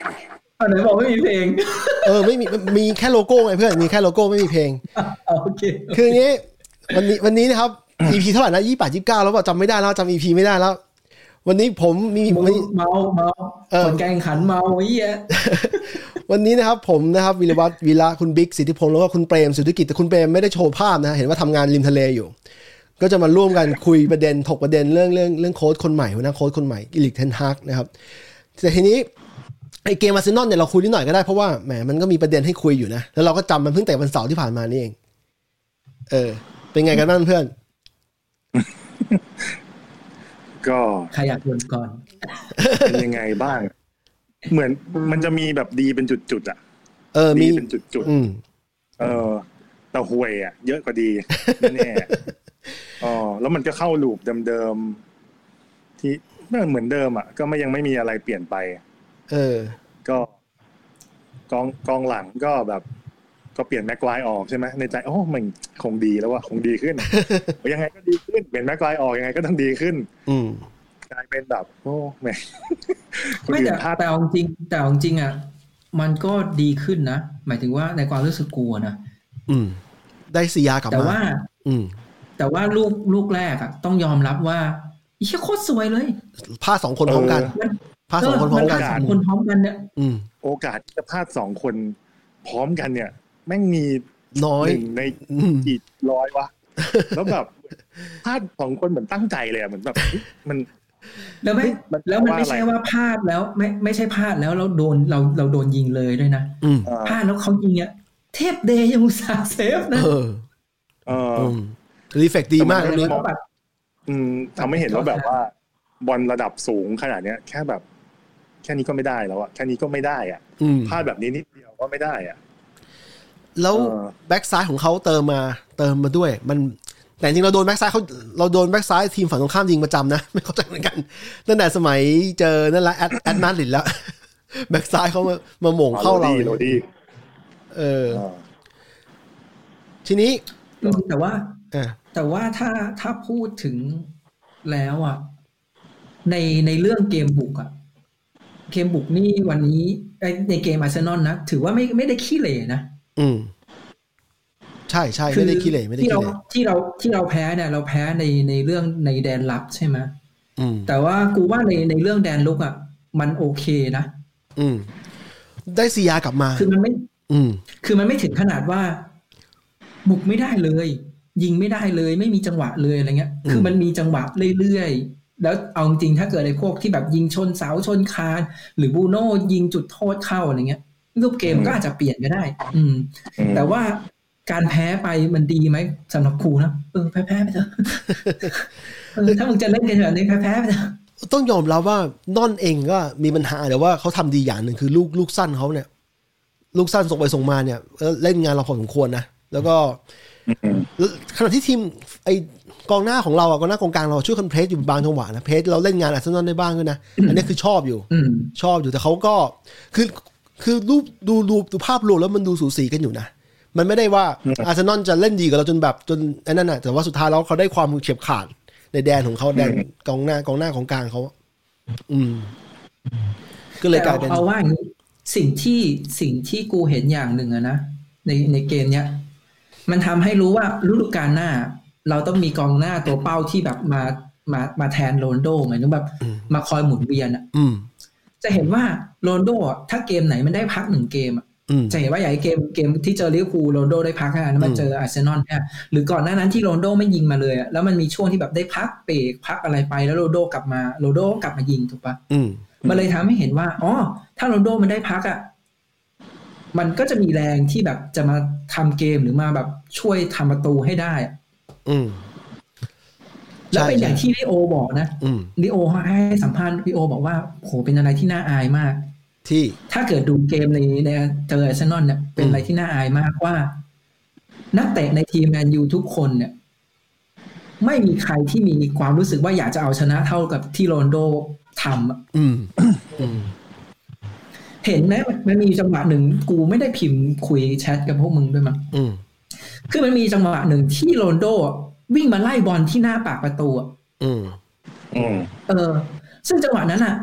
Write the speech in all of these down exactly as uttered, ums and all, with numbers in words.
อันไหนบอกไม่มีเพลงเออไม่มีมีแค่โลโก้ไงเพื่อนมีแค่โลโก้ไม่มีเพลงโอเคคืออย่างงี้วันนี้วันนี้นะครับ อี พี เท่าไหร่นะยี่สิบแปด ยี่สิบเก้าแล้วป่ะจำไม่ได้แล้วจำ อี พี ไม่ได้แล้ววันนี้ผมมีเมาเมาคนแข่งขันเมาไอ้เหี้ยวันนี้นะครับผมนะครับวิรวัฒน์วีระคุณบิ๊กสิทธิพงษ์แล้วก็คุณเปรมสุทธิกิจแต่คุณเปรมไม่ได้โชว์ภาพนะเห็นว่าทำงานริมทะเลอยู่ก็จะมาร่วมกันคุยประเด็นถกประเด็นเรื่องเรื่องเรื่องโค้ชคนใหม่หัวหน้าโค้ชคนใหม่อีลิกเทนฮากนะครับแต่ทีนี้ไอเกมอาร์เซนอลเนี่ยเราคุยนิดหน่อยก็ได้เพราะว่าแหมมันก็มีประเด็นให้คุยอยู่นะแล้วเราก็จำมันเพิ่งแต่วันเสาร์ที่ผ่านมานี่เองเออเป็นไงกันบ้างเพื่อนก็ใครอยากพูดก่อนเป็นยังไงบ้างเหมือนมันจะมีแบบดีเป็นจุดๆอ่ะเออมีเป็นจุดๆอืมเออแต่ห่วยอ่ะเยอะกว่าดีแน่ๆอ๋อแล้วมันก็เข้าลูปเดิมๆที่เหมือนเดิมอ่ะก็ไม่ยังไม่มีอะไรเปลี่ยนไปเออก็กองกองหลังก็แบบก็เปลี่ยนแม็กไกวร์ออกใช่ไหมในใจโอ้มันคงดีแล้วว่ะคงดีขึ้น ยังไงก็ดีขึ้นเปลี่ยนแม็กไกวร์ออกยังไงก็ต้องดีขึ้นอืมกลายเป็นแบบโอ้แม่ไม่แต่แต่จริงแต่จริงอ่ะมันก็ดีขึ้นนะหมายถึงว่าในความรู้สึกกลัวนะอืมได้ซียากลับมาแต่ว่าอืมแต่ว่าลูกลูกแรกอ่ะต้องยอมรับว่าอีเหี้ยโคตรสวยเลยพลาดสองคนพร้อมกันพลาดสองคนพร้อมกันสองคนพร้อมกันเนี่ยอืมโอกาสที่จะพลาดสองคนพร้อมกันเนี่ยแม่งมีน้อยหนึ่งในกี่ร้อยวะแล้วแบบพลาดสองคนเหมือนตั้งใจเลยอ่ะเหมือนแบบมันแล้วไม่แล้วมันไม่ใช่ว่าพลาดแล้วไม่ไม่ใช่พลาดแล้วเราโดนเราเราโดนยิงเลยด้วยนะพลาดแล้วเขายิงอ่ะเทพเดย์ยังอุตส่าห์เซฟนะเออเออรีเฟกดีมากเลยอืมทำให้เห็นว่าแบบว่าบอลระดับสูงขนาดเนี้ยแค่แบบแค่นี้ก็ไม่ได้แล้วอ่ะแค่นี้ก็ไม่ได้อ่ะพลาดแบบนี้นิดเดียวก็ไม่ได้อ่ะแล้วแบ็กซ้ายของเขาเติมมาเติมมาด้วยมันแต่จริงเราโดนแบ็กซ้ายเขาเราโดนแบ็กซ้ายทีมฝั่งตรงข้ามยิงประจำนะไม่เข้าใจเหมือนกันตั้งแต่สมัยเจอนั่นแหละแอดแอดมาดริดแล้วแบ็กซ้ายเขามามาหม่งเข้าเราเออทีนี้แต่ว่าแต่ว่าถ้าถ้าพูดถึงแล้วอ่ะในในเรื่องเกมบุกอ่ะเกมบุกนี่วันนี้ในเกมอาร์เซนอลนะถือว่าไม่ไม่ได้ขี้เหร่นะอืมใช่ใช่ไม่ได้ขี้เหร่ไม่ได้ขี้เหร่ที่เราที่เราแพ้เนี่ยเราแพ้ในในเรื่องในแดนรับใช่ไหมอืมแต่ว่ากูว่าในในเรื่องแดนลุกอ่ะมันโอเคนะอืมได้ซียากลับมาคือมันไม่อืมคือมันไม่ถึงขนาดว่าบุกไม่ได้เลยยิงไม่ได้เลยไม่มีจังหวะเลยอะไรเงี้ยคือมันมีจังหวะเรื่อยๆแล้วเอาจริงถ้าเกิดไอ้พวกที่แบบยิงชนเสาชนคานหรือบูโน่ยิงจุดโทษเข้าอะไรเงี้ยรูปเกมก็อาจจะเปลี่ยนก็ได้อืมแต่ว่าการแพ้ไปมันดีไหมสำหรับครูนะเออแพ้ๆไปเถอะเออถ้ามึงจะเล่นกันแบบนี้แพ้ๆไปเถอะต้องยอมรับว่านอนเองก็มีปัญหาแต่ว่าเขาทำดีอย่างหนึ่งคือลูกลูกสั้นเขาเนี่ยลูกสั้นส่งไปส่งมาเนี่ยเล่นงานเราพอสมควรนะแล้วก็ขณะที่ทีมไอกองหน้าของเราอะกองหน้ากองกลางเราช่วยกันเพรสอยู่บางจังหวะนะเพรสเราเล่นงานอาร์เซนอลได้บ้างด้วยนะอันนี้คือชอบอยู่ชอบอยู่แต่เขาก็คือคือรูปดูรูปดูภาพรวมแล้วมันดูสูสีกันอยู่นะมันไม่ได้ว่าอาร์เซนอลจะเล่นดีกับเราจนแบบจนไอ้นั่นน่ะแต่ว่าสุดท้ายแล้วเขาได้ความเฉียบขาดในแดนของเขาแดนกองหน้ากองหน้าของกลางเขาอืมก็เลยกลายเป็นเอาว่าสิ่งที่สิ่งที่กูเห็นอย่างหนึ่งอะนะในในเกมเนี้ยมันทำให้รู้ว่าฤดูกาลหน้าเราต้องมีกองหน้าตัวเป้าที่แบบมามามาแทนโรนลโดเหมือนแบบมาคอยหมุนเวียนอะจะเห็นว่าโรนลโดถ้าเกมไหนมันได้พักหนึ่งเกมอะจะเห็นว่าอย่างเกมเกมที่เจอลิเวอร์พูลโรนลโดได้พักนะแล้วมาเจออาร์เซนอลเนี่ยหรือก่อนหน้านั้นที่โรนลโดไม่ยิงมาเลยอะแล้วมันมีช่วงที่แบบได้พักเบรกพักอะไรไปแล้วโรนลโดกลับมาโรนลโดกลับมายิงถูกปะมันเลยทำให้เห็นว่าอ๋อถ้าโรนลโดมันได้พักอะมันก็จะมีแรงที่แบบจะมาทำเกมหรือมาแบบช่วยทำประตูให้ได้อืมแล้วเป็นอย่างที่ลิโอบอกนะลิโอให้สัมภาษณ์ลิโอบอกว่าโหเป็นอะไรที่น่าอายมากที่ถ้าเกิดดูเกมในในเจออาร์เซนอลเนี่ยเป็นอะไรที่น่าอายมากว่านักเตะในทีมแมนยูทุกคนเนี่ยไม่มีใครที่มีความรู้สึกว่าอยากจะเอาชนะเท่ากับที่โรนลโดทำอืมเห็นไหมมันมีจังหวะหนึ่งกูไม่ได้พิมพ์คุยแชทกับพวกมึงด้วยมั้งคือมันมีจังหวะหนึ่งที่โรนลโดวิ่งมาไล่บอลที่หน้าปากประตูอ่ะอืมอืมเออซึ่งจังหวะนั้นอ่ะก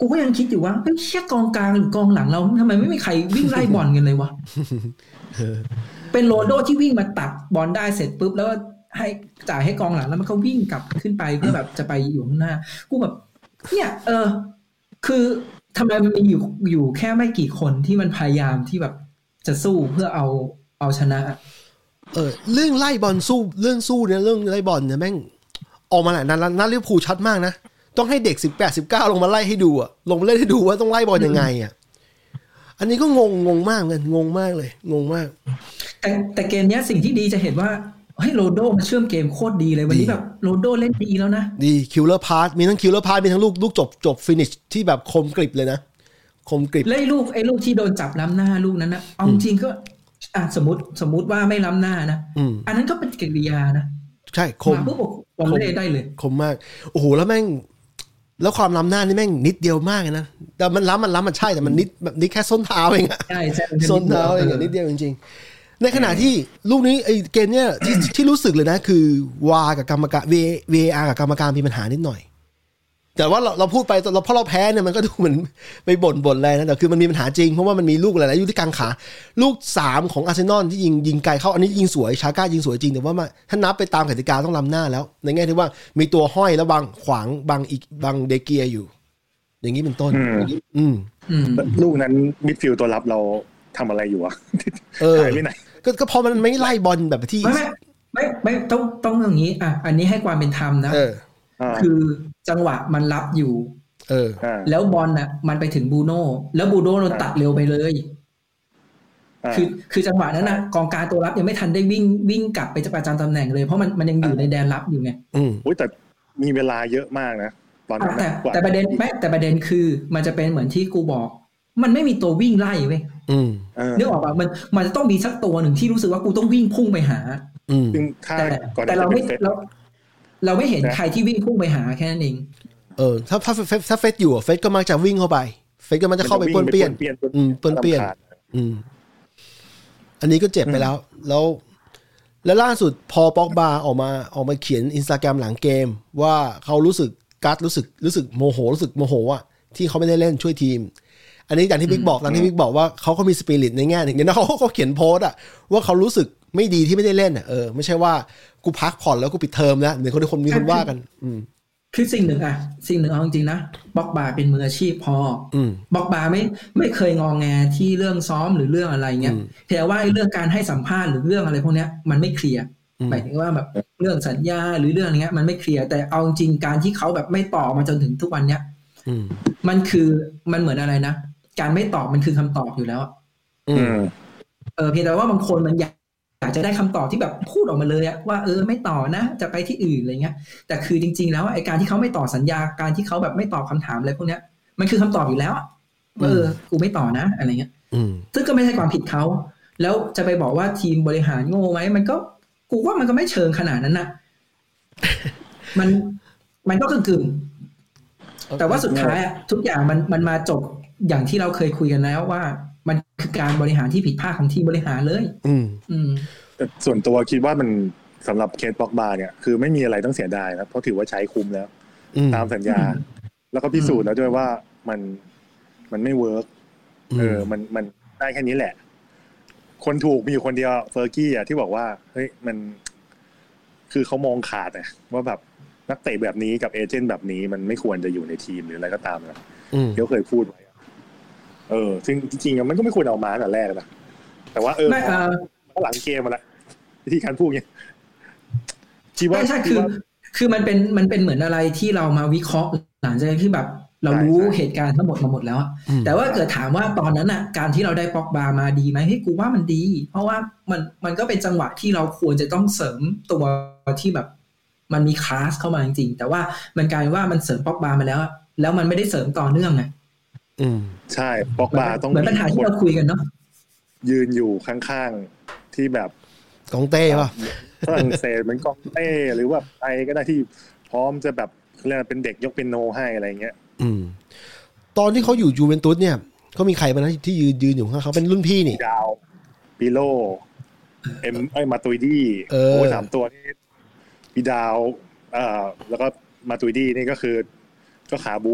กูก็ยังคิดอยู่ว่าเฮ้ยเชี่ยกองกลางหรือกองหลังเราทำไมไม่มีใครวิ่งไล่บอลกันเลยวะเป็นโรนัลโดที่วิ่งมาตัดบอลได้เสร็จปุ๊บแล้วให้จ่ายให้กองหลังแล้วมันก็วิ่งกลับขึ้นไปเพื่อแบบจะไปอยู่ข้างหน้ากูแบบเนี่ยเออคือทำไมมันมีอยู่อยู่แค่ไม่กี่คนที่มันพยายามที่แบบจะสู้เพื่อเอาเอาชนะเออเรื่องไล่บอลสู้เรื่องสู้เนี่ยเรื่องไล่บอลเนี่ยแม่งออกมาหลายนัดแล้วนัดลิเวอร์พูลชัดมากนะต้องให้เด็กสิบแปด สิบเก้าลงมาไล่ให้ดูอ่ะลงมาเล่นให้ดูว่าต้องไล่บอลยังไงอ่ะอันนี้ก็งงงงมากเลยงงมากเลยงงมากแต่แต่เกมนี้สิ่งที่ดีจะเห็นว่าเฮ้ยโรนัลโดมาเชื่อมเกมโคตรดีเลยวันนี้แบบโรนัลโดเล่นดีแล้วนะดีคิลเลอร์พาสมีทั้งคิลเลอร์พาสมีทั้งลูกลูกจบจบฟินิชที่แบบคมกริบเลยนะคมกริบแล้วไอ้ลูกไอ้ลูกที่โดนจับล้ำหน้าลูกนั้นนะเอาจริงก็อ่ะสมมติสมมติว่าไม่ล้ำหน้านะอันนั้นก็เป็นกิริยานะใช่คมมาปุ๊บบอลเล่ได้เลยคมมากโอ้โหแล้วแม่งแล้วความล้ำหน้านี่แม่งนิดเดียวมากนะแต่มันล้ำมันล้ำมันใช่แต่มันนิดแบบนิดแค่ส้นเท้าเองอะใช่ใช่ส้นเท้าเองนิดเดียวจริงๆในขณะที่ลูกนี้ไอ้เกมเนี้ยที่ที่รู้สึกเลยนะคือวากับกรรมการ วี เอ อาร์ กับกรรมการมีปัญหานิดหน่อยแต่ว่าเราเราพูดไปเราเพราะเราแพ้เนี่ยมันก็ดูเหมือนไปบ่นบ่นอะไรนะแต่คือมันมีปัญหาจริงเพราะว่ามันมีลูกหลายๆอยู่ที่กลางขาลูกสามของอาร์เซนอลที่ยิงยิงไกลเข้าอันนี้ยิงสวยชาก้ายิงสวยจริงแต่ว่าถ้านับไปตามกติกาต้องล้ำหน้าแล้วในแง่ที่ว่ามีตัวห้อยแล้วบังขวางบังอีกบังเดเกียอยู่อย่างนี้เป็นต้นอืมลูกนั้นมิดฟิลด์ตัวรับเราทำอะไรอยู่อะหายไปไหนก็พอมันไม่ไล่บอลแบบที่ไม่ไม่ไม่ต้องต้องอย่างนี้อ่ะอันนี้ให้ความเป็นธรรมนะคือจังหวะมันรับอยู่เออแล้วบอลน่ะมันไปถึงบูโน่แล้วบูโน่โดนตัดเร็วไปเลยคือคือจังหวะนั้นน่ะกองกลางตัวรับยังไม่ทันได้วิ่งวิ่งกลับไปจะประจำตำแหน่งเลยเพราะมันมันยังอยู่ในแดนรับอยู่ไงอืมอุ้ยแต่มีเวลาเยอะมากนะตอนนั้นแต่แต่ประเด็นไม่แต่ประเด็นคือมันจะเป็นเหมือนที่กูบอกมันไม่มีตัววิ่งไล่เว้ยนึกออกป่ะมันมันจะต้องมีสักตัวหนึ่งที่รู้สึกว่ากูต้องวิ่งพุ่งไปหาแต่แต่เราไม่เราเราไม่เห็นใครที่วิ่งพุ่งไปหาแค่นั้นเองเออถ้าถ้าเฟสถ้าเฟสอยู่เฟสก็มักจะวิ่งเข้าไปเฟสก็มันจะเข้าไปป้วนเปี้ยนอืมป้วนเปี้ยนอืมอันนี้ก็เจ็บไปแล้วแล้วแล้วล่าสุดพอป็อกบาออกมาออกมาเขียน Instagram หลังเกมว่าเขารู้สึกกัดรู้สึกรู้สึกโมโหรู้สึกโมโหอ่ะที่เขาไม่ได้เล่นช่วยทีมอันนี้อย่างที่บิ๊กบอกตอนที่บิ๊กบอกว่าเขาก็มีสปิริตในแง่หนึ่งเนี่ยเขาเขาเขียนโพสต์อ่ะว่าเขารู้สึกไม่ดีที่ไม่ได้เล่นอ่ะเออไม่ใช่ว่ากูพักผ่อนแล้วกูปิดเทอมนะเหมือนคนที่คนมีคนว่ากันอืมคือสิ่งหนึ่งอะสิ่งหนึ่งเอาจริงๆนะบ็อกบาเป็นมืออาชีพพอบ็อกบาไม่ไม่เคยงองแงที่เรื่องซ้อมหรือเรื่องอะไรเงี้ยแต่ว่าเรื่องการให้สัมภาษณ์หรือเรื่องอะไรพวกเนี้ยมันไม่เคลียร์หมายถึงว่าแบบเรื่องสัญญาหรือเรื่องอะไรเงี้ยมันไม่เคลียร์แต่เอาจริงการที่เขาแบบไม่ตอบมาจนถึงทุกวันเนี้ยมันคือมันเหมือนอะไรนะการไม่ตอบมันคือคำตอบอยู่แล้วเออเพียงแต่ว่าบางคนมันอยากอยากจะได้คำตอบที่แบบพูดออกมาเลยอะว่าเออไม่ต่อนะจะไปที่อื่นอะไรเงี้ยแต่คือจริงๆแล้วไอ้การที่เขาไม่ต่อสัญญาการที่เขาแบบไม่ตอบคำถามอะไรพวกเนี้ยมันคือคำตอบอยู่แล้วว่าเออกูไม่ต่อนะอะไรเงี้ยซึ่งก็ไม่ใช่ความผิดเขาแล้วจะไปบอกว่าทีมบริหารโง่ไหมมันก็กูว่ามันก็ไม่เชิงขนาดนั้นนะมันมันก็กึ่งๆแต่ว่าสุดท้ายอะทุกอย่างมันมันมาจบอย่างที่เราเคยคุยกันแล้วว่ามันคือการบริหารที่ผิดพลาดของทีมบริหารเลยอืมอืมแต่ส่วนตัวคิดว่ามันสำหรับเคสป็อกบาเนี่ยคือไม่มีอะไรต้องเสียดายนะเพราะถือว่าใช้คุ้มแล้วตามสัญญาแล้วก็พิสูจน์แล้วด้วยว่ามันมันไม่เวิร์กเออมันมันได้แค่นี้แหละคนถูกมีอยู่คนเดียวเฟอร์กี้อ่ะที่บอกว่าเฮ้ยมันคือเขามองขาดนะว่าแบบนักเตะแบบนี้กับเอเจนต์แบบนี้มันไม่ควรจะอยู่ในทีมหรืออะไรก็ตามนะเดี๋ยวเคยพูดไว้เออซึ่งจริงๆมันก็ไม่ควรเอามาตั้งแต่แรกนะแต่ว่าเออพอหลังเกมมาแล้ววิธีการพูดเงี้ยคิดว่าใช่คือคือมันเป็นมันเป็นเหมือนอะไรที่เรามาวิเคราะห์หลังจากที่แบบเรารู้เหตุการณ์ทั้งหมดมาหมดแล้วแต่ว่าเกิดถามว่าตอนนั้นอ่ะการที่เราได้ป็อกบามาดีไหมเฮ้ยกูว่ามันดีเพราะว่ามันมันก็เป็นจังหวะที่เราควรจะต้องเสริมตัวที่แบบมันมีคลาสเข้ามาจริงๆแต่ว่ามันกลายว่ามันเสริมป็อกบามาแล้วแล้วมันไม่ได้เสริมต่อเนื่องไงอืมใช่ป็อกบาต้องเหมือนปัญหาที่เราคุยกันเนาะยืนอยู่ข้างๆที่แบบกองเต้ป่ะฝรั่งเศสเหมือนกองเต้หรือว่าใครก็ได้ที่พร้อมจะแบบเรียกเป็นเด็กยกเปียโนให้อะไรเงี้ยอืมตอนที่เขาอยู่ยูเวนตุสเนี่ยเขามีใครบ้างนะที่ยืนยืนอยู่ข้างเขาเป็นรุ่นพี่นี่ดาวปิโลเอ็มไอมาตุยดี้โอ้สามตัวนี่ปีดาวเอ่อแล้วก็มาตุยดี้นี่ก็คือก็ขาบู๊อ่ะ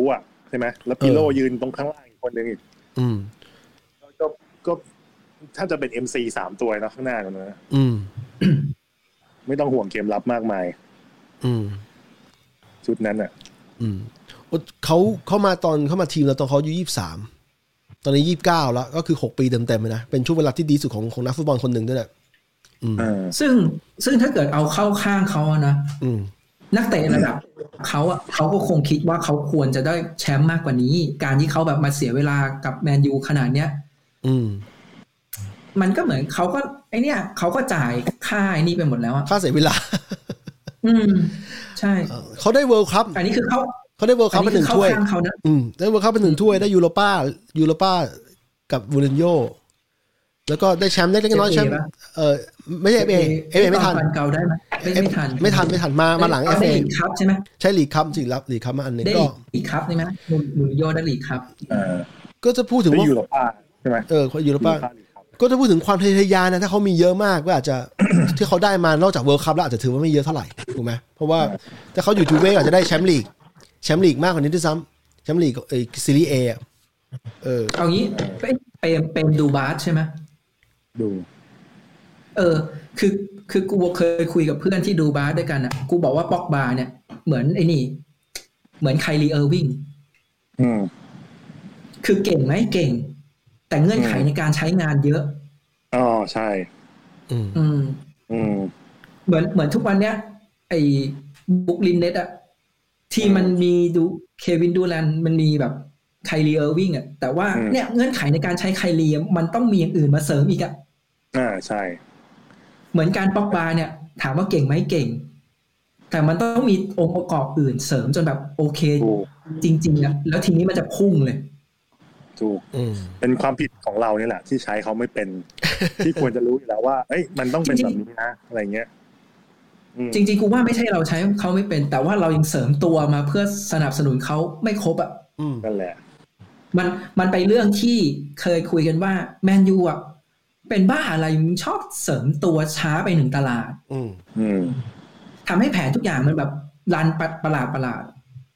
ใช่ไหมแล้วปิโลยืนตรงข้างล่างอีกคนนึงอีกอืมก็ก็ถ้าจะเป็น เอ็ม ซี สามตัวนะข้างหน้ากันนะอืมไม่ต้องห่วงเกมรับมากมายอืมชุดนั้นอ่ะอืมเขาเข้ามาตอนเข้ามาทีมแล้วตอนเขาอายุยี่สิบสามตอนนี้ยี่สิบเก้าแล้วก็คือหกปีเต็มๆเลยนะเป็นช่วงเวลาที่ดีสุดของของนักฟุตบอลคนหนึ่งด้วยแหละซึ่งซึ่งถ้าเกิดเอาเข้าข้างเขานะนักเตะระดับเขาอ่ะเขาก็คงคิดว่าเขาควรจะได้แชมป์มากกว่านี้การที่เขาแบบมาเสียเวลากับแมนยูขนาดเนี้ยอืมมันก็เหมือนเขาก็ไอเนี้ยเขาก็จ่ายค่าไอ้นี่ไปหมดแล้วอ่ะค่าเสียเวลาอืมใช่เขาได้เวิลด์คัพอันนี้คือเขาเขาได้เวิลด์คัพเป็นหนึ่งถ้วยอืมได้เวิลด์คัพเป็นหนึ่งถ้วยได้ยูโรป้ายูโรป้ากับมูรินโญ่แล้วก็ได้แชมป์เล็กๆน้อยๆแชมป์เออไม่ใช่เอเอเอไม่ทันเก่าได้ไหมไม่ทันไม่ทันไม่ทันมามาหลังเอฟเอลีกคัพใช่ไหมใช่ลีกคัพสิรับลีกคัพมาอันนึงก็ลีกคัพใช่ไหมมูรินโญ่ได้ลีกคัพก็จะพูดถึงว่ายูโรป้าใช่ไหมเออยูโรป้าก็จะพูดถึงความทะเยอนะถ้าเขามีเยอะมากก็อาจจะที่เขาได้มานอกจากเวิลด์คัพแล้วอาจจะถือว่าไม่เยอะเท่าไหร่ถูกไหมเพราะว่าถ้าเขาอยู่จูเว่อาจจะได้แชมป์ลีกแชมป์ลีกมากกว่านี้ด้วยซ้ำแชมป์ลีกเออซีรีส์เอเออเอางี้เป็นเป็นเป็นดูบาสใช่ไหมดูเออคือคือกูเคยคุยกับเพื่อนที่ดูบาสด้วยกันอ่ะกูบอกว่าป็อกบาเนี่ยเหมือนไอ้นี่เหมือนไคลีเออร์วิงอืมคือเก่งไหมเก่งแต่เงื่อนไขในการใช้งานเยอะอ๋อใช่อืมอืมอืมเหมือนเหมือนทุกวันเนี้ยไอ้บุกลินเน็ตอะที่มันมีดูเควินดูแลนมันมีแบบไคลีเออร์วิงอะแต่ว่าเนี่ยเงื่อนไขในการใช้ไคลีมันต้องมีอย่างอื่นมาเสริมอีกอะอ่าใช่เหมือนการป็อกบาเนี่ยถามว่าเก่งไหมเก่งแต่มันต้องมีองค์ประกอบอื่นเสริมจนแบบโอเคจริงๆอะแล้วทีนี้มันจะพุ่งเลยถูกเป็นความผิดของเราเนี่ยแหละที่ใช้เขาไม่เป็น ที่ควรจะรู้อยู่แล้วว่าเอ้ยมันต้องเป็นแบบนี้นะอะไรเงี้ยจริงๆกูว่าไม่ใช่เราใช้เขาไม่เป็นแต่ว่าเรายังเสริมตัวมาเพื่อสนับสนุนเขาไม่ครบอ่ะนั่นแหละมันมันไปเรื่องที่เคยคุยกันว่าแมนยูอ่ะเป็นบ้าอะไรมึงชอบเสริมตัวช้าไปหนึ่งตลาดทำให้แผนทุกอย่างมันแบบรันประหลาดประหลาด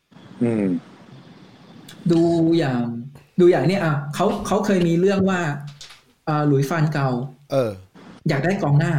ดูอย่างดูอย่างนี้อ่ะเขาเขาเคยมีเรื่องว่าอ่าหลุยส์ฟานเกาเอออยากได้กองหน้า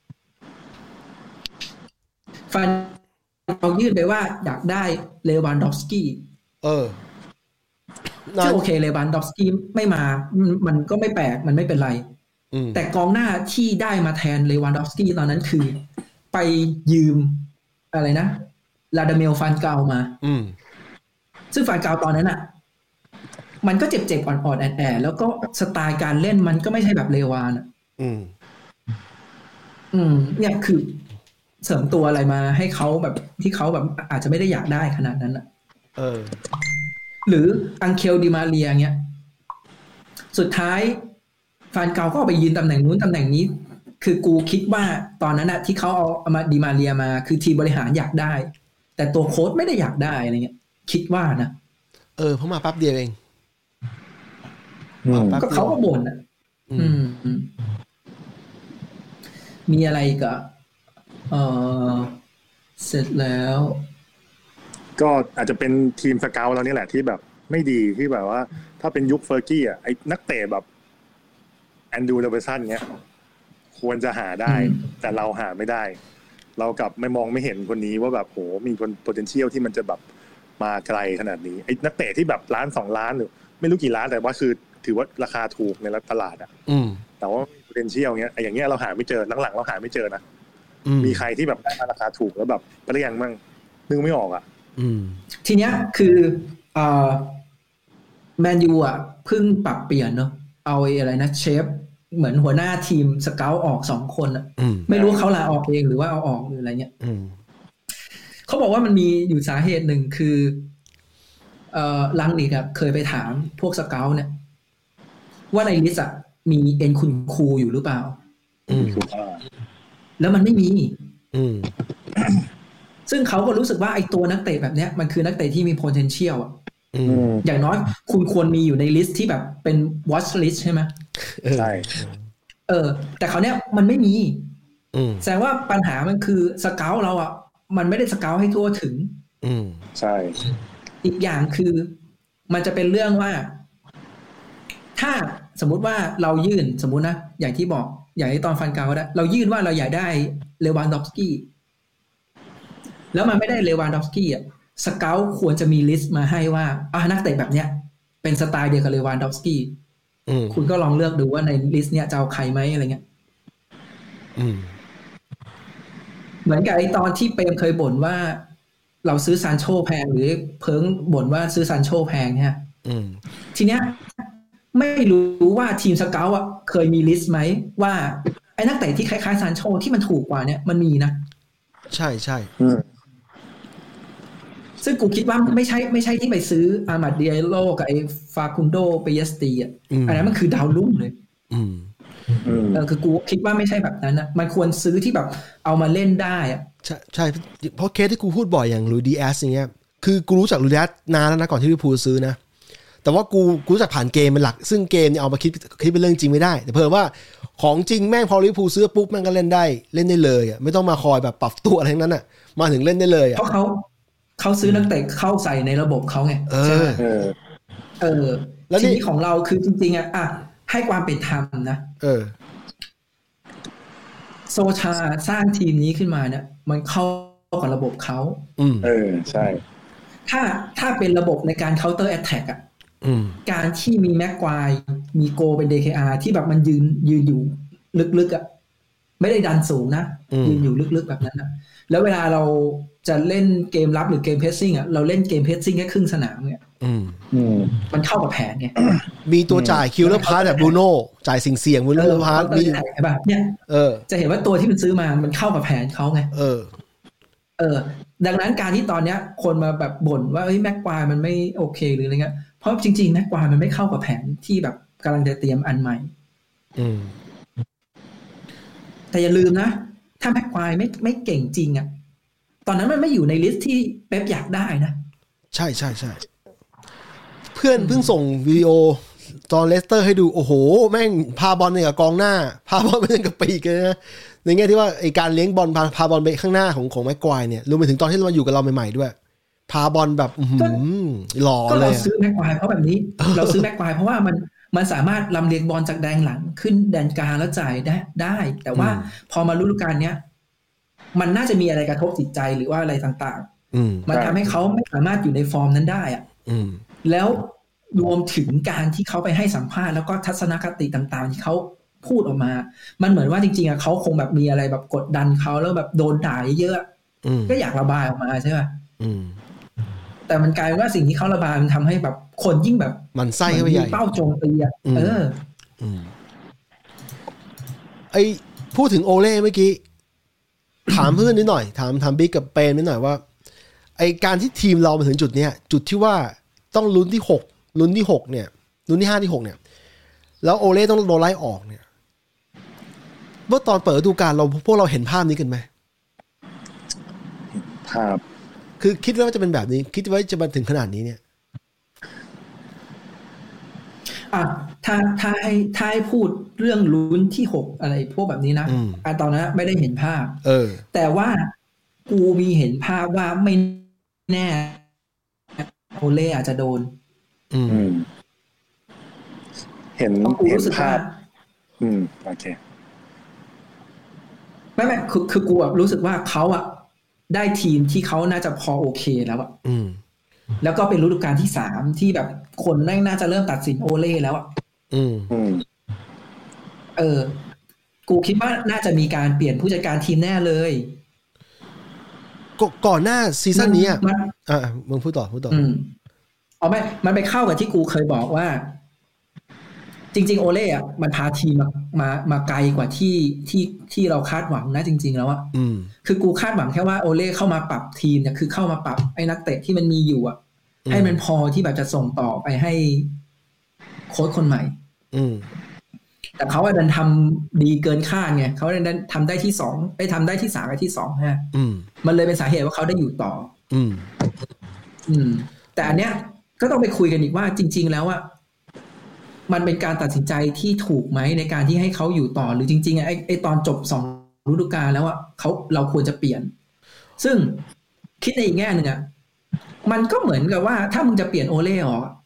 ฟานเกายื่นไปว่าอยากได้เลวานดอฟสกี้เออซึ่งโอเคเลวานดอฟสกี้ไม่มามันก็ไม่แปลกมันไม่เป็นไรแต่กองหน้าที่ได้มาแทนเลวานดอฟสกี้ตอนนั้นคือไปยืมอะไรนะลาดาเมลฟานเกามาซึ่งฟานเกาตอนนั้นอ่ะมันก็เจ็บๆอ่อนๆแอดๆแล้วก็สไตล์การเล่นมันก็ไม่ใช่แบบเลวานอ่ะอืมอืมเนี่ยคือเสริมตัวอะไรมาให้เขาแบบที่เขาแบบอาจจะไม่ได้อยากได้ขนาดนั้นอ่ะเออหรืออังเคลดิมาเรียเงี้ยสุดท้ายฟานเกาก็ไปยืนตำแหน่งนู้นตำแหน่งนี้คือกูคิดว่าตอนนั้นอะที่เขาเอาเอามาดิมาเรียมาคือทีมบริหารอยากได้แต่ตัวโค้ชไม่ได้อยากได้อะไรเงี้ยคิดว่านะเออเพราะมาแป๊บเดียวเองก็เขาก็บ่นอ่ะอืมมีอะไรก็เออเสร็จแล้วก็อาจจะเป็นทีมสเกาต์เรานี่แหละที่แบบไม่ดีที่แบบว่าถ้าเป็นยุคเฟอร์กี้อ่ะไอ้นักเตะแบบแอนดรูว์ โรเบอร์สันเงี้ยควรจะหาได้แต่เราหาไม่ได้เรากลับไม่มองไม่เห็นคนนี้ว่าแบบโหมีคน potential ที่มันจะแบบมาไกลขนาดนี้ไอ้นักเตะที่แบบล้านสองล้านหรือไม่รู้กี่ล้านแต่ว่าคือถือว่าราคาถูกในตลาดอ่ะแต่ว่า potential เงี้ยไอ้อย่างเงี้ยเราหาไม่เจอหลังๆเราหาไม่เจอนะมีใครที่แบบได้มาราคาถูกแล้วแบบเปรี้ยงมั่งนึกไม่ออกอ่ะทีเนี้ยคือเอ่อแมนยูอ่ะเพิ่งปรับเปลี่ยนเนาะเอาอะไรนะเชฟเหมือนหัวหน้าทีมสเกาต์ออกสองคนอ่ะไม่รู้เขาลาออกเองหรือว่าเอาออกหรืออะไรเงี้ยเขาบอกว่ามันมีอยู่สาเหตุหนึ่งคือเอ่อลังนิกอ่ะเคยไปถามพวกสเกาต์เนี่ยว่าในลิสต์อ่ะมีเอ็นคุณครูอยู่หรือเปล่าแล้วมันไม่มีซึ่งเขาก็รู้สึกว่าไอ้ตัวนักเตะแบบเนี้ยมันคือนักเตะที่มี potential อ่ะอย่างน้อยคุณควรมีอยู่ในลิสต์ที่แบบเป็น watch list ใช่ไหมใช่เออแต่เขาเนี้ยมันไม่มีแสดงว่าปัญหามันคือสเกาต์เราอ่ะมันไม่ได้สเกาต์ให้ทั่วถึงใช่อีกอย่างคือมันจะเป็นเรื่องว่าถ้าสมมุติว่าเรายื่นสมมุตินะอย่างที่บอกอย่างที่ตอนฟันกาวได้เรายื่นว่าเราอยากได้เลวานดอฟสกี้แล้วมันไม่ได้เลวานดอฟสกี้อ่ะสเกาต์ควรจะมีลิสต์มาให้ว่าอ่ะนักเตะแบบเนี้ยเป็นสไตล์เดียวกับเลวานดอฟสกี้คุณก็ลองเลือกดูว่าในลิสต์เนี้ยจะเอาใครไหมอะไรเงี้ยเหมือนกับไอ้ตอนที่เปรมเคยบ่นว่าเราซื้อซานโชแพงหรือเพิงบ่นว่าซื้อซานโชแพงเนี่ยทีเนี้ยไม่รู้ว่าทีมสเกาต์อ่ะเคยมีลิสต์ไหมว่าไอ้นักเตะที่คล้ายๆซานโชที่มันถูกกว่าเนี่ยมันมีนะใช่ใช่ซึ่งกูคิดว่าไม่ใช่ไม่ใช่ที่ไปซื้ออามาดเดียโลกับไอ้ฟาคุนโดเปเยสตีอ่ะอันนั้นมันคือดาวรุ่งเลยเออคือกูคิดว่าไม่ใช่แบบนั้นนะมันควรซื้อที่แบบเอามาเล่นได้อ่ะใช่ใช่เพราะเคสที่กูพูดบ่อยอย่างลุยดีแอสอย่างเงี้ยคือกูรู้จักลุยดีแอสนานแล้วนะก่อนที่ลิเวอร์พูลซื้อนะแต่ว่ากูกูรู้จักผ่านเกมเป็นหลักซึ่งเกมเนี่ยเอามาคิดคิดเป็นเรื่องจริงไม่ได้แต่เพิ่มว่าของจริงแม่งพอลิเวอร์พูลซื้อปุ๊บแม่งก็เล่นได้เล่นได้เลยอ่ะไม่ต้องมาคอยแบบปรับตัวอะไรทั้งนั้นอ่ะมาถึงเล่นได้เลยอ่ะเพราะเขาเขาซื้อนักเตะเข้าใส่ในระบบเขาไงใช่เออเออแล้วทีนี้ของเราคือจริงๆอ่ะอ่ะให้ความเป็นธรรมนะเออโซชาสร้างทีมนี้ขึ้นมาเนี่ยมันเข้ากับระบบเขาเออใช่ถ้าถ้าเป็นระบบในการ counter attack อ่ะการที่มีแม็กควายมีโกเป็น ดี เค อาร์ ที่แบบมันยืนยืนอยู่ลึกๆอ่ะไม่ได้ดันสูงนะยืนอยู่ลึกๆแบบนั้นนะแล้วเวลาเราจะเล่นเกมรับหรือเกมเพรสซิ่งอ่ะเราเล่นเกมเพรสซิ่งแค่ครึ่งสนามเนี่ยมันเข้ากับแผนไงมีตัวจ่ายคิวเลอร์พาร์แบบบรูโน่จ่ายเสี่ยงๆบรูโน่พาร์มีแบบเนี่ยจะเห็นว่าตัวที่มันซื้อมามันเข้ากับแผนเขาไงเออเออดังนั้นการที่ตอนเนี้ยคนมาแบบบ่นว่าเฮ้ยแม็กควายมันไม่โอเคหรืออะไรเงี้ยเพราะจริงๆแม็กควายมันไม่เข้ากับแผนที่แบบกำลังจะเตรียมอันใหม่แต่อย่าลืมนะถ้าแม็กควายไม่ไม่เก่งจริงอ่ะตอนนั้นมันไม่อยู่ในลิสต์ที่เป๊ปอยากได้นะใช่ใช่ใช่เพื่อนเพิ่งส่งวิดีโอตอนเลสเตอร์ให้ดูโอ้โหแม่งพาบอลเนี่ยกับกองหน้าพาบอลไปเล่นกับปีกเลยนะในแง่ที่ว่าไอการเลี้ยงบอลพาพาบอลไปข้างหน้าของของแม็กควายเนี่ยรวมไปถึงตอนที่เราอยู่กับเราใหม่ๆด้วยพาบอลแบบหล่อเลยก็เราซื้อแม็กควายเพราะแบบนี้เราซื้อแม็กควายเพราะว่ามันมันสามารถลำเลียงบอลจากแดนหลังขึ้นแดนกลางแล้วจ่ายได้ได้แต่ว่าพอมาฤดูกาลเนี้ยมันน่าจะมีอะไรกระทบจิตใจหรือว่าอะไรต่างๆมันทำให้เขาไม่สามารถอยู่ในฟอร์มนั้นได้อ่ะแล้วรวมถึงการที่เขาไปให้สัมภาษณ์แล้วก็ทัศนคติต่างๆที่เขาพูดออกมามันเหมือนว่าจริงๆอ่ะเขาคงแบบมีอะไรแบบกดดันเขาแล้วแบบโดนด่าเยอะๆก็อยากระบายออกมาใช่ป่ะแต่มันกลายเป็นว่าสิ่งที่เขาระบายมันทำให้แบบคนยิ่งแบบมันไส้เข้าไปใหญ่เป้าโจมตีอ่ะเออไอพูดถึงโอเล่เมื่อกี้ถามเพื่อนนิดหน่อยถามถามบิ๊กกับเปนนิดหน่อยว่าไอการที่ทีมเรามาถึงจุดเนี้ยจุดที่ว่าต้องลุ้นที่หกลุ้นที่หกเนี่ยลุ้นที่ห้าที่หกเนี่ยแล้วโอเล่ต้องโดนไล่ออกเนี่ยเมื่อตอนเปิดฤดูกาลเราพวกเราเห็นภาพนี้กันไหมภาพคือคิดว่าจะเป็นแบบนี้คิดว่าจะมาถึงขนาดนี้เนี่ยอ่ะถ้าถ้าให้ถ้าให้พูดเรื่องลุ้นที่หกอะไรพวกแบบนี้นะอ่ะตอนนั้นไม่ได้เห็นภาพเออแต่ว่ากูมีเห็นภาพว่าไม่แน่โอเล่อาจจะโดนอืมเห็นเห็นภาพอืมโอเคไม่ไม่คือคือกูแบบรู้สึกว่าเขาอะได้ทีมที่เขาน่าจะพอโอเคแล้วอะแล้วก็เป็นฤดูกาลที่สามที่แบบคนน่าจะเริ่มตัดสินโอเล่แล้วอะอืมเออกูคิดว่าน่าจะมีการเปลี่ยนผู้จัดการทีมแน่เลยก่อนหน้าซีซั่นนี้อ่ะอ่ามึงพูดต่อพูดต่ออืมเอาไม่มันไปเข้ากับที่กูเคยบอกว่าจริงๆโอเล่อะมันพาทีมมามามาไกลกว่าที่ที่ที่เราคาดหวังนะจริงๆแล้วอะคือกูคาดหวังแค่ว่าโอเล่เข้ามาปรับทีมเนี่ยคือเข้ามาปรับไอ้นักเตะที่มันมีอยู่อะให้มันพอที่แบบจะส่งต่อไปให้โค้ชคนใหม่แต่เขาดันทำดีเกินคาดไงเขาดันทำได้ที่สองไปทำได้ที่สามไปที่สองฮะมันเลยเป็นสาเหตุว่าเขาได้อยู่ต่ออืมอืมแต่อันเนี้ยก็ต้องไปคุยกันอีกว่าจริงๆแล้วอะมันเป็นการตัดสินใจที่ถูกไหมในการที่ให้เขาอยู่ต่อหรือจริงๆไอ้ไอ้ตอนจบสองฤดูกาลแล้วอะเขาเราควรจะเปลี่ยนซึ่งคิดในอีกแง่หนึ่งอะมันก็เหมือนกับว่าถ้ามึงจะเปลี่ยนโอเล่ออก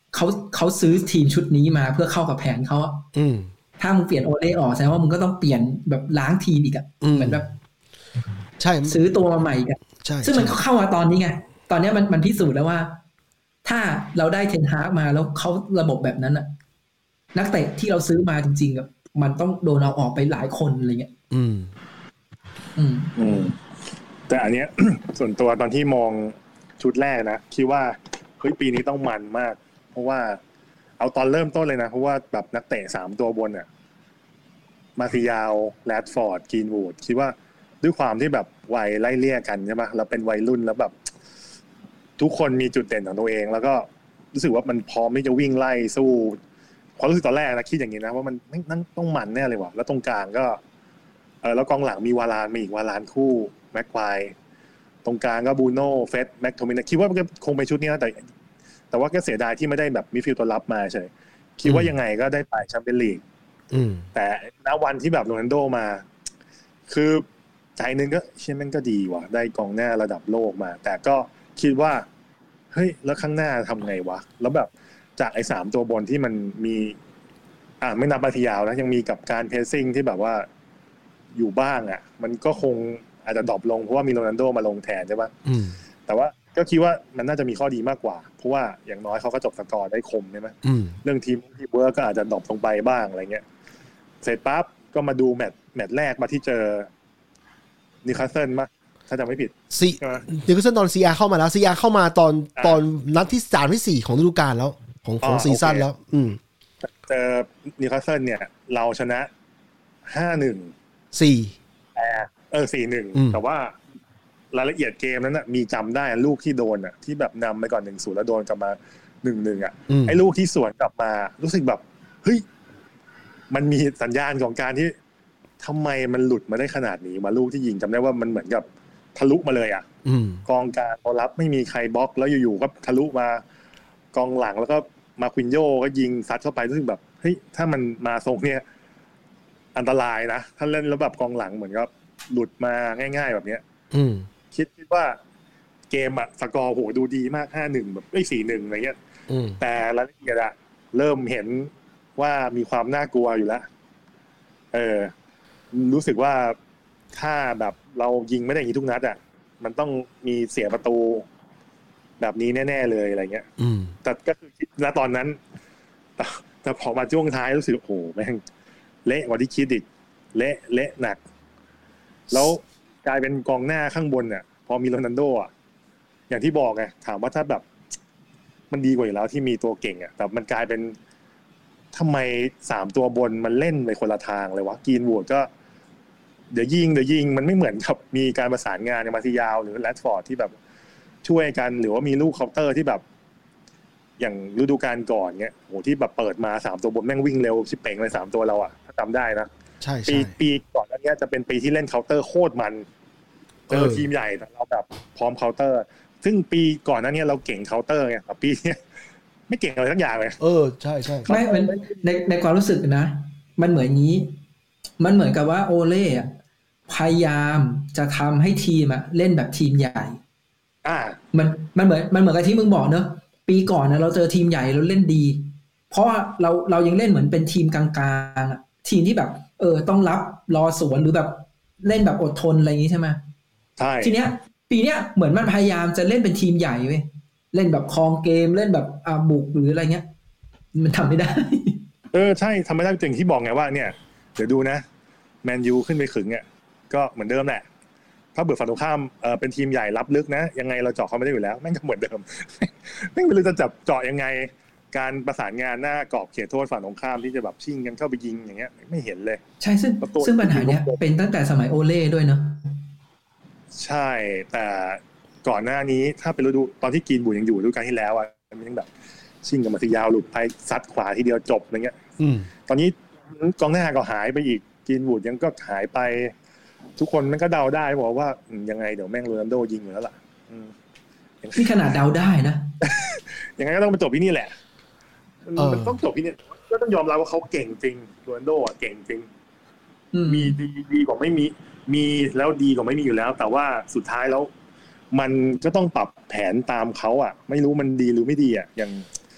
เขาเขาซื้อทีมชุดนี้มาเพื่อเข้ากับแผนเขาอ่ะถ้ามึงเปลี่ยนโอเล่ออกแสดงว่ามึงก็ต้องเปลี่ยนแบบล้างทีมอีกอ่ะเหมือนแบบใช่ซื้อตัวมาใหม่อีกอ่ะซึ่งมันเข้ามาตอนนี้ไงตอนนี้มันมันพิสูจน์แล้วว่าถ้าเราได้เทนฮากมาแล้วเขาระบบแบบนั้นอ่ะนักเตะที่เราซื้อมาจริงๆอ่ะมันต้องโดนเอาออกไปหลายคนอะไรเงี้ยอืมอืมอืมแต่อันเนี้ย ส่วนตัวตอนที่มองชุดแรกนะคิดว่าเฮ้ยปีนี้ต้องมันมากเพราะว่าเอาตอนเริ่มต้นเลยนะเพราะว่าแบบนักเตะสามตัวบนอ่ะมาซิยาลแรดฟอร์ดกรีนวูดคิดว่าด้วยความที่แบบวัยไล่เลี่ยกันใช่ไหมเราเป็นวัยรุ่นแล้วแบบทุกคนมีจุดเด่นของตัวเองแล้วก็รู้สึกว่ามันพร้อมที่จะวิ่งไล่สู้ความรู้สึกตอนแรกนะคิดอย่างนี้นะว่ามันนั่นต้องมันแน่เลยว่ะแล้วตรงกลางก็เออแล้วกองหลังมีวารานมีอีกวารานคู่แม็กควายตรงกลางก็บูโน่เฟสแม็กโทมินคิดว่ามันคงเป็นชุดนี้นะแต่แต่ว่าก็เสียดายที่ไม่ได้แบบมิดฟิลด์ตัวรับมาเฉยคิดว่ายังไงก็ได้ไปแชมเปี้ยนลีกแต่ณวันที่แบบโรนัลโดมาคือใจนึงก็เชื่อมันก็ดีว่ะได้กองหน้าระดับโลกมาแต่ก็คิดว่าเฮ้ยแล้วข้างหน้าทำไงวะแล้วแบบจากไอ้สามตัวบนที่มันมีอ่ะไม่นับมาทียาวนะยังมีกับการเพรสซิ่งที่แบบว่าอยู่บ้างอ่ะมันก็คงอาจจะดรอปลงเพราะว่ามีโรนัลโดมาลงแทนใช่ป่ะแต่ว่าก็คิดว่ามันน่าจะมีข้อดีมากกว่าเพราะว่าอย่างน้อยเขาก็จบสกอร์ได้คมใช่ไหมเรื่องทีมทีมเวิร์กก็อาจจะดรอปลงไปบ้างอะไรเงี้ยเสร็จปั๊บก็มาดูแมตช์แมตช์แรกมาที่เจอนิวคาสเซิลมั้ยถ้าจำไม่ผิดซีนิวคาสเซิลตอน ซี อาร์ เข้ามาแล้ว ซี อาร์ เข้ามาตอนตอนนัดที่สามที่สี่ของฤดูกาลแล้วของของซีซั่นแล้วอืมเจอนิวคาสเซิลเนี่ยเราชนะ ห้าหนึ่งสี่เออเออ สี่หนึ่ง แต่ว่ารายละเอียดเกมนั้นน่ะมีจำได้ลูกที่โดนน่ะที่แบบนำไปก่อน หนึ่งศูนย์ แล้วโดนกลับมา หนึ่งหนึ่ง อ่ะไอ้ลูกที่สวนกลับมารู้สึกแบบเฮ้ยมันมีสัญญาณของการที่ทำไมมันหลุดมาได้ขนาดนี้มาลูกที่ยิงจำได้ว่ามันเหมือนกับทะลุมาเลยอ่ะกองกลางตัวรับไม่มีใครบล็อกแล้วอยู่ๆก็ทะลุมากองหลังแล้วก็มาควินโยก็ยิงซัดเข้าไปรู้สึกแบบเฮ้ยถ้ามันมาทรงเนี้ยอันตรายนะถ้าเล่นแล้วแบบกองหลังเหมือนกับหลุดมาง่ายๆแบบเนี้ยคิดคิดว่าเกมอ่ะสกอร์โหดูดีมาก ห้าหนึ่ง แบบเอ้ย สี่หนึ่ง อะไรเงี้ยแต่รายละเอียดอ่ะเริ่มเห็นว่ามีความน่ากลัวอยู่แล้วเออรู้สึกว่าถ้าแบบเรายิงไม่ได้อย่างนี้ทุกนัดอ่ะมันต้องมีเสียประตูแบบนี้แน่ๆเลยอะไรเงี้ยแต่ก็คือคิดณตอนนั้นแต่แต่พอมาช่วงท้ายรู้สึกโอ้โหแม่งเละกว่าที่คิดอีกเละเละหนักแล้วกลายเป็นกองหน้าข้างบนเนี่ยพอมีโรนัลโดอ่ะอย่างที่บอกไงถามว่าถ้าแบบมันดีกว่าอยู่แล้วที่มีตัวเก่งอ่ะแต่มันกลายเป็นทำไมสามตัวบนมันเล่นไปคนละทางเลยวะกรีนวูดก็เดี๋ยวยิงเดี๋ยวยิงมันไม่เหมือนกับมีการประสานงานในมาซิยาลหรือแรดฟอร์ดที่แบบช่วยกันหรือว่ามีลูกเคาน์เตอร์ที่แบบอย่างฤดูกาลก่อนเงี้ยโหที่แบบเปิดมาสามตัวบนแม่งวิ่งเร็วชิบเป่งเลยสามตัวเราอ่ะถ้าจำได้นะใช่ปีปีก่อนอันนี้จะเป็นปีที่เล่นเคาน์เตอร์โคตรมันเจอทีมใหญ่แต่เราแบบพร้อมเคาน์เตอร์ซึ่งปีก่อนนั้นเนี่ยเราเก่งเคาน์เตอร์ไงแต่ปีนี้ไม่เก่งอะไรทั้งอย่างเลยเออใช่ใช่ไม่มันในในความรู้สึกนะมันเหมือนนี้มันเหมือนกับว่าโอเล่พยายามจะทำให้ทีมอะเล่นแบบทีมใหญ่อ่ามันมันเหมือนมันเหมือนกับที่มึงบอกเนอะปีก่อนนะเราเจอทีมใหญ่เราเล่นดีเพราะเราเรายังเล่นเหมือนเป็นทีมกลางๆอะทีมที่แบบเออต้องรับรอสวนหรือแบบเล่นแบบอดทนอะไรอย่างนี้ใช่ไหมใช่ทีเนี้ยปีเนี้ยเหมือนมันพยายามจะเล่นเป็นทีมใหญ่เว้ยเล่นแบบครองเกมเล่นแบบอาบุกหรืออะไรเงี้ยมันทำไม่ได้เออใช่ทำไม่ได้จริงที่บอกไงว่าเนี่ยเดี๋ยวดูนะแมนยูขึ้นไปขึงอ่ะก็เหมือนเดิมแหละถ้าเบิดฝั่งตรงข้ามเออเป็นทีมใหญ่รับลึกนะยังไงเราเจาะเขาไม่ได้อยู่แล้วแม่งก็เหมือนเดิมแม่งไม่รู้จะจับเจาะยังไงการประสานงานหน้ากรอบเขตโทษฝั่งตรงข้ามที่จะแบบชิงกันเข้าไปยิงอย่างเงี้ยไม่เห็นเลยใช่ซึ่งซึ่งปัญหาเนี้ยเป็นตั้งแต่สมัยโอเล่ด้วยเนาะใช่แต่ก่อนหน้านี้ถ้าเป็นฤดูตอนที่กีนบูยังอยู่ฤดูกาลที่แล้วอ่ะมันยังแบบชิงกันมาทียาวหลุดไปซัดขวาทีเดียวจบอะไรเงี้ยตอนนี้กองหน้าก็หายไปอีกกีนบูยังก็หายไปทุกคนมันก็เดาได้บอกว่ายังไงเดี๋ยวแม่งโรนัลโดยิงอยู่แล้วล่ะนี่ขนาดเดาได้นะยังไงก็ต้องไปจบที่นี่แหละมันต้องจบที่นี่ก็ต้องยอมรับว่าเขาเก่งจริงโรนัลโดอ่ะเก่งจริงมีดีดีกว่าไม่มีมีแล้วดีกว่าไม่มีอยู่แล้วแต่ว่าสุดท้ายแล้วมันก็ต้องปรับแผนตามเขาอ่ะไม่รู้มันดีหรือไม่ดีอ่ะอย่าง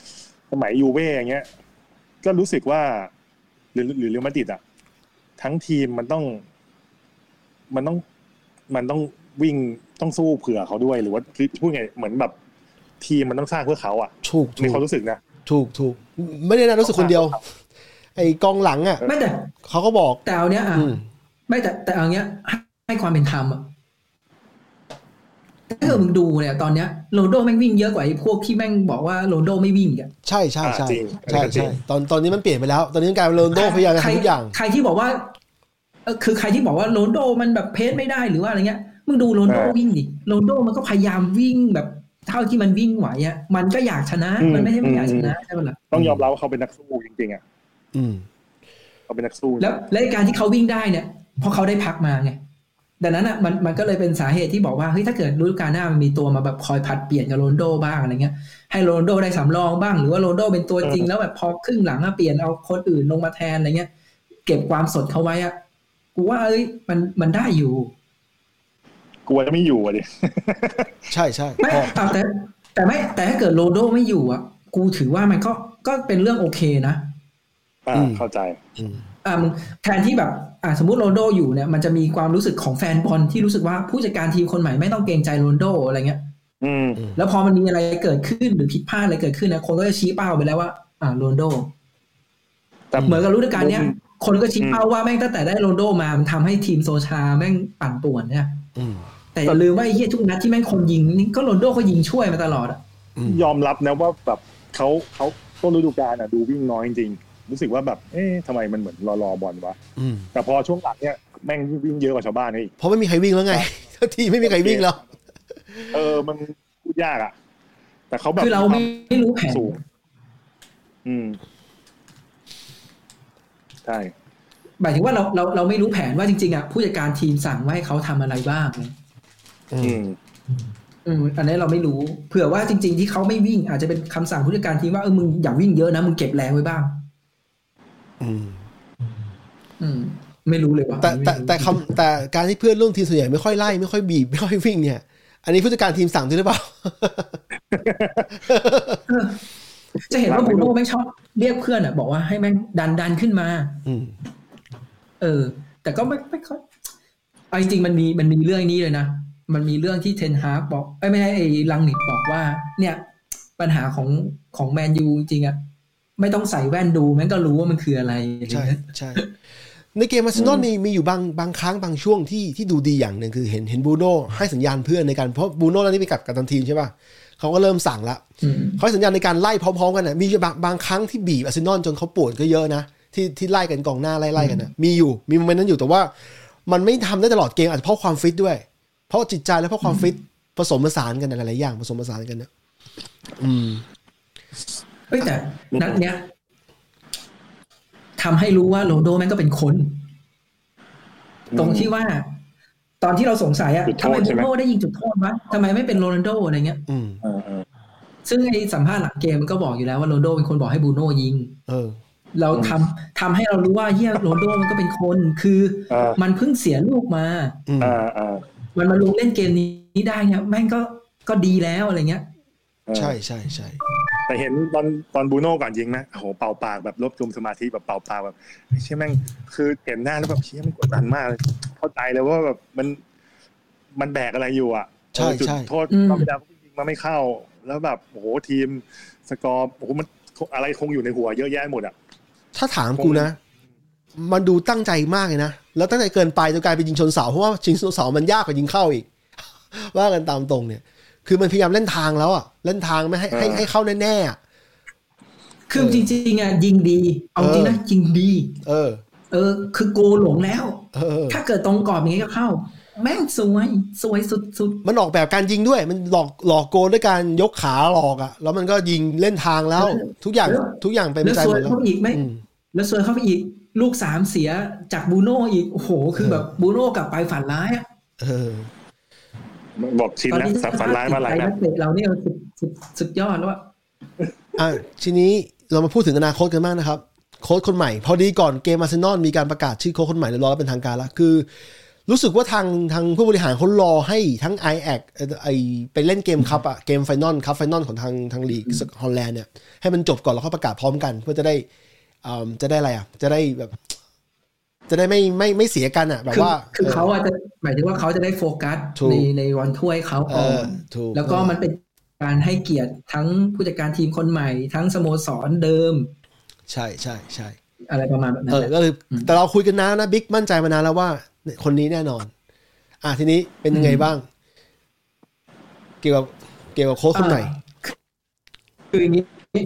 สมัยยูเว่อย่างเงี้ยก็รู้สึกว่าหรือหรือเรอัลมาดริดอ่ะทั้งทีมมันต้องมันต้องมันต้องวิ่งต้องสู้เผื่อเขาด้วยหรือว่าพูดไงเหมือนแบบทีมมันต้องสร้างเพื่อเขาอ่ะถูกในความรู้สึกนะถูกถูกไม่ได้นะรู้สึกคนเดียวไอ้กองหลังอ่ะไม่แต่เขาก็บอกแต่เอาเนี้ยอ่ะไม่แต่แต่เอาเนี้ยให้ความเป็นธรรมอ่ะถ้าเกิดมึงดูเนี่ยตอนเนี้ยโรนลโดแม่งวิ่งเยอะกว่าไอ้พวกที่แม่งบอกว่าโรนลโดไม่วิ่งอ่ะใช่ใช่ใช่ใช่ใช่ตอนตอนนี้มันเปลี่ยนไปแล้วตอนนี้กลายเป็นโรนลโดพยายามทำทุกอย่างใครที่บอกว่าเออคือใครที่บอกว่าโรนลโดมันแบบเพสไม่ได้หรือว่าอะไรเงี้ยมึงดูโรนลโดวิ่งดิโรนลโดมันก็พยายามวิ่งแบบเท่าที่มันวิ่งไหวอ่ะมันก็อยากชนะมันไม่ใช่ไม่อยากชนะใช่ไหมล่ะต้องยอมรับว่าเขาเป็นนักสู้จริงๆอ่ะอืมเขาเป็นนักสู้แล้วและการที่เขาวิ่งได้เนี่ยเพราะเขาได้พักมาไงดังนั้นอ่ะมันมันก็เลยเป็นสาเหตุที่บอกว่าเฮ้ยถ้าเกิดฤดูกาลหน้ามันมีตัวมาแบบคอยผัดเปลี่ยนกับโรนลโดบ้างอะไรเงี้ยให้โรนลโดได้สำรองบ้างหรือว่าโรนลโดเป็นตัวจริงแล้วแบบพอครึ่งหลังอ่ะเปลี่ยนเอาคนอื่นลงมาแทนอะไรเงี้ยเก็บความสดเขาไว้อ่ะกูว่าเอ้ยมันมันได้อยู่กูว่าจะไม่อยู่อ่ะดิใช่ใช่ไม่แต่แต่ไม่แต่ถ้าเกิดโรนลโดไม่อยู่อ่ะกูถือว่ามันก็ก็เป็นเรื่องโอเคนะอ่าเข้าใจอ่าแทนที่แบบอ่าสมมุติโรนลโดอยู่เนี่ยมันจะมีความรู้สึกของแฟนบอลที่รู้สึกว่าผู้จัดการทีมคนใหม่ไม่ต้องเกรงใจโรนลโดอะไรเงี้ยอืมแล้วพอมันมีอะไรเกิดขึ้นหรือผิดพลาดอะไรเกิดขึ้นนะคนก็จะชี้เป้าไปแล้วว่าอ่าโรนลโดแต่เหมือนกับฤดูกาลเนี้ยคนก็ชี้เป้าว่าแม่งตั้งแต่ได้โรนลโดมามันทำให้ทีมโซชาแม่งปั่นป่วนเนี่ยแต่อย่าลืมว่าไอ้เหี้ยทุกนัดที่แม่งคนยิงนี่ก็โรนลโดเขายิงช่วยมาตลอดอ่ะยอมรับนะว่าแบบเขาเขาต้นฤดูกาลอ่ะดูวิ่งน้อยจริงรู้สึกว่าแบบเอ๊ะทำไมมันเหมือนรอรอบอลวะแต่พอช่วงหลังเนี่ยแม่งวิ่งเยอะกว่าชาวบ้านนี่เพราะไม่มีใครวิ่งแล้วไงทีไม่มีใครวิ่งแล้วเออมันพูดยากอ่ะแต่เขาแบบคือเราไม่ไม่รู้แผนสูงอืมใช่หมายถึงว่าเราเราเราไม่รู้แผนว่าจริงๆอ่ะผู้จัดการทีมสั่งว่าให้เขาทำอะไรบ้างอืมอืมอันนี้เราไม่รู้เผื่อว่าจริงๆที่เขาไม่วิ่งอาจจะเป็นคำสั่งผู้จัดการทีมว่าเออมึงอย่าวิ่งเยอะนะมึงเก็บแรงไว้บ้างอืมอืมไม่รู้เลยว่าแต่แต่แต่คำแต่การที่เพื่อนร่วมทีมส่วนใหญ่ไม่ค่อยไล่ไม่ค่อยบีบไม่ค่อยวิ่งเนี่ยอันนี้ผู้จัดการทีมสั่งด้วยหรือเปล่าจะเห็นว่าบูโน่ไม่ชอบเรียกเพื่อนอ่ะบอกว่าให้แม่งดันดันขึ้นมาเออแต่ก็ไม่ไม่ค่อยเอาจริงๆมันมีมันมีเรื่องนี้เลยนะมันมีเรื่องที่เทนฮากบอกไอ้ไม่ใช่ไอ้ลังนิกบอกว่าเนี่ยปัญหาของของแมนยูจริงๆอ่ะไม่ต้องใส่แว่นดูแม่งก็รู้ว่ามันคืออะไรใช่ใช่ในเกมอาร์เซนอลมีมีอยู่บางบางครั้งบางช่วงที่ที่ดูดีอย่างหนึ่งคือเห็นเห็นบูโน่ให้สัญญาณเพื่อนในการเพราะบูโน่แล้วนี่ไปกับกับทีมใช่ป่ะเขาก็เริ่มสั่งละเขาให้สัญญาณในการไล่พร้อมๆกันนะมีบางบางครั้งที่บีบอาร์เซนอลจนเขาปวดก็เยอะนะที่ที่ไล่กันกองหน้าไล่ไล่กันนะมีอยู่มีโมเมนต์นั้นอยู่แต่ว่ามันไม่ทำได้ตลอดเกมอาจจะเพราะความฟิตด้วยเพราะจิตใจและเพราะความฟิตผสมผสานกันหลายๆอย่างผสมผสานกันนะอืมเฮ้ยแต่นัดเนี้ยทำให้รู้ว่าโรนลโดแม่งก็เป็นคนตรงที่ว่าตอนที่เราสงสัยอะทำไมบูโน่ได้ยิงจุดโทษวะทำไมไม่เป็นโรนัลโดอะไรเงี้ยซึ่งไอ้สัมภาษณ์หลังเกมมันก็บอกอยู่แล้วว่าโรนัลโดเป็นคนบอกให้บูโน่ยิงเราทำทำให้เรารู้ว่าเฮียโรนัลโดมันก็เป็นคนคือมันเพิ่งเสียลูกมามันมาลงเล่นเกมนี้ได้เนี่ยแม่งก็ก็ดีแล้วอะไรเงี้ยใช่ใช่ใช่แต่เห็นตอนตอนบูโน่ก่อนยิงไหมโอ้โหเป่าปากแบบรวบรวมสมาธิแบบเป่าปากแบบเชี่ยแม่งคือเห็นหน้าแล้วแบบเชี่ยมันกดดันมากเลยเข้าใจเลยว่าแบบมันมันแบกอะไรอยู่อ่ะจุดโทษก็ไม่ได้ยิงมาไม่เข้าแล้วแบบโอ้โหทีมสกอร์โอ้โหมันอะไรคงอยู่ในหัวเยอะแยะหมดอ่ะถ้าถามกูนะมันดูตั้งใจมากเลยนะแล้วตั้งใจเกินไปจนกลายเป็นยิงชนเสาเพราะว่ายิงชนเสามันยากกว่ายิงเข้าอีกว่ากันตามตรงเนี่ยคือมันพยายามเล่นทางแล้วอ่ะเล่นทางไม่ให้ให้ให้เข้าแน่ๆคือจริงๆอ่ะยิงดีเอาจริงนะยิงดีเออเออคือโกหลงแล้วถ้าเกิดตรงกรอบอย่างงี้ก็เข้าแม่งสวยสวยสุดๆมันออกแบบการยิงด้วยมันหลอกหลอกโกด้วยการยกขาหลอกอ่ะแล้วมันก็ยิงเล่นทางแล้วทุกอย่างทุกอย่างเป็นใจหมดแล้วแล้วสวยเข้าอีกไหมแล้วสวยเข้าไปอีกลูกสามเสียจากบูโน่อีกโอ้โหคือแบบบูโน่กลับไปฝันร้ายอ่ะเออบอกชินแล้วฝันร้ายมาหลายนัดเราเนี่ยสุดสุดสุดยอดแล้วอ่ะอ่ะทีนี้เรามาพูดถึงอนาคตกันบ้างนะครับโค้ชคนใหม่พอดีก่อนเกมอาร์เซนอลมีการประกาศชื่อโค้ชคนใหม่เรียบร้อยแล้วเป็นทางการแล้วคือรู้สึกว่าทางทางผู้บริหารเขารอให้ทั้ง ไอ เอ ซี ไอไปเล่นเกมคัพอะเกมไฟนอลคัพไฟนอลของทางทางลีกฮอลแลนด์เนี่ยให้มันจบก่อนแล้วค่อยประกาศพร้อมกันเพื่อจะได้อ่าจะได้อะไรอ่ะจะได้แบบจะได้ไม่ไม่ไม่เสียกันอ่ะแบบว่าคือเขาอาจจะหมายถึงว่าเขาจะได้โฟกัสในในวันถ้วยเขาก่อนแล้วก็มันเป็นการให้เกียรติทั้งผู้จัดการทีมคนใหม่ทั้งสโมสรเดิมใช่ใช่ใช่อะไรประมาณแบบนั้นเออก็เลยแต่เราคุยกันนานนะบิ๊กมั่นใจมานานแล้วว่าคนนี้แน่นอนอ่ะทีนี้เป็นยังไงบ้างเกี่ยวกับเกี่ยวกับโค้ชคนใหม่คืออย่างนี้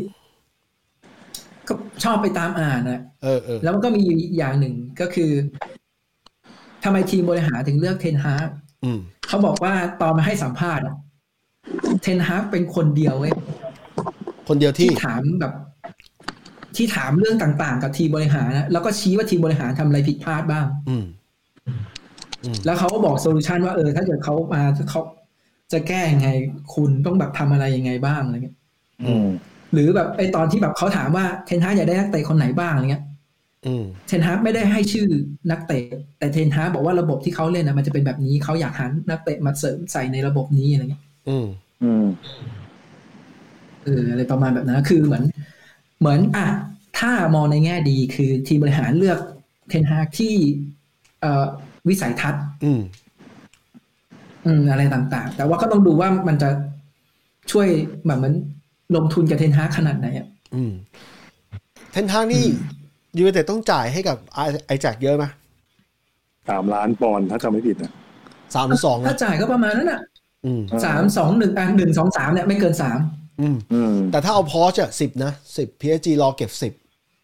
ก็ชอบไปตามอ่านนะเออเออแล้วมันก็มีอย่างหนึ่งก็คือทำไมทีมบริหารถึงเลือกเทนฮากเขาบอกว่าตอนมาให้สัมภาษณ์เทนฮากเป็นคนเดียวเว้ยคนเดียวที่ถามแบบที่ถามเรื่องต่างๆกับทีมบริหารนะแล้วก็ชี้ว่าทีมบริหารทำอะไรผิดพลาดบ้างแล้วเขาก็บอกโซลูชันว่าเออถ้าเกิดเขามาเขาจะแก้ยังไงคุณต้องแบบทำอะไรยังไงบ้างอะไรเงี้ยหรือแบบไอตอนที่แบบเขาถามว่าเทนฮากอยากได้นักเตะคนไหนบ้างอะไรเงี้ยเทนฮากไม่ได้ให้ชื่อนักเตะแต่เทนฮากบอกว่าระบบที่เขาเล่นนะมันจะเป็นแบบนี้เขาอยากหานักเตะมาเสริมใส่ในระบบนี้อะไรเงี้ยอืมอืมเอออะไรประมาณแบบนั้นคือเหมือนเหมือนอ่ะถ้ามองในแง่ดีคือทีมบริหารเลือกเทนฮากที่เอ่อวิสัยทัศน์อืมอืมอะไรต่างๆแต่ว่าก็ต้องดูว่ามันจะช่วยแบบเหมือนลงทุนกับเทนฮากขนาดไหนอ่ะอืมเทนฮากนี่ยูไนเต็ดต้องจ่ายให้กับไอแจ็คเยอะไหมสามล้านปอนด์ถ้าจำไม่ผิดนะสามหรือสองถ้าจ่ายก็ประมาณนั้นอ่ะสามสองหนึ่งอ่ะหนึ่งสองสามเนี่ยไม่เกินสามอืมอืมแต่ถ้าเอาพอชอ่ะสิบนะสิบ พี เอส จี รอเก็บสิบ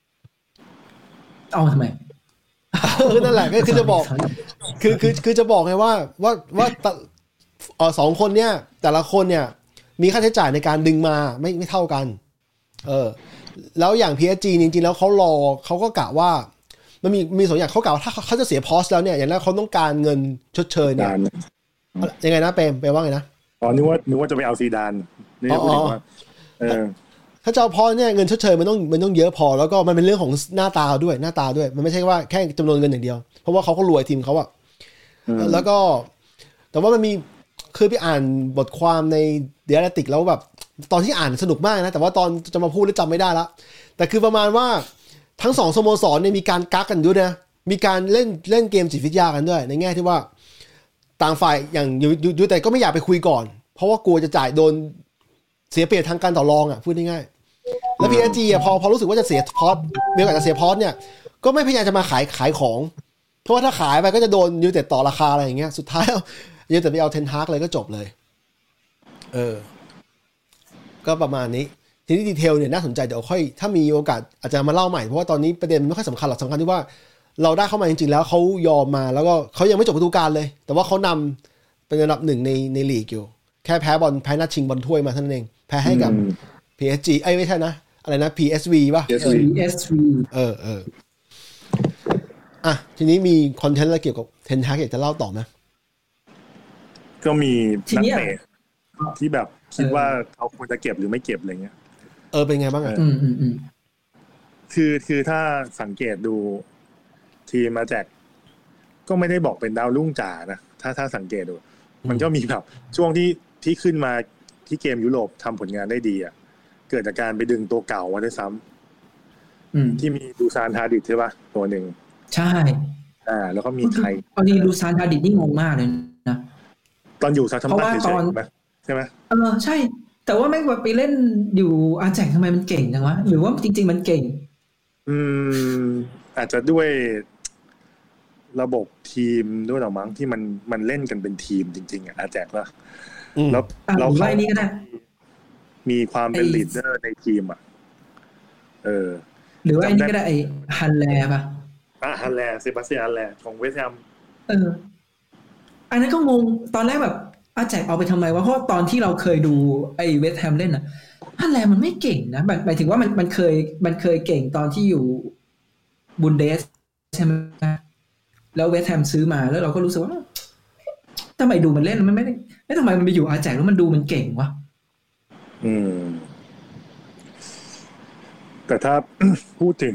เอาทำไมนั่นแหละก็คือจะบอกคือคือคือจะบอกไงว่าว่าว่าเออสองคนเนี่ยแต่ละคนเนี่ยมีค่าใช้จ่ายในการดึงมาไม่ไม่เท่ากันเออแล้วอย่าง พี เอส จี จริงๆแล้วเขารอเขาก็กะว่ามันมีมีสองอย่างเขากะว่าถ้าเขาจะเสียพอสแล้วเนี่ยอย่างแรกเขาต้องการเงินชดเชยเนี่ยยังไงนะเปรมเปรมว่าไงนะอ๋อนึกว่านึกว่าจะไปเอาซีดานนี่พูดถึงว่าเออถ้าจะเอาพอเนี่ยเงินชดเชยมันต้องมันต้องเยอะพอแล้วก็มันเป็นเรื่องของหน้าตาด้วยหน้าตาด้วยมันไม่ใช่ว่าแค่จำนวนเงินอย่างเดียวเพราะว่าเขาก็รวยทีมเขาอะแล้วก็แต่ว่ามันมีคือไปอ่านบทความในเดียร์ติกแล้วแบบตอนที่อ่านสนุกมากนะแต่ว่าตอนจะมาพูดแล้วจำไม่ได้ละแต่คือประมาณว่าทั้งสองสโมสรเนี่ยมีการกักกันด้วยนะมีการเล่นเล่นเกมจิตวิทยากันด้วยในแง่ที่ว่าต่างฝ่ายอย่างยูยูแต่ก็ไม่อยากไปคุยก่อนเพราะว่ากลัวจะจ่ายโดนเสียเปรียบทางการต่อรองอ่ะพูดง่ายๆแล้ว พี เอส จี อ่ะพอพอรู้สึกว่าจะเสียพอสมีโอกาสจะเสียพอสเนี่ยก็ไม่พยายามจะมาขายขายของเพราะว่าถ้าขายไปก็จะโดนยูไนเต็ดต่อราคาอะไรอย่างเงี้ยสุดท้ายยูไนเต็ดไปเอาเทนฮากเลยก็จบเลยเออก็ประมาณนี้ทีนี้ดีเทลเนี่ยน่าสนใจเดี๋ยวค่อยถ้ามีโอกาสอาจจะมาเล่าใหม่เพราะว่าตอนนี้ประเด็นไม่ค่อยสำคัญหรอกสำคัญที่ว่าเราได้เข้ามาจริงๆแล้วเขายอมมาแล้วก็เขายังไม่จบฤดูกาลเลยแต่ว่าเขานำเป็นอันดับหนึ่งในในลีกอยู่แค่แพ้บอลแพ้นัดชิงบอลถ้วยมาเท่านั้นเองแพ้ให้กับ พี เอส จี ไอ้ไม่ใช่นะอะไรนะ พี เอส วี ป่ะพี เอส วีเออเอออ่ะทีนี้มีคอนเทนต์อะไรเกี่ยวกับเทนฮากอยากจะเล่าต่อไหมก็มีนักเตะที่แบบคิดว่าเขาควรจะเก็บหรือไม่เก็บอะไรเงี้ยเออเป็นไงบ้างอ่ะอืมอืมอืมคือคือถ้าสังเกตดูทีมมาแจกก็ไม่ได้บอกเป็นดาวรุ่งจ๋านะถ้าถ้าสังเกตดูมันก็มีแบบช่วงที่ที่ขึ้นมาที่เกมยุโรปทำผลงานได้ดีอ่ะเกิดจากการไปดึงตัวเก่ามาด้วยซ้ำที่มีดูซานฮาดิดใช่ป่ะตัวหนึ่งใช่อ่าแล้วก็มีใครตอนนี้ดูซานฮาดิดนี่งงมากเลยนะตอนอยู่ซาทัมตันเฉยๆไหมใช่ไหมเออใช่แต่ว่าไม่ว่าไปเล่นอยู่อาแจกทำไมมันเก่งจังวะหรือว่าจริงๆมันเก่งอืมอาจจะด้วยระบบทีมด้วยหรอมั้งที่มันมันเล่นกันเป็นทีมจริงๆอ่ะอาแจกแล้วแล้วเราไล่นี่ก็ได้มีความเป็นลีดเดอร์ในทีมอ่ะเออหรือว่าอันนี้ก็ได้ไอ้ฮันแลป่ะอ่ะฮันแลเซบาสเตียนฮันแลของเวสต์แฮมเอออันนั้นก็งงตอนแรกแบบอาแจกเอาไปทำไมวะเพราะตอนที่เราเคยดูไอ้เวสต์แฮมเล่นนะฮันแลมันไม่เก่งนะหมายถึงว่ามันมันเคยมันเคยเก่งตอนที่อยู่บุนเดสใช่ไหมแล้วเวสต์แฮมซื้อมาแล้วเราก็รู้สึกว่าทำไมดูมันเล่นมันไม่ได้ไม่ทำไมมันไปอยู่อาแจกแล้วมันดูมันเก่งวะอืมแต่ถ้าพูดถึง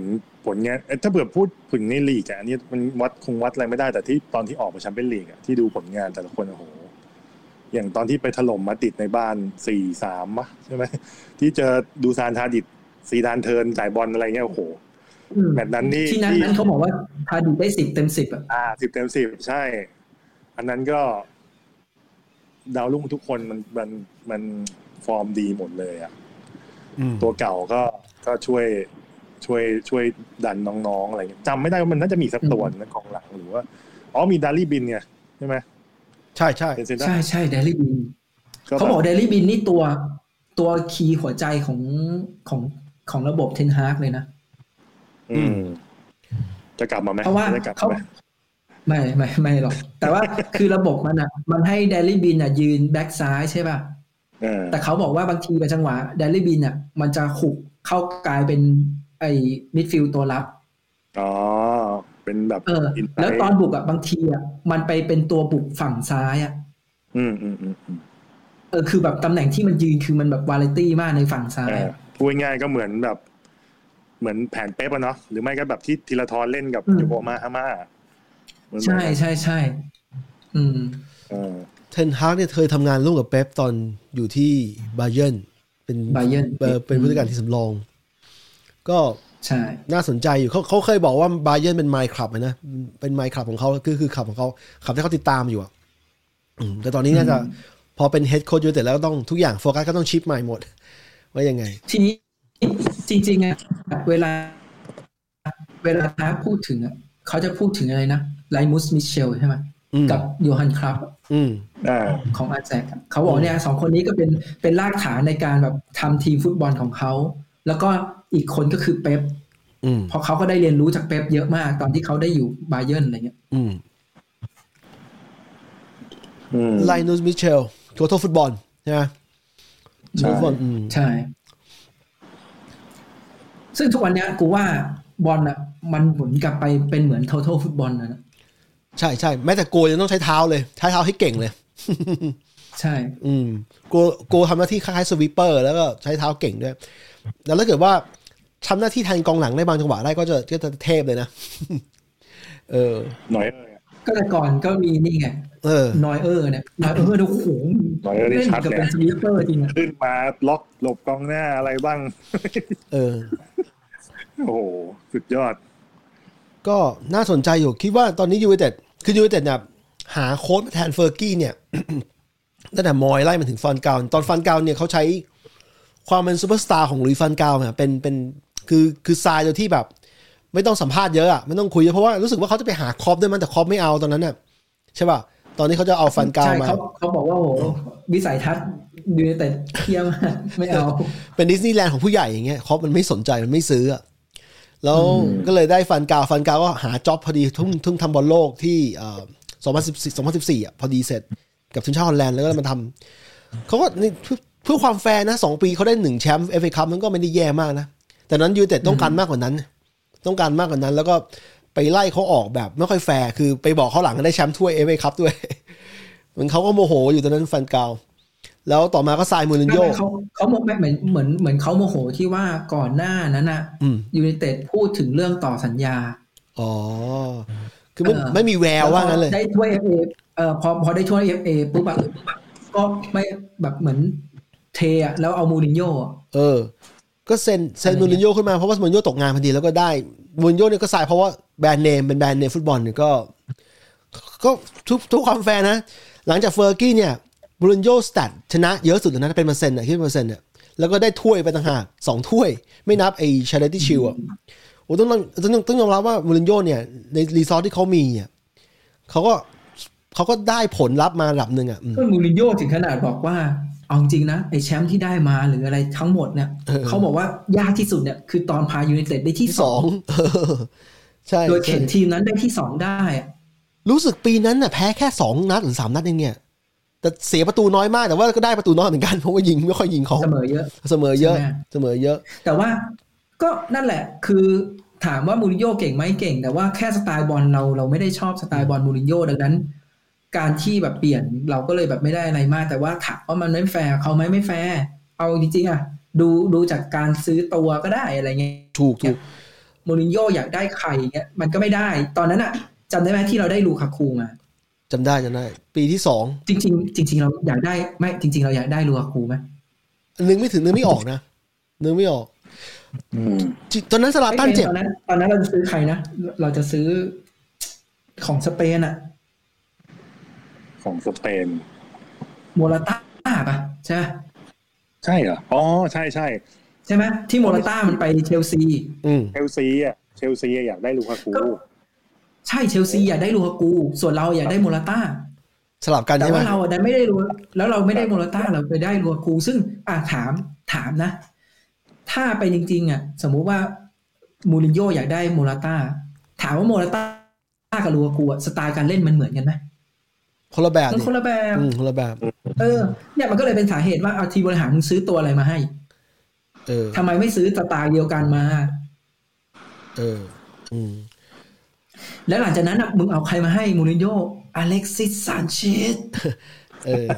ผลงานถ้าเผื่อพูดถึงในลีกอ่ะอันนี้มันวัดคงวัดอะไรไม่ได้แต่ที่ตอนที่ออกมาแชมเปี้ยนลีกอ่ะที่ดูผลงานแต่ละคนโอ้โหอย่างตอนที่ไปถล่มมาดริดในบ้าน สี่สาม ป่ะใช่ไหมที่เจอดูซานทาดิดซีดานเทิร์นจ่ายบอลอะไรเงี้ยโอ้โหแมตช์นั้นนี่ที่นั้นนั้นเขาบอกว่าทาดิดได้สิบเต็มสิบอ่ะอ่าสิบเต็มสิบใช่อันนั้นก็ดาวรุ่งทุกคนมันมันมันฟอร์มดีหมดเลยอ่ะตัวเก่าก็ก็ช่วยช่วยช่วยดันน้องๆอะไรเงี้ยจำไม่ได้ว่ามันน่าจะมีสักตัวนะกองหลังหรือว่าอ๋อมีดารี่บินไงใช่ไหมใช่ใช่ใช่ใช่ดารี่บินเขาบอกดารี่บินนี่ตัวตัวคีย์หัวใจของของของระบบเทนฮากเลยนะอืมจะกลับมาไหมเพราะว่าเขาไม่ไม่ไม่หรอกแต่ว่าคือระบบมันอ่ะมันให้ดารี่บินอ่ะยืนแบ็กซ้ายใช่ป่ะแต่เขาบอกว่าบางทีเป็นจังหวะดารี่บินอ่ะมันจะขุกเข้ากลายเป็นไอ้มิดฟิลด์ตัวรับอ๋อเป็นแบบเออแล้วตอนบุกอ่ะบางทีอ่ะมันไปเป็นตัวบุกฝั่งซ้ายอ่ะอืมอืมอืมเออคือแบบตำแหน่งที่มันยืนคือมันแบบวาไรตี้มากในฝั่งซ้ายพูดง่ายก็เหมือนแบบเหมือนแผนเป๊ปอ่ะเนาะหรือไม่ก็แบบที่ธีรทรเล่นกับโยโกมาฮาม่าใช่ใช่ใช่อืมเออเทนฮากเนี่ยเคยทำงานร่วมกับเป๊ปตอนอยู่ที่บาเยิร์นเป็นบาเยิร์นเป็นผู้จัดการที่สำรองก็ใช่น่าสนใจอยู่เขาเขาเคยบอกว่าบาเยิร์นเป็นไมค์คลับนะเป็นไมค์คลับของเขาคือคือคลับของเขาคลับที่เขาติดตามอยู่อ่ะแต่ตอนนี้น่าจะพอเป็นเฮดโค้ชยูไนเต็ดแล้วก็ต้องทุกอย่างโฟกัสก็ต้องชิปใหม่หมดว่ายังไงทีนี้จริงๆอ่ะเวลาเวลาท้าพูดถึงอ่ะเขาจะพูดถึงอะไรนะไลมุสมิเชลใช่ไหมกับโยฮันคลับของอาแจกเขาบอกเนี่ยสองคนนี้ก็เป็นเป็นรากฐานในการแบบทำทีมฟุตบอลของเขาแล้วก็อีกคนก็คือเป๊ปเพราะเขาก็ได้เรียนรู้จากเป๊ปเยอะมากตอนที่เขาได้อยู่บาเยิร์นอะไรเงี้ยไลนุสมิเชลโค้ชฟุตบอลใช่ไหมใช่ใช่ซึ่งทุกวันนี้กูว่าบอลอ่ะมันหมุนกลับไปเป็นเหมือน total ฟุตบอลนะใช่ใช่แม้แต่โกยังต้องใช้เท้าเลยใช้เท้าให้เก่งเลยใช่อืมโกโกทำหน้าที่คล้ายๆสวีปเปอร์แล้วก็ใช้เท้าเก่งด้วยแล้วถ้าเกิดว่าทำหน้าที่แทนกองหลังได้บางจังหวะได้ก็จะก็จะเทพเลยนะเออหน่อยก็แต่ก่อนก็มีนี่ไงเออนอยเออร์เนี่ยนอยเออร์ดูโหนอยเออร์นี่ชัดเลยเป็นสวีปเปอร์จริงขึ้นมาล็อกหลบกองหน้าอะไรบ้างเออโอ้โหสุดยอดก็น่าสนใจอยู่คิดว่าตอนนี้ยูไนเต็ดคือยูไนเต็ดเนี่ยหาโค้ชมาแทนเฟอร์กี้เนี่ยตั้งแต่มอยไล่มาถึงฟันเกาตอนฟันเกาเนี่ยเขาใช้ความเป็นซูเปอร์สตาร์ของลุยฟันเกาเนี่ยเป็นเป็นคือคือทรายโดยที่แบบไม่ต้องสัมภาษณ์เยอะอ่ะไม่ต้องคุยเยอะเพราะว่ารู้สึกว่าเขาจะไปหาคอปด้วยมันแต่คอปไม่เอาตอนนั้นน่ะใช่ป่ะตอนนี้เขาจะเอาฟันเกามาเขาเขาบอกว่าโหวิสัยทัศน์ยูไนเต็ดเทียมไม่เอาเป็นดิสนีย์แลนด์ของผู้ใหญ่อย่างเงี้ยคอปมันไม่สนใจมันไม่ซื้ออ่ะแล้วก็เลยได้ฟันกาวฟันกาวก็หาจ็อบพอดีทุ่งทุ่งทำบอลโลกที่สองพันสิบสี่ สองพันสิบสี่อ่ะพอดีเสร็จกับทีมชาติฮอลแลนด์แล้วก็มาทำเขาก็เพื่อความแฟร์นะสองปีเขาได้หนึ่งแชมป์ เอฟ เอ คัพมันก็ไม่ได้แย่มากนะแต่นั้นยูไนเต็ดต้องการมากกว่านั้นต้องการมากกว่านั้นแล้วก็ไปไล่เขาออกแบบไม่ค่อยแฟร์คือไปบอกเขาหลังได้แชมป์ถ้วย เอฟ เอ คัพด้วยมันเขาก็โมโหอยู่ตอนนั้นฟันกาวแล้วต่อมาก็ซายมูรินโญ่เขาเขาโมโหเหมือนเหมือนเหมือนเขาโมโหที่ว่าก่อนหน้านั้นน่ะยูไนเต็ดพูดถึงเรื่องต่อสัญญาอ๋อคือไม่ไม่มีแววว่างั้นเลยได้ถ้วย เอฟ เอ เอ่อพอพอได้ถ้วย เอฟ เอ ปุ๊บแบบก็ไม่แบบเหมือนเทอ่ะแล้วเอามูรินโญ่เออก็เซ็นเซ็นมูรินโญ่ขึ้นมาเพราะว่ามูรินโญ่ตกงานพอดีแล้วก็ได้มูรินโญ่เนี่ยก็ซายเพราะว่าแบรนด์เนมเป็นแบรนด์เนมฟุตบอลเนี่ยก็ก็ทุกทุกความแฟร์นะหลังจากเฟอร์กี้เนี่ยมูรินโญ่สแตทชนะเยอะสุดเลยนะเป็นเปอร์เซ็นต์อ่ะคิดเป็นเปอร์เซ็นต์อ่ะแล้วก็ได้ถ้วยไปต่างหากสองถ้วยไม่นับไอ้ Charity Shield อ่ะโอ้ต้องต้องต้องยอมรับว่ามูรินโญ่เนี่ยในรีซอร์ทที่เขามีอ่ะเขาก็เขาก็ได้ผลลัพธ์มาระดับนึงอ่ะก็มูรินโญ่ถึงขนาดบอกว่าเอาจริงนะไอ้แชมป์ที่ได้มาหรืออะไรทั้งหมดเนี่ยเขาบอกว่ายากที่สุดเนี่ยคือตอนพายูไนเต็ดได้ที่สองใช่โดยเข็นทีมนั้นได้ที่สองได้รู้สึกปีนั้นน่ะแพ้แค่สองนัดหรือสามนัดเองเนี่ยแต่เสียประตูน้อยมากแต่ว่าก็ได้ประตูน้อยเหมือนกันเพราะว่ายิงไม่ค่อยยิงเขาเสมอเยอะเสมอเยอะเสมอเยอะแต่ว่าก็นั่นแหละคือถามว่ามูรินโญ่เก่งไหมเก่งแต่ว่าแค่สไตล์บอลเราเราไม่ได้ชอบสไตล์บอลมูรินโญ่ดังนั้นการที่แบบเปลี่ยนเราก็เลยแบบไม่ได้อะไรมากแต่ว่าถามว่ามันไม่แฟร์เขาไหมไม่แฟร์เอาจริงๆอ่ะดูดูจากการซื้อตัวก็ได้อะไรเงี้ยถูกถูกมูรินโญ่อยากได้ใครเงี้ยมันก็ไม่ได้ตอนนั้นอ่ะจำได้ไหมที่เราได้ลูคาคูมาจำได้จำได้ปีที่สองจริงๆจริงๆเราอยากได้ไม่จริงๆเราอยากได้ลูคาคูไหมนึกไม่ถึงนึกไม่ออกนะนึกไม่ออกตอนนั้นซาลาตันเจ็บตอนนั้นตอนนั้นเราจะซื้อใครนะเราจะซื้อของสเปนอ่ะของสเปนโมราต้าป่ะใช่ใช่เหรออ๋อใช่ใช่ใช่ไหมที่โมราต้ามันไปเชลซีเชลซีอ่ะเชลซีอยากได้ลูคาคูใช่เชลซีอยากได้ลูคากูส่วนเราอยากได้โมราต้าสลับกันใช่ไหมแต่ว่าเราดันไม่ได้รู้แล้วเราไม่ได้โมราต้าเราไปได้ลูคากูซึ่งอ่ะถามถามนะถ้าไปจริงๆอ่ะสมมุติว่ามูรินโญ่อยากได้โมราต้าถามว่าโมราต้ากับลูคากูอ่ะสไตล์การเล่นมันเหมือนกันไหมคนละแบบมันคนละแบบคนละแบบเออเนี่ยมันก็เลยเป็นสาเหตุว่าเอาทีมบริหารมึงซื้อตัวอะไรมาให้เออทำไมไม่ซื้อสไตล์เดียวกันมาเอออืมแล้วหลังจากนั้นอ่ะมึงเอาใครมาให้มูรินโญ่อเล็กซิสซานเชสเออ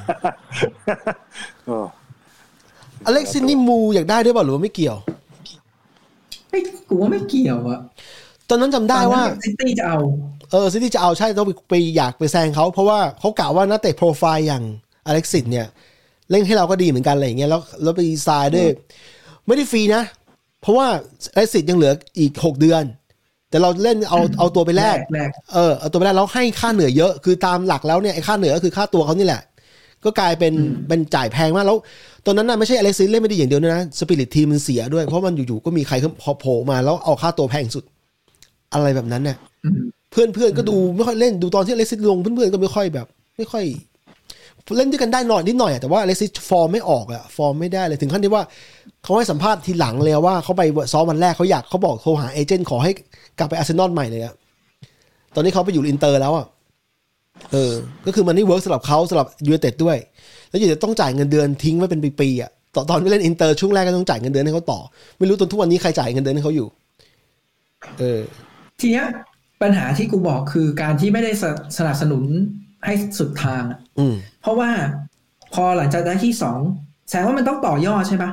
อเล็กซิสนี่มูอยากได้ด้วยเปล่าหรือว่าไม่เกี่ยวไม่กูว่าไม่เกี่ยวอะตอนนั้นจำได้ว่าซิตี้จะเอาเออซิตี้จะเอาใช่ต้องไปอยากไปแซงเขาเพราะว่าเขากล่าวว่านักเตะโปรไฟล์อย่างอเล็กซิสเนี่ยเล่นให้เราก็ดีเหมือนกันอะไรอย่างเงี้ยแล้วแล้วไปดีไซน์ด้วยไม่ได้ฟรีนะเพราะว่าอเล็กซิสยังเหลืออีกหกเดือนแต่เราเล่นเอาเอาตัวไปแลกเออเอาตัวไปแลกแล้วให้ค่าเหนื่อยเยอะคือตามหลักแล้วเนี่ยไอ้ค่าเหนื่อยก็คือค่าตัวเขานี่แหละก็กลายเป็นเป็นจ่ายแพงมากแล้วตอนนั้นน่ะไม่ใช่อเล็กซิสเล่นไม่ดีอย่างเดียวนะสปิริตทีมมันเสียด้วยเพราะมันอยู่ๆก็มีใครโผล่มาแล้วเอาค่าตัวแพงสุดอะไรแบบนั้นเนี่ยเพื่อนๆก็ดูไม่ค่อยเล่นดูตอนที่อเล็กซิสลงเพื่อนๆก็ไม่ค่อยแบบไม่ค่อยเล่นด้วยกันได้หน่อยนิดหน่อยแต่ว่าอเล็กซิสฟอร์มไม่ออกอะฟอร์มไม่ได้เลยถึงขั้นที่ว่าเขาให้สัมภาษณ์ทีหลังเลยว่าเขาไปซ้อมวันแรกเขาอยากเขาบอกโทรหาเอเจนต์ขอให้กลับไปอาร์เซนอลใหม่เลยอะตอนนี้เขาไปอยู่อินเตอร์แล้วอะเออก็คือมันนี่เวิร์กสำหรับเขาสำหรับยูไนเต็ดด้วยแล้วอยู่จะต้องจ่ายเงินเดือนทิ้งไว้เป็นปีๆอะตอนตอนไปเล่นอินเตอร์ช่วงแรกก็ต้องจ่ายเงินเดือนให้เขาต่อไม่รู้ตอนทุกวันนี้ใครจ่ายเงินเดือนให้เขาอยู่เออทีเนี้ยปัญหาที่กูบอกคือการที่ไม่ได้สนับสนุนให้สุดทางอ่ะเพราะว่าพอหลังจากได้ที่สองแสดงว่ามันต้องต่อยอดใช่ปะ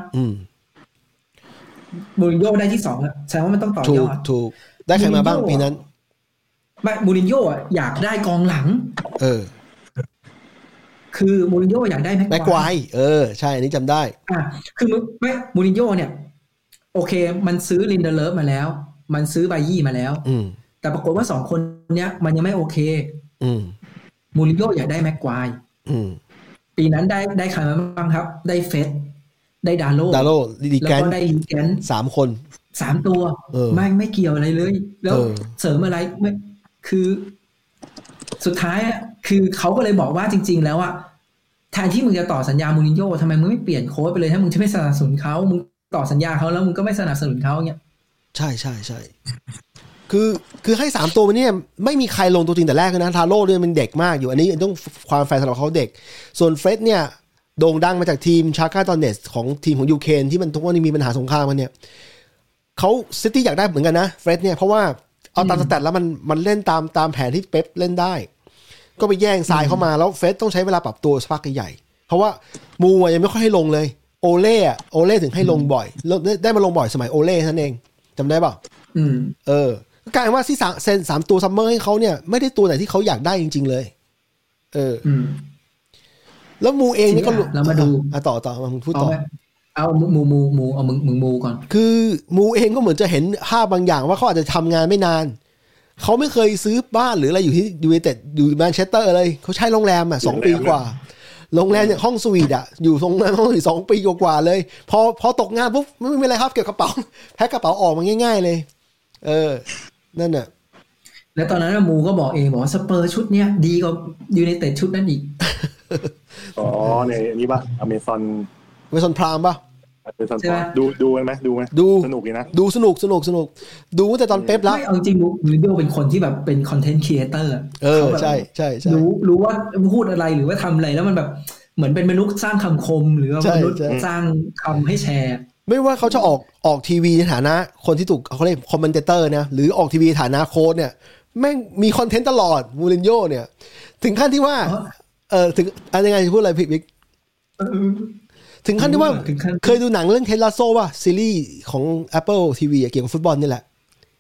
มูรินโญ่ได้ที่สองแล้วแสดงว่ามันต้องต่อยอดถูกได้ใครมาบ้างปีนั้นไม่มูรินโญ่อยากได้กองหลังเออคือมูรินโญ่อยากได้แม็กควายเออใช่อันนี้จำได้อ่ะคือไม่มูรินโญ่เนี่ยโอเคมันซื้อลินเดเลฟมาแล้วมันซื้อไบยี่มาแล้วแต่ปรากฏว่าสองคนเนี้ยมันยังไม่โอเคมูรินโญ่อยากได้แม็กควายปีนั้นได้ได้ใครมาบ้างครับได้เฟสได้ดาโลดาโลดีแกนแล้วก็ได้ลีแกนสามคนสามตัวไม่ไม่เกี่ยวอะไรเลยแล้วเสริมอะไรไม่คือสุดท้ายคือเขาก็เลยบอกว่าจริงๆแล้วอะแทนที่มึงจะต่อสัญญามูรินโญ่ทำไมมึงไม่เปลี่ยนโค้ชไปเลยถ้ามึงจะไม่สนับสนุนเขามึงต่อสัญญาเขาแล้วมึงก็ไม่สนับสนุนเขาเนี่ยใช่ใช่ใช่คือคือให้สามตัวมันเนี่ยไม่มีใครลงตัวจริงแต่แรกนะทาโร่เนี่ยมันเด็กมากอยู่อันนี้ต้องความแฟร์สำหรับเขาเด็กส่วนเฟรดเนี่ยโด่งดังมาจากทีมชาร์กาตอนเนสของทีมของยูเครนที่มันทุกวันนี้มีปัญหาสงครามมันเนี่ยเขาซิตี้อยากได้เหมือนกันนะเฟรดเนี่ยเพราะว่าเอาตามสแตทแล้วมันมันเล่นตามตามแผนที่เป๊ปเล่นได้ก็ไปแย่งทรายเข้ามาแล้วเฟรดต้องใช้เวลาปรับตัวสักพักใหญ่เพราะว่ามูยังไม่ค่อยให้ลงเลยโอเล่โอเล่ถึงให้ลงบ่อยได้มาลงบ่อยสมัยโอเล่นั่นเองจำได้ป่ะเออกลายว่าที่เซ็นสามตัวซัมเมอร์ให้เขาเนี่ยไม่ได้ตัวไหนที่เขาอยากได้จริงๆเลยเออแล้วมูเองนี่ก็เรามาดูอ่ะต่อต่อมาพูดต่อเอามูมูมูเอามึงมึงมูก่อนคือมูเองก็เหมือนจะเห็นภาพบางอย่างว่าเขาอาจจะทำงานไม่นานเขาไม่เคยซื้อบ้านหรืออะไรอยู่ที่ยูไนเต็ดอยู่แมนเชสเตอร์เลยเขาใช้โรงแรมอ่ะสองปีกว่าโรงแรมเนี่ยห้องสวีทอ่ะอยู่ตรงนั้นห้องสองปีกว่าเลยพอพอตกงานปุ๊บไม่มีอะไรครับเก็บกระเป๋าแพ็คกระเป๋าออกมาง่ายๆเลยเออนั่นน่ะแล้วตอนนั้นมูก็บอกเองบอกว่าสเปอร์ชุดเนี้ยดีกว่ายูไนเต็ดชุดนั้นอีกอ๋อในนี้ป่ะอเมซอนอเมซอนพรามป่ะใช่ไหมดูดูไหมดูไหมดูสนุกดีนะดูสนุกสนุกสนุกดูตั้งแต่ตอนเป๊ปแล้วไม่เอาจริงมูรินโญ่เป็นคนที่แบบเป็นคอนเทนต์ครีเอเตอร์เออใช่ใช่ใช่รู้รู้ว่าพูดอะไรหรือว่าทำอะไรแล้วมันแบบเหมือนเป็นมนุษย์สร้างคำคมหรือว่ามนุษย์สร้างคำให้แชร์ไม่ว่าเขาจะออกออกทีวีในฐานะคนที่ถูกเขาเรียกคอมเมนเตอร์นะหรือออกทีวีในฐานะโค้ชเนี่ยแม่งมีคอนเทนต์ตลอดมูรินโญ่เนี่ยถึงขั้นที่ว่าเออถึงอะไรไงพูดอะไรพี่บิ๊กถึงขั้นที่ว่าเคยดูหนังเรื่องเทสลาโซ่ป่ะซีรีส์ของ Apple ที วี เกี่ยวกับฟุตบอลนี่แหละ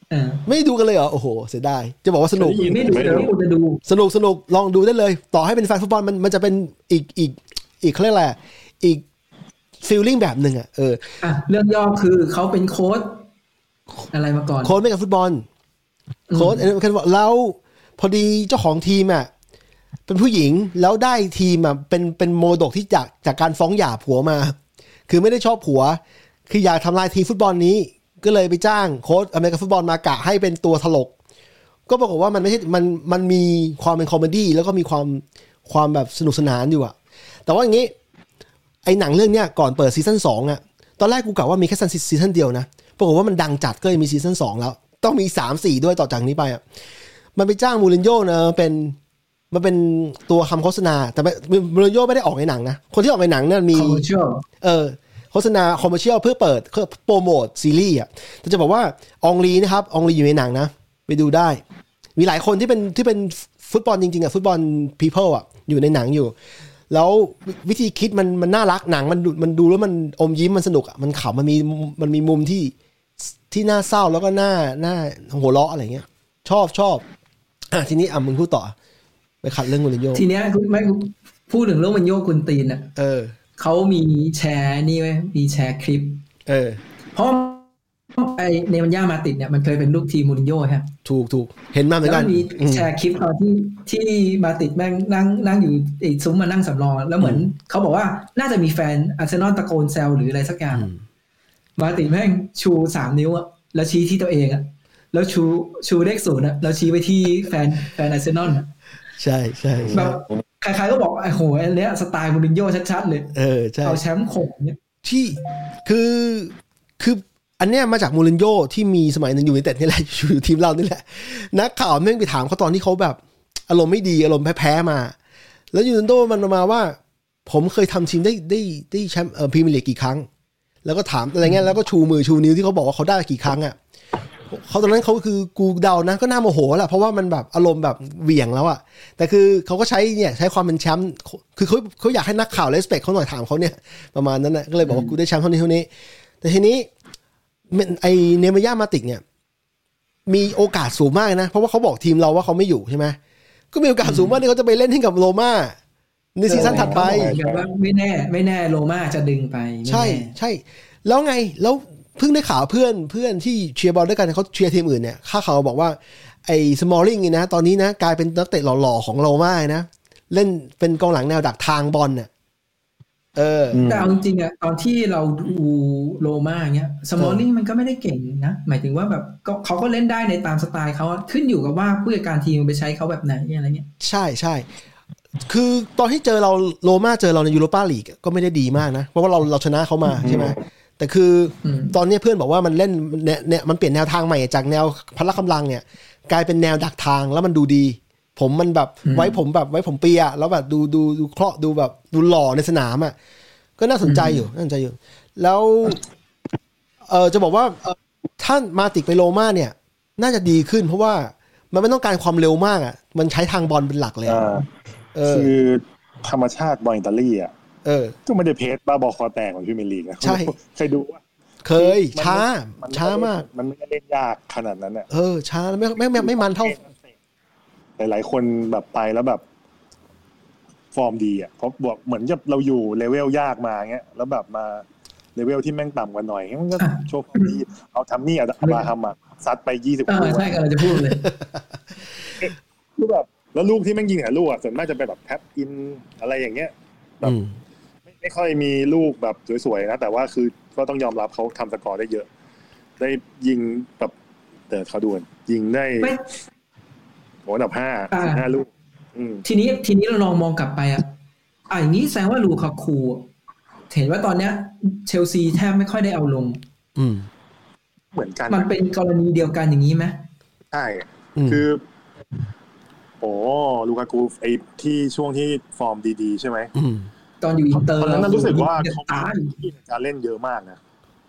ไม่ดูกันเลยเหรอโอ้โหเสียดายจะบอกว่าสนุกไม่ดูแล้วคุณจะดูสนุกสนุกลองดูได้เลยต่อให้เป็นแฟนฟุตบอลมันมันจะเป็นอีกอีกอีกเขาเรียกอะไรอีกฟีลลิ่งแบบหนึ่งอ่ะเอออ่ะเรื่องย่อคือเขาเป็นโค้ชอะไรมาก่อนโค้ชไม่กับฟุตบอลโค้ชเอ็นบอกแล้วพอดีเจ้าของทีมอ่ะเป็นผู้หญิงแล้วได้ทีมอ่ะเป็นเป็นโมดกที่จากจากการฟ้องหย่าผัวมาคือไม่ได้ชอบผัวคืออยากทำลายทีมฟุตบอลนี้ก็เลยไปจ้างโค้ชอเมริกันฟุตบอลมากะให้เป็นตัวตลกก็ปรากฏว่ามันไม่ใช่มันมันมีความเป็นคอมเมดี้แล้วก็มีความความแบบสนุกสนานอยู่อะแต่ว่าอย่างงี้ไอ้หนังเรื่องเนี้ยก่อนเปิดซีซั่นสองอะตอนแรกกูกะว่ามีแค่ซีซั่นเดียวนะปรากฏว่ามันดังจัดก็เลยมีซีซั่นสองแล้วต้องมี สาม สี่ ด้วยต่อจากนี้ไปอะมันไปจ้างมูรินโญ่นะเป็นมันเป็นตัวคำโฆษณาแต่มูรินโญ่ไม่ได้ออกในหนังนะคนที่ออกในหนังเนี่ยมีเออโฆษณาคอมเมอร์เชียลเพื่อเปิดเพื่อโปรโมทซีรีส์อ่ะแต่จะบอกว่าอองลีนะครับอองลีอยู่ในหนังนะไปดูได้มีหลายคนที่เป็นที่เป็นฟุตบอลจริงๆอ่ะฟุตบอล people อ่ะอยู่ในหนังอยู่แล้ววิธีคิดมันมันน่ารักหนังมันมันดูแล้วมันอมยิ้มมันสนุกอ่ะมันขำมันมีมันมีมุมที่ที่น่าเศร้าแล้วก็น่าน่าหัวเราะอะไรเงี้ยชอบชอบอ่ะทีนี้อ่ะมึงพูดต่อไปขัดเรื่องมูรินโญ่ทีเนี้ยไม่พูดถึงเรื่องมูรินโญ่กุนตีนอ่ะเออเขามีแชร์นี่ไว้มีแชร์คลิปเออเพราะไอเนมันย่ามาติดเนี่ยมันเคยเป็นลูกทีมมูรินโญ่ฮะถูกถูกเห็นมาเหมือนกันแล้วมีแชร์คลิปตอนที่ที่มาติดแม่งนั่งนั่งอยู่ไอซุ้มมานั่งสำรองแล้วเหมือนเขาบอกว่าน่าจะมีแฟนอาร์เซนอลตะโกนแซวหรืออะไรสักอย่างมาติดแม่งชูสามนิ้วอะแล้วชี้ที่ตัวเองอะแล้วชูชูเลขศูนย์อะแล้วชี้ไปที่แฟนแฟนอาร์เซนอลใช่ใช่แบบใครๆก็บอกไอ้โหอันเนี้ยสไตล์มูรินโญ่ชัดๆเลยเออใช่เอาแชมป์ข่มเนี่ยที่คือคืออันเนี้ยมาจากมูรินโญ่ที่มีสมัยนึงอยู่ในเต็ดนี่แหละอยู่ทีมเรานี่แหละนักข่าวแม่งไปถามเขาตอนที่เขาแบบอารมณ์ไม่ดีอารมณ์แพ้ๆมาแล้วยูเวนตุสมันมาว่าผมเคยทำทีมได้ได้ได้แชมป์เอ่อพรีเมียร์ลีกกี่ครั้งแล้วก็ถามอะไรเงี้ยแล้วก็ชูมือชูนิ้วที่เขาบอกว่าเขาได้กี่ครั้งอ่ะเขาตอนนั้นเขาคือกูเดานะก็น่าโมโหแหละเพราะว่ามันแบบอารมณ์แบบเหวี่ยงแล้วอะแต่คือเขาก็ใช้เนี่ยใช้ความเป็นแชมป์คือเขาเขาอยากให้นักข่าวเรสเพคเขาหน่อยถามเขาเนี่ยประมาณนั้นนะก็เลยบอกว่ากูได้แชมป์เท่านี้เท่านี้แต่ทีนี้ไอเนเมย่ามาติกเนี่ยมีโอกาสสูงมากนะเพราะว่าเขาบอกทีมเราว่าเขาไม่อยู่ใช่ไหมก็มีโอกาสสูงมากที่เขาจะไปเล่นให้กับโรม่าในซีซั่นถัดไปไม่แน่ไม่แน่โรม่าจะดึงไปใช่ใช่แล้วไงแล้วเพิ่งได้ข่าวเพื่อนเพื่อนที่เชียร์บอลด้วยกันเขาเชียร์ทีมอื่นเนี่ยข้าเขาบอกว่าไอ้สมอลลิงนี่นะตอนนี้นะกลายเป็นนักเตะหล่อๆของโรม่านะเล่นเป็นกองหลังแนวดักทางบอลเนี่ยเออแต่เอาจริงๆอ่ะตอนที่เราดูโรม่าเงี้ยสมอลลิงมันก็ไม่ได้เก่งนะหมายถึงว่าแบบก็เขาก็เล่นได้ในตามสไตล์เขาขึ้นอยู่กับว่าผู้จัดการทีมไปใช้เขาแบบไหนอะไรเงี้ยใช่ใช่คือตอนที่เจอเราโรม่าเจอเราในยูโรปาลีกก็ไม่ได้ดีมากนะเพราะว่าเราเราชนะเขามาใช่ไหมแต่คือตอนนี้เพื่อนบอกว่ามันเล่นเนี่ยมันเปลี่ยนแนวทางใหม่จากแนวพละกำลังเนี่ยกลายเป็นแนวดักทางแล้วมันดูดีผมมันแบบไว้ผมแบบไว้ผมเปียแล้วแบบดูดูดูเคราะห์ดูแบบดูหล่อในสนามอ่ะก็น่าสนใจอยู่น่าสนใจอยู่แล้วเออจะบอกว่าท่านมาติกไปโรม่าเนี่ยน่าจะดีขึ้นเพราะว่ามันไม่ต้องการความเร็วมากอ่ะมันใช้ทางบอลเป็นหลักเลยคือธรรมชาติบอลอิตาลีอ่ะเออก็ไม่ได้เพจบ้าบอคอแตกของพรีเมียร์ลีกนะใช่เคยดูว่าเคยช้าช้ามากมันไม่ได้เล่นยากขนาดนั้นอ่ะเออช้าไม่ไม่ไม่ไม่มันเท่าหลายๆคนแบบไปแล้วแบบฟอร์มดีอ่ะเพราะบอกเหมือนเราอยู่เลเวลยากมาเงี้ยแล้วแบบมาเลเวลที่แม่งต่ำกว่าหน่อยมันก็โชว์ความดีเอาทำนี่เอามาทำอ่ะซัดไปยี่สิบลูกใช่กันเราจะพูดเลยคือแบบแล้วลูกที่แม่งยิงแต่ลูกอ่ะส่วนมากจะไปแบบแท็บอินอะไรอย่างเงี้ยแบบไม่ไม่ค่อยมีลูกแบบสวยๆนะแต่ว่าคือก็ต้องยอมรับเขาทำสกอร์ได้เยอะได้ยิงแบบแต่เขาด่วนยิงได้โหอันดับห้าห้าลูกทีนี้ทีนี้เราลองมองกลับไปอ่ะอ่ะอย่างนี้แสดงว่าลูคาคูเห็นว่าตอนเนี้ยเชลซีแทบไม่ค่อยได้เอาลงเหมือนกันมันเป็นกรณีเดียวกันอย่างนี้ไหมใช่คือโอ้ลูคากูไอ้ที่ช่วงที่ฟอร์มดีๆใช่ไหมตอนอยู่อินเตอร์ตอนนั้นรู้สึกว่าเขามีพื้นที่ในการเล่นเยอะมากนะ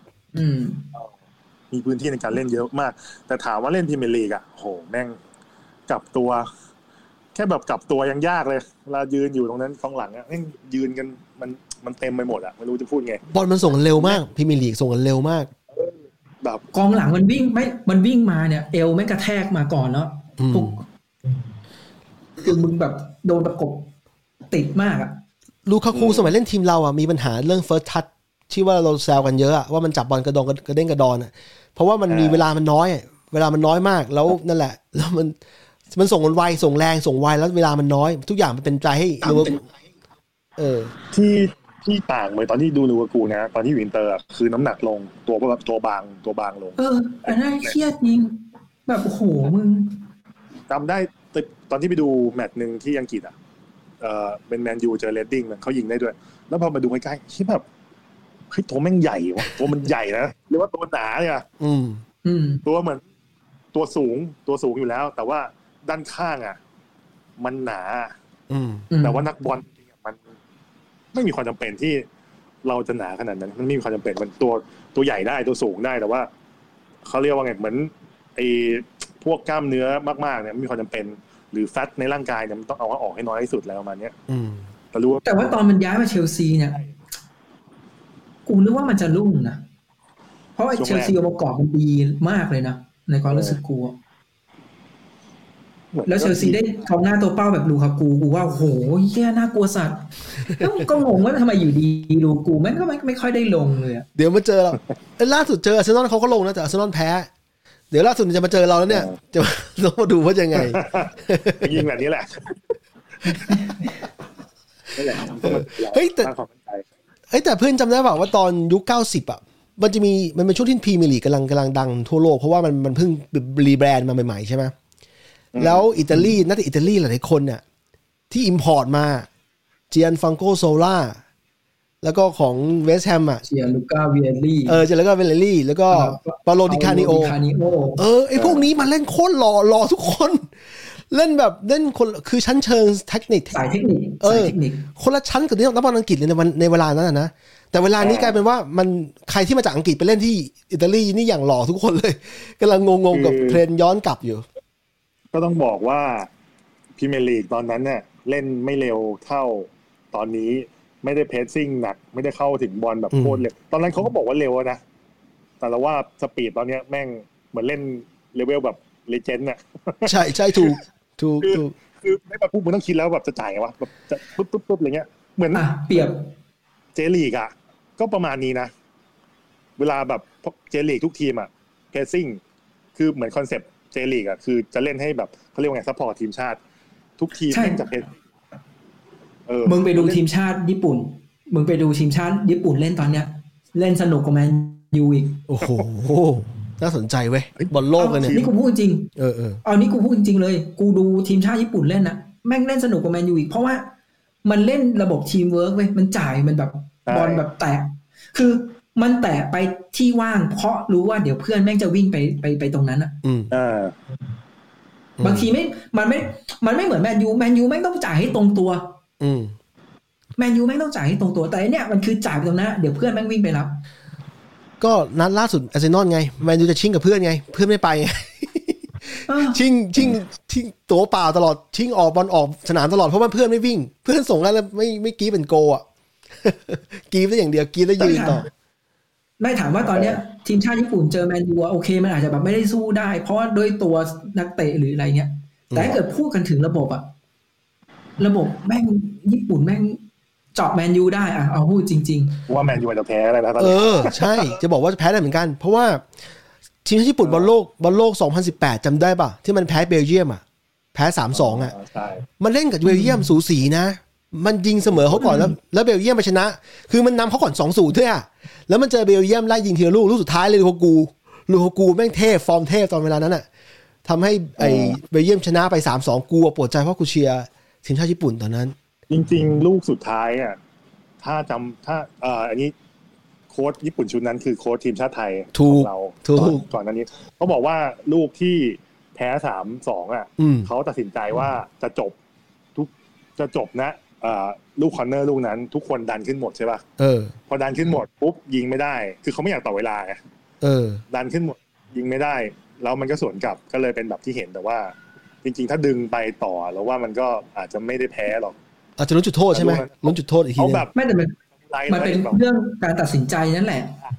มีพื้นที่ในการเล่นเยอะมากแต่ถามว่าเล่นพรีเมียร์ลีกอ่ะโหแม่งกลับตัวแค่แบบกลับตัวยังยากเลยเวลายืนอยู่ตรงนั้นกองหลังอ่ะแม่งยืนกันมันมันเต็มไปหมดอ่ะไม่รู้จะพูดไงบอลมันส่งกันเร็วมากพรีเมียร์ลีกส่งกันเร็วมากแบบกองหลังมันวิ่งไม่มันวิ่งมาเนี่ยเอวไม่กระแทกมาก่อนเนาะปุ๊บคือมึงแบบโดนประกบติดมากอะลูคาคูสมัยเล่นทีมเราอ่ะมีปัญหาเรื่อง first touch ที่ว่าเราแซวกันเยอะว่ามันจับบอลกระดองกระเด้งกระดอนอ่ะเพราะว่ามันมีเวลามันน้อยเวลามันน้อยมากแล้วนั่นแหละแล้วมันมันส่งมันไวส่งแรงส่งไวแล้วเวลามันน้อยทุกอย่างมันเป็นใจให้ลิเวอร์พูลเออที่ที่ต่างเลยตอนที่ดูลิเวอร์พูลนะตอนที่อยู่อินเตอร์คือน้ำหนักลงตัวแบบตัวบางตัวบางลงเอออันนั้นเครียดจริงแบบโอ้โหมึงจำได้ตอนที่ไปดูแมตช์นึงที่อังกฤษอ่ะเออเป็นแมนยูเจอเรดดิ้งเขายิงได้ด้วยแล้วพอมาดูใกล้ๆคิดแบบเฮ้ยตัวแม่งใหญ่วะตัวมันใหญ่นะเรียกว่าตัวหนาเนี่ยอืมอืมตัวเหมือนตัวสูงตัวสูงอยู่แล้วแต่ว่าด้านข้างอ่ะมันหนาอืมแต่ว่านักบอลมันไม่มีความจำเป็นที่เราจะหนาขนาดนั้นมันไม่มีความจำเป็นมันตัวตัวใหญ่ได้ตัวสูงได้แต่ว่าเขาเรียกว่าไงเหมือนไอ้พวกกล้ามเนื้อมากๆเนี่ยไม่มีความจำเป็นหรือแฟตในร่างกายเนี่ยมันต้องเอาออกให้น้อยที่สุดแล้วประมาณนี้แต่รู้แต่ว่าตอนมันย้ายมาเชลซีเนี่ยกูนึกว่ามันจะรุ่งนะเพราะไอ้เชลซีองค์ประกอบมันดีมากเลยนะในความรู้สึกกูแล้วเชลซีได้กองหน้าตัวเป้าแบบลูคากูกูว่าโอ้โหแย่น่ากลัวสัตว์แล้วก็งงว่าทำไมอยู่ดีลูกูแม่งก็ไม่ไม่ค่อยได้ลงเลยเดี๋ยวมาเจอเราล่าสุดเจออาร์เซนอลเขาก็ลงนะแต่อาร์เซนอลแพ้เดี๋ยวล่าสุดจะมาเจอเราแล้วเนี่ยจะต้องมาดูว่ายังไงยิงแบบนี้แหละนี่แหละเฮ้ยแต่เฮ้ยแต่เพื่อนจำได้เปล่าว่าตอนยุคเก้าสิบอ่ะมันจะมีมันเป็นช่วงที่พรีเมียร์ลีกกำลังกำลังดังทั่วโลกเพราะว่ามันมันเพิ่งรีแบรนด์มาใหม่ๆใช่ไหมแล้วอิตาลีนักเตะอิตาลีหลายๆคนเนี่ยที่อิมพอร์ตมาเจียนฟังโกโซล่าแล้วก็ของเวสต์แฮมอ่ะเจียลูก้าเวียรี่เออเจียลูก้าเวียรี่แล้วก็ปาโลดิคานิโอเออไอพวกนี้มาเล่นโคตรหล่อหล่อทุกคนเล่นแบบเล่นคนคือชั้นเชิงเทคนิคสายเทคนิคเออคนละชั้นกับที่นักบอลอังกฤษเลยในวันในเวลานั้นนะแต่เวลานี้กลายเป็นว่ามันใครที่มาจากอังกฤษไปเล่นที่อิตาลีนี่อย่างหล่อทุกคนเลยกำลังงงๆกับเทรนย้อนกลับอยู่ก็ต้องบอกว่าพรีเมียร์ลีกตอนนั้นเนี่ยเล่นไม่เร็วเท่าตอนนี้ไม่ได้เพสซิ่งหนักไม่ได้เข้าถึงบอลแบบโคตรเร็วตอนนั้นเขาก็บอกว่าเร็วนะแต่เราว่าสปีดตอนนี้แม่งเหมือนเล่นเลเวลแบบเลเจนด์น่ะใช่ใช่ถูกถูกถูกคือไม่มาพูดมึงต้องคิดแล้วแบบจะจ่ายไงวะแบบจะปุ๊บปุ๊บปุ๊บอะไรเงี้ยเหมือนเปรียบเจลีกอ่ะก็ประมาณนี้นะเวลาแบบเจลีกทุกทีมอ่ะเพสซิ่งคือเหมือนคอนเซ็ปต์เจลีกอ่ะคือจะเล่นให้แบบเขาเรียกว่าไงซัพพอร์ตทีมชาติทุกทีมจะเป็นเออมึงไปดูทีมชาติญี่ปุ่นมึงไปดูทีมชาติญี่ปุ่นเล่นตอนเนี้ยเล่นสนุกกว่าแมนยูอีกโอ้โหน่าสนใจเว้ยบอลโลกเลยเนี่ยนี่กูพูดจริงเออเออเอานี่กูพูดจริงเลยกูดูทีมชาติญี่ปุ่นเล่นนะแม่งเล่นสนุกกว่าแมนยูอีกเพราะว่ามันเล่นระบบทีมเวิร์กเว้ยมันจ่ายมันแบบบอลแบบแตะคือมันแตะไปที่ว่างเพราะรู้ว่าเดี๋ยวเพื่อนแม่งจะวิ่งไปไปไปตรงนั้นอ่ะอืมอ่าบางทีไม่มันไม่มันไม่เหมือนแมนยูแมนยูแม่งต้องจ่ายให้ตรงตัวอืมแมนยูแม่งต้องจ่ายให้ตรงตัวแต่เนี่ยมันคือจ่ายไปตรงนั้นเดี๋ยวเพื่อนแม่งวิ่งไปรับก็นัดล่าสุดอาร์เซนอลไงแมนยูจะชิงกับเพื่อนไงเพื่อนไม่ไปชิงชิงชิงตัวเปล่าตลอดชิงออกบอลออกสนามตลอดเพราะว่าเพื่อนไม่วิ่งเพื่อนส่งแล้วไม่ไม่กีเป็นโกอ่ะกีได้อย่างเดียวกีแล้วยืนต่อไม่ถามว่าตอนเนี้ยทีมชาติญี่ปุ่นเจอแมนยูโอเคมันอาจจะแบบไม่ได้สู้ได้เพราะด้วยตัวนักเตะหรืออะไรเงี้ยแต่ถ้าเกิดพูดกันถึงระบบอะระบบแม่งญี่ปุ่นแม่งเจาะแมนยูได้อะเอาพูดจริงๆว่าแมนยูจะแพ้อะไรนะเออใช่จะบอกว่าจะแพ้ได้เหมือนกันเพราะว่าทีมชาติญี่ปุ่นบอลโลกบอลโลกสองพันสิบแปดจำได้ป่ะที่มันแพ้เบลเยียมอะแพ้ สามสอง อ่ะมันเล่นกับเบลเยียมสูสีนะมันยิงเสมอเขาก่อนแล้วแล้วเบลเยียมไปชนะคือมันนำเขาก่อน สองศูนย์ ด้วยอ่ะแล้วมันเจอเบลเยียมไล่ยิงทีละลูกลูกสุดท้ายเลยลูกกูลูกกูแม่งเทพฟอร์มเทพตอนเวลานั้นอ่ะทำให้ไอ้เบลเยียมชนะไป สามสอง กูปวดใจเพราะกูเชียร์ทีมชาติญี่ปุ่นตอนนั้นจริงๆลูกสุดท้ายอ่ะถ้าจำถ้าเอ่ออันนี้โค้ชญี่ปุ่นชุดนั้นคือโค้ชทีมชาติไทยของเราก่อนหน้านี้เขาบอกว่าลูกที่แพ้ สามสอง อ่ะเขาตัดสินใจว่าจะจบทุกจะจบนะลูกคอร์เนอร์ลูกนั้นทุกคนดันขึ้นหมดใช่ป่ะเออพอดันขึ้นหมดปุ๊บยิงไม่ได้คือเขาไม่อยากต่อเวลาไงเออดันขึ้นหมดยิงไม่ได้แล้วมันก็สวนกลับก็เลยเป็นแบบที่เห็นแต่ว่าจริงๆถ้าดึงไปต่อแล้วว่ามันก็อาจจะไม่ได้แพ้หรอกอาจจะลุ้นจุดโทษใช่ไหมลุ้นจุดโทษอีกทีไม่แต่มันมันเป็นเรื่องการตัดสินใจนั่นแหละ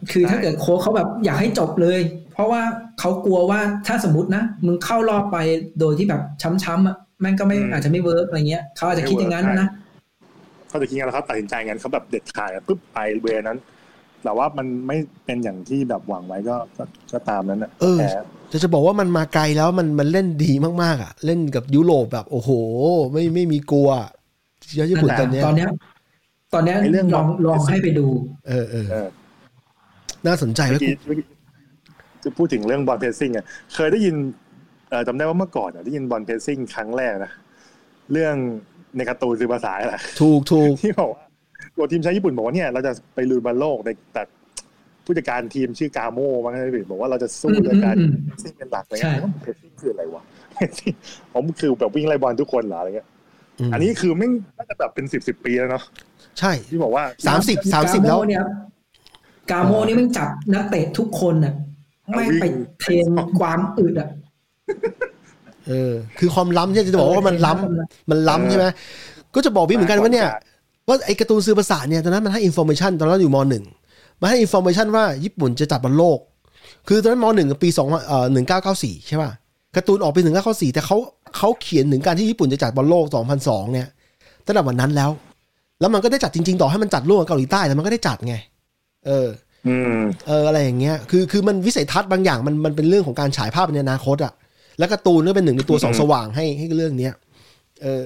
คือถ้าเกิดโค้ชเขาแบบอยากให้จบเลยเพราะว่าเขากลัวว่าถ้าสมมตินะมึงเข้ารอบไปโดยที่แบบช้ำๆอ่ะแม่งก็ไม่อาจจะไม่เวิร์กอะไรเงี้ยเขาอาจจะคิดอย่างนั้นนะเขาจะคิดงั้นแล้วเขาตัดสินใจงั้นเขาแบบเด็ดขาดปุ๊บไปเวนั้นแต่ว่ามันไม่เป็นอย่างที่แบบหวังไว้ก็ก็ตามนั้นนะเออจะจะบอกว่ามันมาไกลแล้วมันมันเล่นดีมากๆอ่ะเล่นกับยุโรปแบบโอ้โหไม่ไม่มีกลัวเยอะญี่ปุ่นตอนนี้ตอนนี้ตอนนี้ลองลองให้ไปดูเออเออน่าสนใจไหมจะพูดถึงเรื่องบอลเพสซิ่งอ่ะเคยได้ยินจำได้ว่าเมื่อก่อนได้ยินบอลเพสซิ่งครั้งแรกนะเรื่องในการ์ตูนซื้อภาษาอะไรถูกถูกที่บอกว่าตัวทีมชาติญี่ปุ่นบอกว่าเนี่ยเราจะไปลุยบอลโลกแต่ผู้จัดการทีมชื่อกาโม่มั้งนะพี่บอกว่าเราจะสู้ด้วยการเพสซิ่งเป็นหลักอะไรเงี้ยเพสซิ่งคืออะไรวะผมคือแบบวิ่งไล่บอลทุกคนเหรออะไรเงี้ยอันนี้คือไม่น่าจะแบบเป็นสิบสิบปีแล้วเนาะใช่ที่บอกว่าสามสิบสามสิบแล้วเนี่ยกาโม่นี่มันจับนักเตะทุกคนน่ะไม่ไปเทรนความอึดอ่ะเออคือความล้ำที่จะบอกว่ามันล้ำมันล้ำใช่ไหมก็จะบอกพี่เหมือนกันว่าเนี่ยว่าไอ้การ์ตูนซื้อภาษาเนี่ยตอนนั้นมันให้อินโฟเมชันตอนนั้นอยู่ม.หนึ่งมาให้อินโฟเมชันว่าญี่ปุ่นจะจัดบอลโลกคือตอนนั้นม.หนึ่งปีสองเอ่อหนึ่งพันเก้าร้อยเก้าสิบสี่ใช่ป่ะการ์ตูนออกปีหนึ่งพันเก้าร้อยเก้าสิบสี่แต่เขาเขาเขียนถึงการที่ญี่ปุ่นจะจัดบอลโลกสองพันสองเนี่ยตั้งแต่วันนั้นแล้วแล้วมันก็ได้จัดจริงๆต่อให้มันจัดร่วมกับเกาหลีใต้แต่มันก็ได้จัดไงเออเอออะไรอย่างเงี้ยคือคือมันวิสัยทัศน์บางอย่างมันมันเป็นเรื่องของการฉายภาพในอนาคตอ่ะแล้วการ์ตูนก็เป็นหนึ่งในตัวส่องสว่างให้ให้เรื่องเนี้ยเออ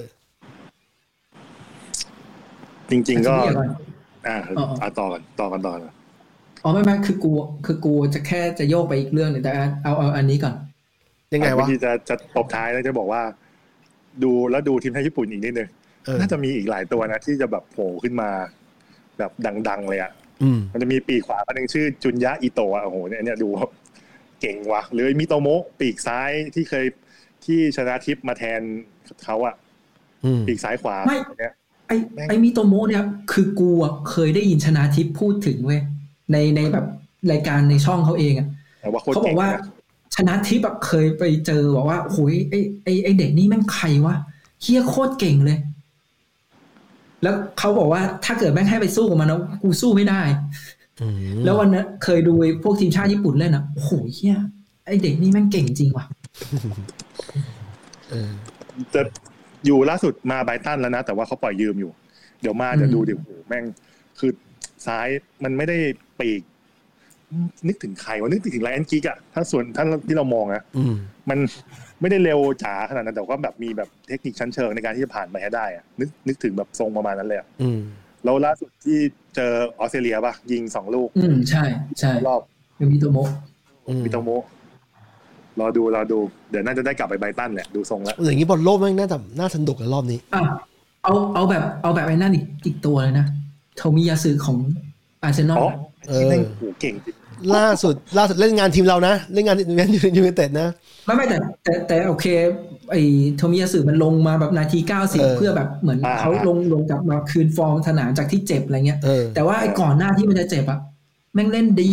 จริงๆก็อ่าอ่าต่อกันต่อกันต่อกันอ๋อไม่ไม่คือกูคือกูจะแค่จะโยกไปอีกเรื่องนึงแต่เอาเอาอันนี้ก่อนยังไงวะที่จะจะตบท้ายแล้วจะบอกว่าดูแล้วดูทีมไทยญี่ปุ่นอีกนิดนึงน่าจะมีอีกหลายตัวนะที่จะแบบโผล่ขึ้นมาแบบดังๆเลยอ่ะมันจะมีปีกขวาคนนึงชื่อจุนยะอิโตะโอ้โหเนี่ยเนี่ยดูเก่งว่ะหรือมิโตโมะปีกซ้ายที่เคยที่ชนะทิพย์มาแทนเขาอ่ะปีกซ้ายขวาเนี่ยไอไอมิโตโมะเนี่ยคือกูอ่ะเคยได้ยินชนะทิพย์พูดถึงเว้ยในในแบบรายการในช่องเขาเองอ่ะเขาบอกว่าชนะทิพย์แบบเคยไปเจอบอกว่าโอ้ยไอไอไอเด็กนี่แม่งใครวะเฮี้ยโคตรเก่งเลยแล้วเขาบอกว่าถ้าเกิดแม่งให้ไปสู้กับมันแล้วกูสู้ไม่ได้แล้ววันนั้นเคยดูพวกทีมชาติญี่ปุ่นเล่นอ่ะโอ้โหเฮี้ยไอเด็กนี่แม่งเก่งจริงว่ะจะอยู่ล่าสุดมาไบรตันแล้วนะแต่ว่าเขาปล่อยยืมอยู่เดี๋ยวมาจะดูเดี๋ยวโหแม่งคือซ้ายมันไม่ได้ปีกนึกถึงใครวะนึกถึงไลออนกิกอะถ้าส่วนท่านที่เรามองนะมันไม่ได้เร็วจ๋าขนาดนั้นแต่ว่าแบบมีแบบเทคนิคชั้นเชิงในการที่จะผ่านไปให้ได้อะนึกนึกถึงแบบทรงประมาณนั้นเลยอะแล้วล่าสุดที่เจอออสเตรเลียป่ะยิงสองลูกอืมใช่ใช่รอบมิโตโมะมิโตโมะรอดูรอดูเดี๋ยวน่าจะได้กลับไปไบรตันแหละดูทรงแล้วอย่างนี้บอลโลกแม่งน่าจะน่าสนุกในรอบนี้อ่ะเอาเอาแบบเอาแบบไอ้นั่นอีกอีกตัวเลยนะโทมิยาสึของอาร์เซนอลเออเก่งล่าสุดล่าสุดเล่นงานทีมเรานะเล่นงานแมนยูไนเต็ดนะไม่ไม่แต่แต่แต่โอเคไอ้โทมิยาสึมันลงมาแบบนาทีเก้าสิบเพื่อแบบเหมือนเขาลงลงกลับมาคืนฟอร์มสนามจากที่เจ็บอะไรเงี้ยแต่ว่าไอ้ก่อนหน้าที่มันจะเจ็บอ่ะแม่งเล่นดี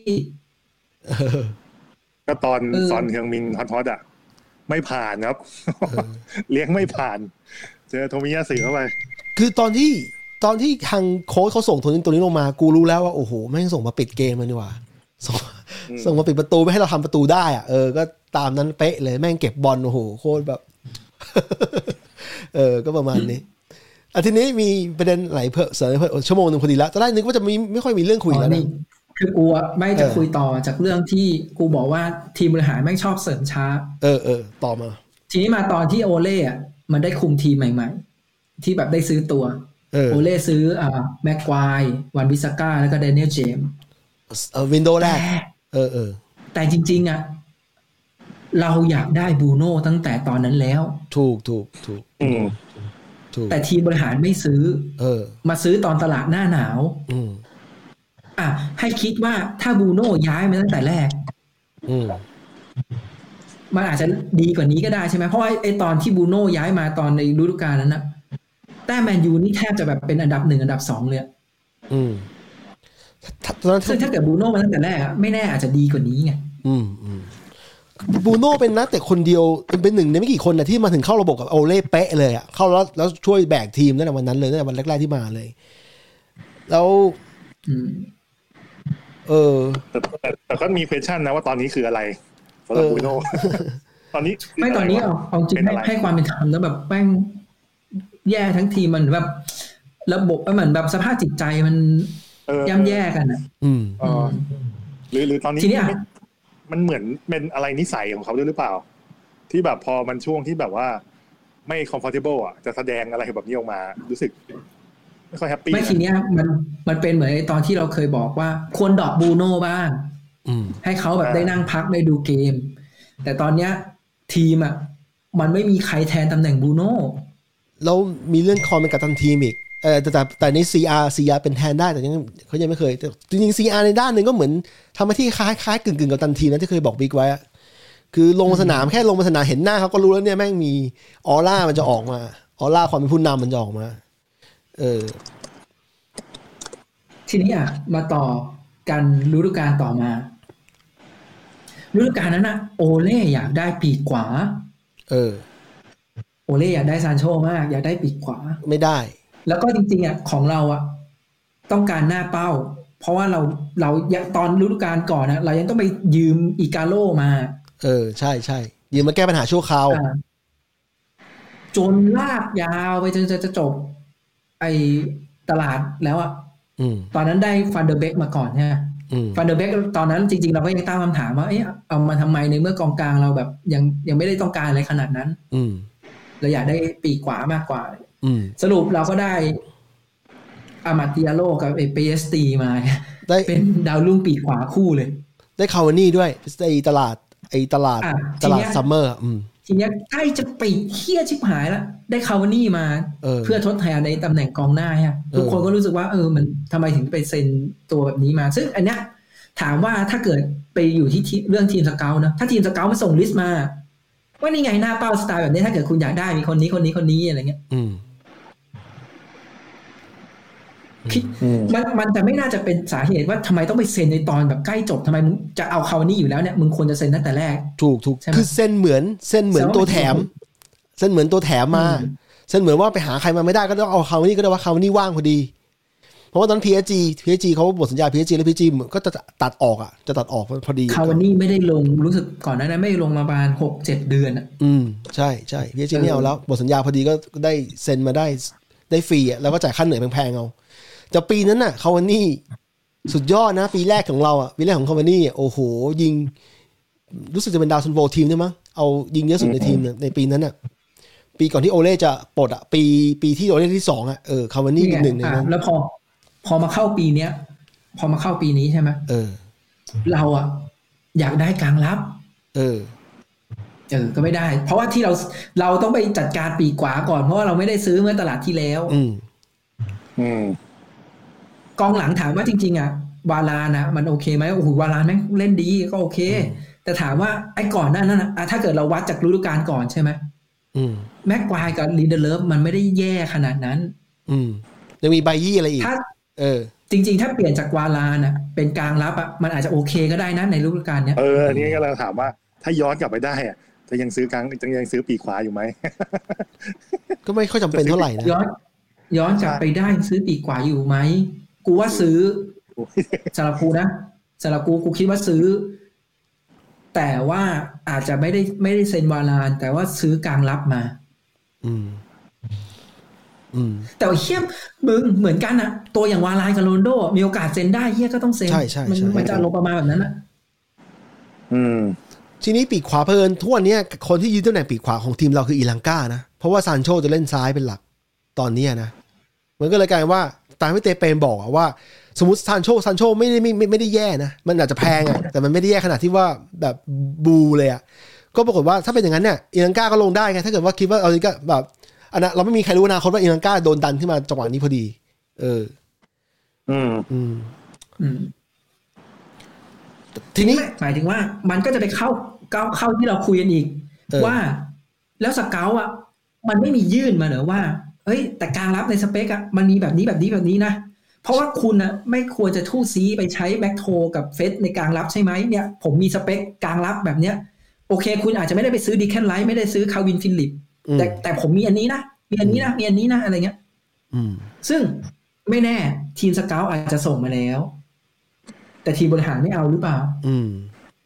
ก็ตอนซอนเฮืองมินฮอตๆอ่ะไม่ผ่านครับเลี้ยงไม่ผ่านเจอโทมิยาสึเข้าไปคือตอนที่ตอนที่ทางโค้ชเขาส่งตัวนี้ตัวนี้ลงมากูรู้แล้วว่าโอ้โหแม่งส่งมาปิดเกมเลยนี่หว่าส่งส่งมาปิดประตูไม่ให้เราทำประตูได้อ่ะเออก็ตามนั้นเป๊ะเลยแม่งเก็บบอลโอ้โหโคตรแบบเออก็ประมาณนี้อาทีนี้มีประเด็นไหลเพิ่มเสริมเพิ่มชั่วโมงนึงพอดีแล้วตอนแรกนึกว่าจะมีไม่ค่อยมีเรื่องคุยแล้วนะคือกูไม่จะคุยต่อจากเรื่องที่กูบอกว่าทีมบริหารแม่งชอบเสริมช้าเออเออต่อมาทีนี้มาตอนที่โอเล่อ่ะมันได้คุมทีมใหม่ๆที่แบบได้ซื้อตัวโอเล่ซื้ออ่าแม็กควายวันบิสก้าแล้วก็แดเนียลเจมส์เออวินโดว์แรกเออเออแต่จริงๆอ่ะเราอยากได้บรูโน่ตั้งแต่ตอนนั้นแล้วถูกถูกถูกอืมถูกแต่ทีมบริหารไม่ซื้อเออมาซื้อตอนตลาดหน้าหนาวอืมอ่ะให้คิดว่าถ้าบรูโน่ย้ายมาตั้งแต่แรกอืมมันอาจจะดีกว่านี้ก็ได้ใช่ไหมเพราะไอ้ตอนที่บรูโน่ย้ายมาตอนในฤดูกาลนั้นนะแต่แมนยูนี่แทบจะแบบเป็นอันดับหนึ่งอันดับสองเลยอืมซึ่งถ้าเกิดบรูโน่มาตั้งแต่แรกไม่แน่อาจจะดีกว่านี้ไงอืมอืมบรูโน่เป็นนักแต่คนเดียวเป็นหนึ่งในไม่กี่คนนะที่มาถึงเข้าระบบกับโอเล่เป๊ะเลยอ่ะเข้าแล้วแล้วช่วยแบกทีมตั้งแต่วันนั้นเลยตั้งแต่วันแรกๆที่มาเลยแล้วเออแต่แต่แต่ก็มี question นะว่าตอนนี้คืออะไรสำหรับบูโน่ตอนนี้ไม่ตอนนี้เอาเอาจริงให้ให้ความเป็นธรรมแล้วแบบแป้งแย่ทั้งทีมันแบบระบบเหมือนแบบสภาพจิตใจมันย่ำแย่กันอ่ะอืมอ๋อหรือหรือตอนนี้มันเหมือนเป็นอะไรนิสัยของเขาด้วยหรือเปล่าที่แบบพอมันช่วงที่แบบว่าไม่ comfortable อ่ะจะแสดงอะไรแบบนี้ออกมารู้สึกไม่ค่อยแฮปปี้ไม่ทีเนี้ยมันมันเป็นเหมือนตอนที่เราเคยบอกว่าควรดรอปบูโน่บ้างให้เขาแบบได้นั่งพักได้ดูเกมแต่ตอนเนี้ยทีมอ่ะมันไม่มีใครแทนตำแหน่งบูโน่แล้วมีเรื่องคอมเป็นกัปตันทีมอีกเออแต่แต่แต่ใน ซี อาร์ ซี อาร์ เป็นแทนได้แต่ยังเขายังไม่เคยจริงๆ ซี อาร์ ในด้านหนึ่งก็เหมือนทำหน้าที่คล้ายๆกึ่งๆกับกัปตันทีมนะที่เคยบอกบิ๊กไว้อะคือลงสนามแค่ลงสนามเห็นหน้าเขาก็รู้แล้วเนี่ยแม่งมีออร่ามันจะออกมาออร่าความเป็นผู้นำมันจะออกมาเออทีนี้อ่ะมาต่อกันฤดูกาลต่อมาฤดูกาลนั้นนะโอเล่อยากได้ปีกขวาเออโอเล่อยากได้ซานโชมากอยากได้ปีกขวาไม่ได้แล้วก็จริงๆอ่ะของเราอ่ะต้องการหน้าเป้าเพราะว่าเราเราตอนฤดูกาลก่อนนะเรายังต้องไปยืมอิกาโร่มาเออใช่ใช่ยืมมาแก้ปัญหาชั่วคราวจนลากยาวไปจนจะจบไอตลาดแล้วอ่ะตอนนั้นได้ฟันเดอร์เบกมาก่อนใช่ไหมฟันเดอร์เบกตอนนั้นจริงๆเราก็ยังตั้งคำถามว่าเอ๊ะเอามาทำไมในเมื่อกองกลางเราแบบยังยังไม่ได้ต้องการอะไรขนาดนั้นเราอยากได้ปีกขวามากกว่าสรุปเราก็ได้อามาติอาโลกับไอพีเอสตีมาได้เป็นดาวรุ่งปีกขวาคู่เลยได้คาวานี่ด้วยไอตลาดไอตลาดตลาดซัมเมอร์ทีเนี้ยใกล้จะปีกเหี้ยชิบหายแล้วได้คาวานี่มาเ, เพื่อทดแทนในตำแหน่งกองหน้าฮะทุกคนก็รู้สึกว่าเออมันทำไมถึงไปเซ็นตัวแบบนี้มาซึ่งอันเนี้ยถามว่าถ้าเกิดไปอยู่ที่เรื่องทีมสเกาต์นะถ้าทีมสเกาต์มาส่งลิสต์มาว่านี่ไงหน้าเป้าสไตล์แบบนี้ถ้าเกิดคุณอยากได้มีคนนี้คนนี้คนนี้อะไรเงี้ยมันมันจะไม่น่าจะเป็นสาเหตุว่าทำไมต้องไปเซ็นในตอนแบบใกล้จบทำไมมึงจะเอาคาวานี่อยู่แล้วเนี่ยมึงควรจะเซ็นตั้งแต่แรกถูกถูกคือเซ็นเหมือนเซ็นเหมือนตัวแถมเซ็นเหมือนตัวแถมมาเซ็นเหมือนว่าไปหาใครมาไม่ได้ก็ต้องเอาคาวานี่ก็ได้ว่าคาวานี่ว่างพอดีเพราะว่าตอน พี เอส จี พี เอส จี เขาหมดสัญญา พี เอส จี แล้ว พี เอส จี ก็จะตัดออกอ่ะจะตัดออกพอดีคาวานี่ไม่ได้ลงรู้สึกก่อนหน้านั้นไม่ลงมาประมาณ หกเจ็ด เดือนอ่ะอืมใช่ๆ พี เอส จี ไม่เอาแล้วหมดสัญญาพอดีก็ได้เซ็นมาได้ได้ฟรีอ่ะแล้วก็จ่ายค่าเหนื่อยแพงๆเอาแต่ปีนั้นน่ะคาวานี่สุดยอดนะปีแรกของเราอ่ะปีแรกของคาวานี่โอ้โหยิงรู้สึกจะเป็นดาวซันโวทีมใช่มั้งเอายิงเยอะสุดในทีมในปีนั้นน่ะปีก่อนที่โอเล่จะปลดอ่ะปีปีที่โอเล่ที่สองอ่ะเออคาวานี่เป็นหนึ่งในนั้นแล้วพอพอมาเข้าปีเนี้ยพอมาเข้าปีนี้ใช่ไหมเออเราอ่ะอยากได้กลางรับเออเออก็ไม่ได้เพราะว่าที่เราเราต้องไปจัดการปีกขวาก่อนเพราะว่าเราไม่ได้ซื้อเมื่อตลาดที่แล้วอืมอืมกองหลังถามว่าจริงๆอ่ะวาลานะมันโอเคไหมโอ้โหวาลาแม่งเล่นดีก็โอเคแต่ถามว่าไอ้ก่อนหน้านั้นนะถ้าเกิดเราวัดจากฤดูกาลก่อนใช่ไหมอืมแม็กควายกับลินเดเลฟมันไม่ได้แย่ขนาดนั้นอืมยังมีไบยี่อะไรอีกเออจริงๆถ้าเปลี่ยนจากวาลาน่ะเป็นกลางรับอ่ะมันอาจจะโอเคก็ได้นะในฤดูกาลเนี้ยเอออันนี้ก็เราถามว่าถ้าย้อนกลับไปได้อ่ะจะยังซื้อกลางจะยังซื้อปีกขวาอยู่ไหมก็ไม่ค่อยจำเป็นเท่าไหร่นะย้อนย้อนกลับไปได้ซื้อปีกขวาอยู่ไหมกูว่าซื้อสำหรับกูนะสำหรับกูกูคิดว่าซื้อแต่ว่าอาจจะไม่ได้ไม่ได้เซ็นวาลานแต่ว่าซื้อกลางรับมาอืมอืมแต่เฮียมึงเหมือนกันอะตัวอย่างวาลานกับโรนโดมีโอกาสเซ็นได้เฮียก็ต้องเซ็นใช่ใช่มันมันจะลงประมาณแบบนั้นอะอืมทีนี้ปีกขวาเพิ่นทุกวันนี้คนที่ยืนตำแหน่งปีกขวาของทีมเราคืออีลังกานะเพราะว่าซานโชจะเล่นซ้ายเป็นหลักตอนนี้นะมันก็เลยกลายว่าตามที่เตเปนบอกว่าสมมติซานโชซานโชไม่ได้ไม่ไม่ได้แย่นะมันอาจจะแพงอ่ะแต่มันไม่ได้แย่ขนาดที่ว่าแบบบูเลยอ่ะก็ปรากฏว่าถ้าเป็นอย่างนั้นเนี่ยอีลังกาก็ลงได้ไงถ้าเกิดว่าคิดว่าเอาก็แบบอันนั้นเราไม่มีใครรู้อนาคตว่าอีลังกาโดนดันขึ้นมาจังหวะนี้พอดีเอออืมอืมอืมทีนี้หมายถึงว่ามันก็จะไปเข้าเข้าเข้าที่เราคุยกันอีกว่าแล้วสเกาต์อ่ะมันไม่มียื่นมาเหรอว่าเฮ้ยแต่กลางรับในสเปคอ่ะมันมีแบบนี้แบบนี้แบบนี้นะเพราะว่าคุณนะไม่ควรจะทู่ซีไปใช้แบ็คโทกับเฟสในกลางรับใช่ไหมเนี่ยผมมีสเปคกลางรับแบบเนี้ยโอเคคุณอาจจะไม่ได้ไปซื้อดิแคนไลท์ไม่ได้ซื้อคาวินฟิลิปแต่แต่ผมมีอันนี้นะมีอันนี้นะมีอันนี้นะอะไรเงี้ยซึ่งไม่แน่ทีมสเกาต์อาจจะส่งมาแล้วแต่ทีมบริหารไม่เอาหรือเปล่าอืม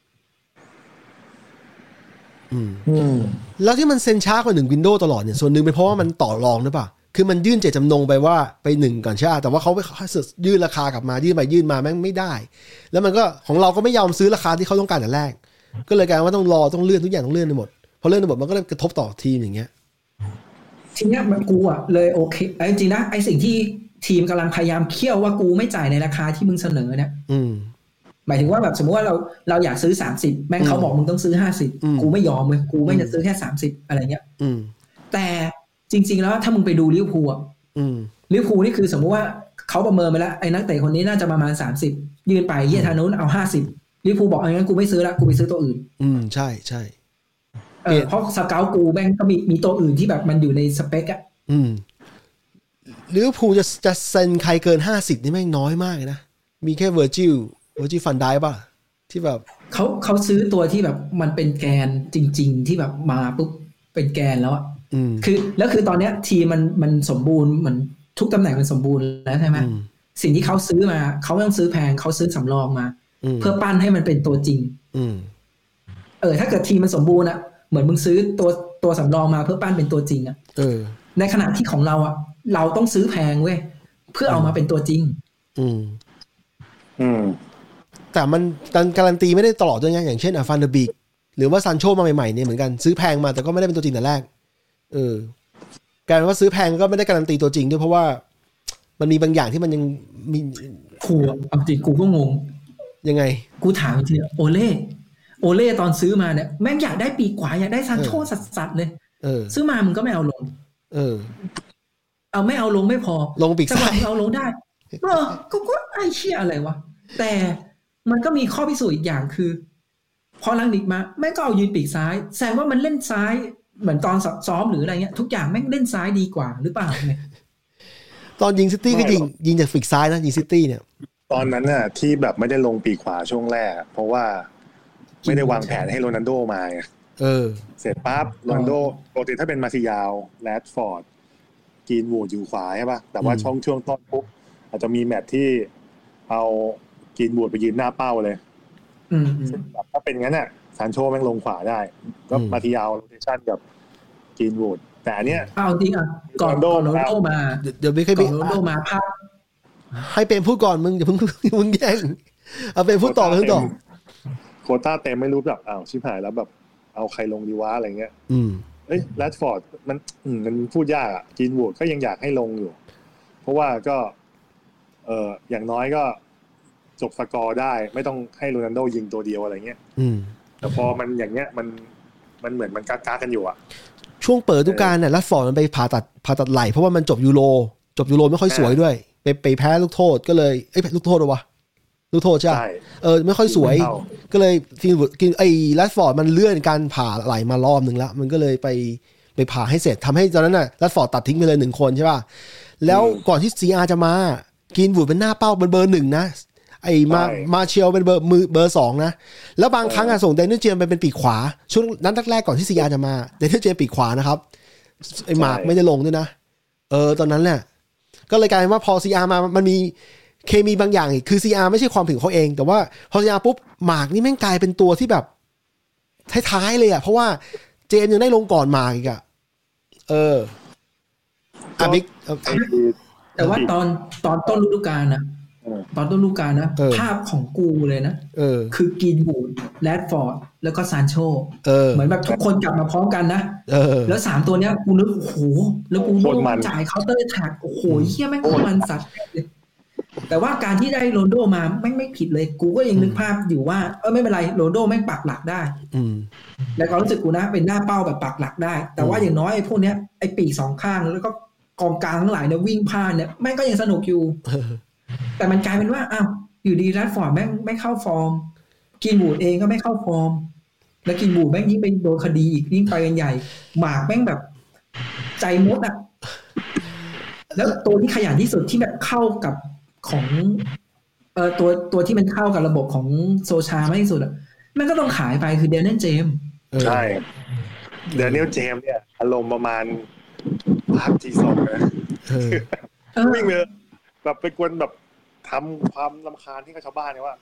อืมอืมแล้วที่มันเซ็นช้ากว่าหนึ่ง Windows ตลอดเนี่ยส่วนหนึ่งเป็นเพราะว่ามันต่อรองหรือเปล่าคือมันยื่นเจตจำนงไปว่าไปหนึ่งก่อนใช่ไหมแต่ว่าเขาไปยื่นราคากลับมายื่นไปยื่นมาแม่งไม่ได้แล้วมันก็ของเราก็ไม่ยอมซื้อราคาที่เขาต้องการแต่แรกก็เลยกลายว่าต้องรอต้องเลื่อนทุกอย่างต้องเลื่อนไปหมดพอเลื่อนไปหมดมันก็เลยกระทบต่อทีมอย่างเงี้ยทีเนี้ยมันกูอ่ะเลยโอเคไอ้จริงนะไอ้สิ่งที่ทีมกำลังพยายามเคี่ยวว่ากูไม่จ่ายในราคาที่มึงเสนอเนี่ยอืมหมายถึงว่าแบบสมมติว่าเราเราอยากซื้อสามสิบแม่งเขาบอกมึงต้องซื้อห้าสิบกูไม่ยอมเลยกูไม่จะซื้อแค่สามสิบอะไรเงี้ยแต่จริงๆแล้วถ้ามึงไปดูลิเวอร์พูลอ่ะลิเวอร์พูลนี่คือสมมติว่าเขาประเมินไปแล้วไอ้นักเตะคนนี้น่าจะประมาณสามสิบยืนไปเยี่ยทางนู้นเอาห้าสิบลิเวอร์พูลบอกงั้นกูไม่ซื้อละกูไปซื้อตัวอื่นอืมใช่ใช่เออเพราะสเกาต์กูแม่งก็มีมีตัวอื่นที่แบบมันอยู่ในสเปคอ่ะอืมลิเวอร์พูลจะจะเซ็นใครเกินห้าสิบนี่แม่งน้อยมากเลยนะมีแค่เวอร์จิลเวอร์จิลฟันไดป่ะที่แบบเขาเขาซื้อตัวที่แบบมันเป็นแกนจริงๆที่แบบมาปุ๊บเป็นแกนแล้วอ่ะคือแล้วคือตอนเนี้ยทีมมันมันสมบูรณ์เหมือนทุกตำแหน่งมันสมบูรณ์แล้วใช่ไหมสิ่งที่เขาซื้อมาเขาไม่ต้องซื้อแพงเขาซื้อสำรองมาเพื่อปั้นให้มันเป็นตัวจริงเออถ้าเกิดทีมมันสมบูรณ์อ่ะเหมือนมึงซื้อตัวตัวสำรองมาเพื่อปั้นเป็นตัวจริงอ่ะในขณะที่ของเราอ่ะเราต้องซื้อแพงเว้ยเพื่อเอามาเป็นตัวจริงอืมอืมแต่มันการันตีไม่ได้ตลอดด้วยไงอย่างเช่นอ่ะฟันเดอร์บีกหรือว่าซานโชมาใหม่ๆเนี่ยเหมือนกันซื้อแพงมาแต่ก็ไม่ได้เป็นตัวจริงแต่แรกเออการว่าซื้อแพงก็ไม่ได้การันตีตัวจริงด้วยเพราะว่ามันมีบางอย่างที่มันยังมีกูเอาจริงกูก็งงยังไงกูถามจริงโอเล่โอเล่ตอนซื้อมาเนี่ยแม่งอยากได้ปีกขวาอยากได้ซานโชสัสๆเลยเออซื้อมามึงก็ไม่เอาลงเออเอาไม่เอาลงไม่พอลงปีกซ้ายเอาลงได้เออก็ก็ไอ้เชี่ยอะไรวะแต่มันก็มีข้อพิสูจน์อีกอย่างคือพอลังนิกมาแม่งก็เอายืนปีกซ้ายแสดงว่ามันเล่นซ้ายเหมือนตอนซ้อมหรืออะไรเงี้ยทุกอย่างแม่งเล่นซ้ายดีกว่าหรือเปล่าเนี่ยตอนยิงซิตี้ก็ยิงยิงจากปีกซ้ายนะยิงซิตี้เนี่ยตอนนั้นน่ะที่แบบไม่ได้ลงปีกขวาช่วงแรกเพราะว่าไม่ได้วางแผนให้โรนัลโดมาไงเออเสร็จปั๊บโรนัลโดปกติถ้าเป็นมาซิยาวแรดฟอร์ดกีนวูดอยู่ขวาใช่ป่ะแต่ว่าช่วงช่วงต้นปุ๊บอาจจะมีแมตช์ที่เอากีนวูดไปยืนหน้าเป้าเลยอืมแบบถ้าเป็นงั้นน่ะซานโชแม่งลงขวาได้ก็มาซิยาวโรเทชั่นกับกีนวูดแต่อันเนี้ยเอาจริงอ่ะก่อนโรนัลโดมาเดี๋ยวไม่เคยก่อนโรนัลโดมาภาพให้เปรมพูดก่อนมึงอย่าเพิ่งมึงแย่งเอาเปรมพูดต่อเพิ่งต่อโควต้าเต็มไม่รู้แบบอ้าวชิบหายแล้วแบบเอาใครลงดีวะอะไรเงี้ยอืมเอ้ยแรดฟอร์ดมันอืมมันพูดยากอ่ะกีนวูดก็ยังอยากให้ลงอยู่เพราะว่าก็เอออย่างน้อยก็จบสกอร์ได้ไม่ต้องให้โรนัลโดยิงตัวเดียวอะไรเงี้ยอืมแต่พอมันอย่างเงี้ยมันมันเหมือนมันก้าๆกันอยู่อ่ะช่วงเปิดฤดูกาลเนี่ยแรดฟอร์ดมันไปผ่าตัดผ่าตัดไหล่เพราะว่ามันจบยูโรจบยูโรไม่ค่อยสวยด้วยไปไปแพ้ลูกโทษก็เลยเอ้ยลูกโทษหรอวะลูกโทษใช่เออไม่ค่อยสวยก็เลยฟินกินไอ้แรดฟอร์ดมันเลื่อนการผ่าไหล่มารอบนึงแล้วมันก็เลยไปไปผ่าให้เสร็จทำให้ตอนนั้นน่ะแรดฟอร์ดตัดทิ้งไปเลยหนึ่งคนใช่ป่ะแล้วก่อนที่ ซี อาร์ จะมากินวูดเป็นหน้าเป้าเป็นเบอร์หนึ่งนะไอ้มามาเชียลเป็นเบอร์มือเบอร์สองนะแล้วบางครั้งอะส่งเดนิเจมไปเป็นปีกขวาช่วงนั้นแรกๆก่อนที่ ซี อาร์ จะมาเดนิเจมปีกขวานะครับไอ้มาร์กไม่ได้ลงด้วยนะเออตอนนั้นแหละก็เลยกลายเป็นว่าพอ ซี อาร์ มามันมีเคมีบางอย่างอีกคือ ซี อาร์ ไม่ใช่ความผิดเขาเองแต่ว่าพอ ซี อาร์ ปุ๊บมาร์กนี่แม่งกลายเป็นตัวที่แบบท้ายๆเลยอะเพราะว่าเจมยังได้ลงก่อนมาร์กอีกอะเอออ่ะบิ๊กแต่ว่าตอนตอนต้นฤดูกาลนะตอนต้นฤดูกาลนะภาพของกูเลยนะคือกินบูดแรดฟอร์ดแล้วก็ซานโชเหมือนแบบทุกคนกลับมาพร้อมกันนะแล้วสามตัวเนี้ยกูนึกโอ้โหแล้วกูโดนจ่ายเคาน์เตอร์แท็กโอ้โหเหี้ยแม่งมันสัตว์แต่ว่าการที่ได้โรนโดมาไม่ไม่ผิดเลยกูก็ยังนึกภาพอยู่ว่าเออไม่เป็นไรโรนโดแม่งปักหลักได้แล้วก็รู้สึกกูนะเป็นหน้าเป้าแบบปักหลักได้แต่ว่าอย่างน้อยไอ้พวกเนี้ยไอ้ปีกสองข้างแล้วก็กองกลางทั้งหลายเนี่ยวิ่งผ่านเนี่ยแม่งก็ยังสนุกอยู่แต่มันกลายเป็นว่าอ้าวอยู่ดีแรดฟอร์ดแม่งไม่เข้าฟอร์มกินบูดเองก็ไม่เข้าฟอร์มแล้วกินบูดแม่งยิ่งไปโดนคดีอีกยิ่งไปกันใหญ่หมากแม่งแบบใจมดอ่ะแล้วตัวที่ขยันที่สุดที่แบบเข้ากับของเอ่อตัวตัวที่มันเข้ากับระบบของโซชามากที่สุดอ่ะมันก็ต้องขายไปคือเดนนิสเจมส์ใช่เดนนิสเจมส์เนี่ยอารมณ์ประมาณภาคที่สองนะวิ่งเลยแบบไปกวนแบบทำความรำคาญให้กับชาวบ้านเนี่ยว่า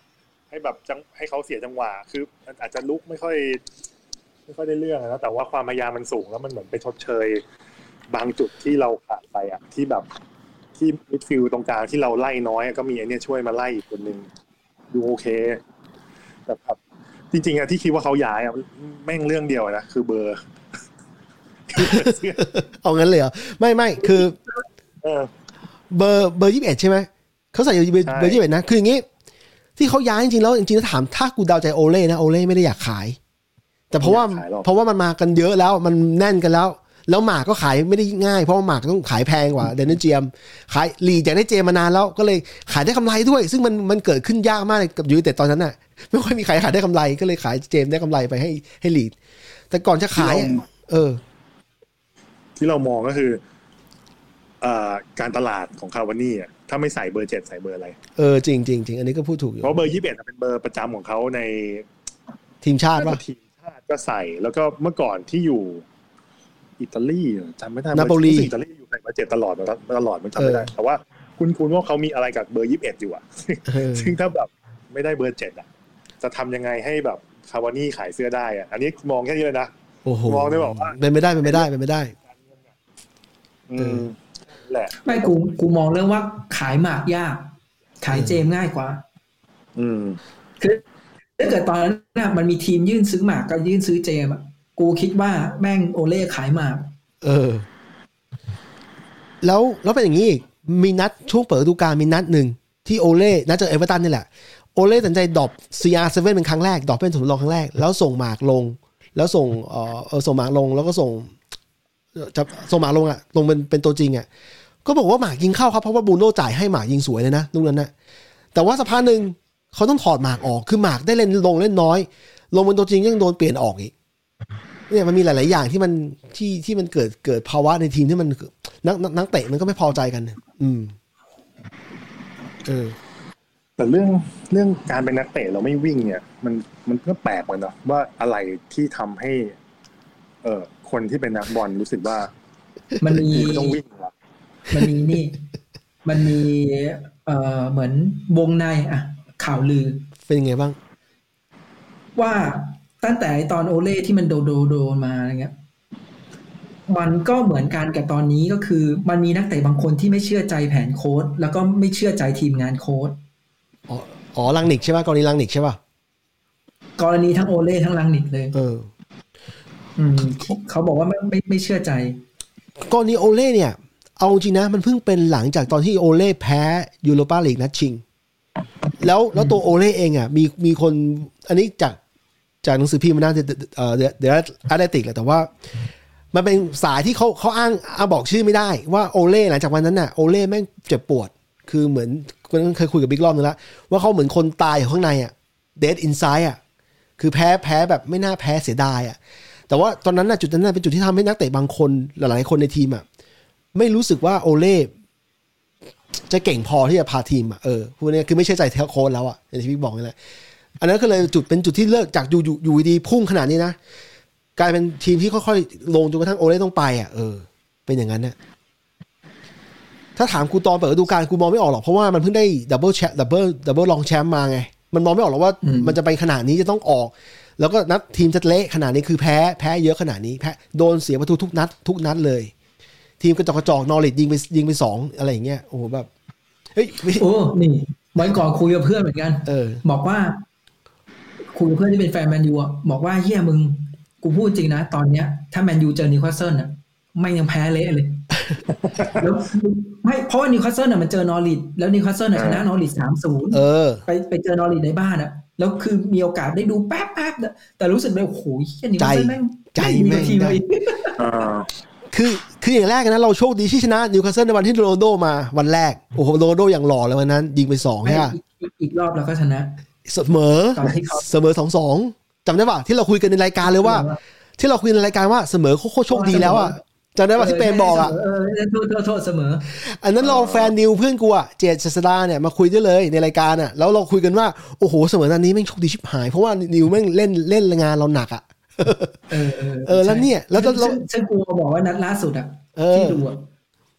ให้แบบให้เขาเสียจังหวะคืออาจจะลุกไม่ค่อยไม่ค่อยได้เรื่องนะแต่ว่าความพยายามมันสูงแล้วมันเหมือนไปชดเชยบางจุดที่เราขาดไปอ่ะที่แบบที่มิดฟิลด์ตรงกลางที่เราไล่น้อยก็มีไอ้นี่ช่วยมาไล่อีกคนนึงดูโอเคแต่ครับจริงๆอะที่คิดว่าเขาย้ายอะแม่งเรื่องเดียวนะคือเบอร์เอางั้นเลยเหรอไม่ไม่คือเออเบอร์เบอร์ยี่สิบเอ็ดใช่ไหมเขาใส่เบอร์เบอร์ยี่สิบเอ็ดนะคืออย่างงี้ที่เขาย้ายจริงๆแล้วจริงๆถ้าถามถ้ากูเดาใจโอเล่นะโอเล่ไม่ได้อยากขายแต่เพราะว่าเพราะว่ามันมากันเยอะแล้วมันแน่นกันแล้วแล้วหมากก็ขายไม่ได้ง่ายเพราะว่าหมากต้องขายแพงกว่าเดนนิสเจมขายลีดอยากได้เจมมานานแล้วก็เลยขายได้กำไรด้วยซึ่งมันมันเกิดขึ้นยากมากกับยูไนเต็ดตอนนั้นน่ะไม่ค่อยมีใครขายได้กำไรก็เลยขายเจมได้กำไรไปให้ให้ลีดแต่ก่อนจะขายเออที่เรามองก็คืออ่าการตลาดของคาวานี่อ่ะถ้าไม่ใส่เบอร์เจ็ดใส่เบอร์อะไรเออจริงจริงจริงอันนี้ก็พูดถูกอยู่เพราะเบอร์ยี่สิบเอ็ดเป็นเบอร์ประจำของเขาในทีมชาติป่ะทีมชาติก็ใส่แล้วก็เมื่อก่อนที่อยู่อิตาลีจำไม่ได้นาโปลีอิตาลีอยู่ใส่เบอร์เจ็ดตลอดตลอดมันจำไม่ได้แต่ว่าคุณคุณว่าเขามีอะไรกับเบอร์ยี่สิบเอ็ดอยู่อ่ะซึ่งถ้าแบบไม่ได้เบอร์เจ็ดอ่ะจะทำยังไงให้แบบคาวานี่ขายเสื้อได้อ่ะอันนี้มองแค่นี้เลยนะมองได้บอกว่าเป็นไม่ได้เป็นไม่ได้เป็นไม่ได้อืมแหละไม่กูกูมองเรื่องว่าขายหมากยากขายเจมง่ายกว่าอืมคือถ้าเกิดตอนนั้นน่ะมันมีทีมยื่นซื้อหมากก็ยื่นซื้อเจมอ่ะกูคิดว่าแม่งโอเล่ขายหมากเออแล้วแล้วเป็นอย่างนี้อีกมีนัดช่วงเปิดฤดูกาลมีนัดหนึ่งที่โอเล่นัดเจอเอเวอร์ตันนี่แหละโอเล่ตัดใจดรอป ซี อาร์ เซเว่น เป็นครั้งแรกดรอปเป็นสำรองครั้งแรกแล้วส่งหมากลงแล้วส่งเอ่อเออส่งหมากลงแล้วก็ส่งจะส่งหมากลงอ่ะลงเป็นเป็นตัวจริงอ่ะก็บอกว่าหมากยิงเข้าครับเพราะว่าบูโน่จ่ายให้หมากยิงสวยเลยนะลูกนั้นนะแต่ว่าสักพักนึงเขาต้องถอดหมากออกคือหมากได้เล่นลงเล่นน้อยลงเป็นตัวจริงยังโดนเปลี่ยนออกอีกเนี่ยมันมีหลายๆอย่างที่มันที่ที่มันเกิดเกิดภาวะในทีมที่มันนักนักเตะมันก็ไม่พอใจกันอืมเออแต่เรื่องเรื่องการเป็นนักเตะเราไม่วิ่งเนี่ยมันมันก็แปลกเหมือนกันว่าอะไรที่ทำให้เอ่อคนที่เป็นนักบอลรู้สึกว่ามันมีต้องวิ่งหรอมันมีนี่มันมีเอ่อเหมือนวงในอะข่าวลือเป็นยังไงบ้างว่าตั้งแต่ตอนโอเล่ที่มันโดโดโดมาอะไรเงี้ยมันก็เหมือนกันกับตอนนี้ก็คือมันมีนักเตะบางคนที่ไม่เชื่อใจแผนโค้ชแล้วก็ไม่เชื่อใจทีมงานโค้ชอ๋ออ๋อลังนิกใช่ป่ะกรณีลังนิกใช่ป่ะกรณีทั้งโอเล่ทั้งลังนิกเลยเอออืมเขาบอกว่าไม่ไม่ไม่เชื่อใจกรณีโอเล่เนี่ยเอาจริงนะมันเพิ่งเป็นหลังจากตอนที่โอเล่แพ้ยูโรปาลีกนัดชิงแล้วแล้วตัวโอเล่เองอ่ะมีมีคนอันนี้จากจากหนังสือพิมพ์มันน่าจะเอ่อเดี๋ยวอาร์เดติกแหละแต่ว่ามันเป็นสายที่เขาเขาอ้างอ้างบอกชื่อไม่ได้ว่าโอเล่หลังจากวันนั้นน่ะโอเล่แม่งเจ็บปวดคือเหมือนเคยคุยกับบิ๊กรอบนึงแล้วว่าเขาเหมือนคนตายอยู่ข้างในอ่ะ dead inside อ่ะคือแพ้แพ้แบบไม่น่าแพ้เสียดายอ่ะแต่ว่าตอนนั้นน่ะจุดนั้นเป็นจุดที่ทำให้นักเตะบางคนหลายๆคนในทีมอ่ะไม่รู้สึกว่าโอเล่จะเก่งพอที่จะพาทีมอ่ะเออพวกนี้คือไม่ใช่ใจเทลโค้ชแล้วอ่ะอย่างที่พี่บอกนี่แหละอันนั้นก็เลยจุดเป็นจุดที่เลิกจากอยู่อยู่ดีพุ่งขนาดนี้นะกลายเป็นทีมที่ค่อยๆลงจนกระทั่งโอเล่ต้องไปอ่ะเออเป็นอย่างนั้นนะถ้าถามกูตอนเปิดฤดูกาลกูมองไม่ออกหรอกเพราะว่ามันเพิ่งได้ดับเบิลแชมป์ดับเบิลดับเบิลรองแชมป์มาไงมันมองไม่ออกหรอกว่ามันจะไปขนาดนี้จะต้องออกแล้วก็นัดทีมจะเละขนาดนี้คือแพ้แพ้เยอะขนาดนี้แพ้โดนเสียประตูทุกนัดทุกนัดเลยทีมกระจอกกระจอกนอริทยิงไปยิงไปสองอะไรอย่างเงี้ยโอ้โหแบบเฮ้ยโอ้นี่วันก่อนคุยกับเพื่อนเหมือนกันเออบอกว่าคุยกับเพื่อนที่เป็นแฟนแมนยูอ่ะบอกว่าเฮียมึงกูพูดจริงนะตอนเนี้ยถ้าแมนยูเจอนิวคาสเซิลน่ะไม่ยังแพ้เละเลยแล้วไม่เพราะว่านิวคาสเซิลน่ะมันเจอนอริทแล้วนิวคาสเซิลน่ะชนะนอริท สามศูนย์เออไปไปเจอนอริทในบ้านอ่ะแล้วคือมีโอกาสได้ดูแป๊บๆแต่รู้สึกเลยโอ้โหเฮียนิวคาสเซิลแม่งใจแม่งได้คือคืออย่างแรกนะเราโชคดีที่ชนะนิวคาสเซิลในวันที่โรนัลโดมาวันแรกโอ้โหโรนัลโดอย่างหล่อเลยวันนั้นยิงไปสองใช่ป่ะอีกรอบแล้วก็ชนะเสมอเสมอ สองสอง จำได้ป่ะที่เราคุยกันในรายการเลยว่าที่เราคุยในรายการว่าเสมอโคตรโชคดีแล้วอ่ะจำได้ป่ะที่เปนบอกอ่ะเออโทษโทษเสมออันนั้นเราแฟนนิวเพื่อนกูอ่ะเจษศาสดาเนี่ยมาคุยด้วยเลยในรายการอ่ะแล้วเราคุยกันว่าโอ้โหเสมอนัดนี้แม่งโชคดีชิบหายเพราะว่านิวแม่งเล่นเล่นงานเราหนักอ่ะเออเออแล้วเนี่ยแล้วแล้วฉันกูบอกว่านัดล่าสุดอ่ะที่ดูอ่ะ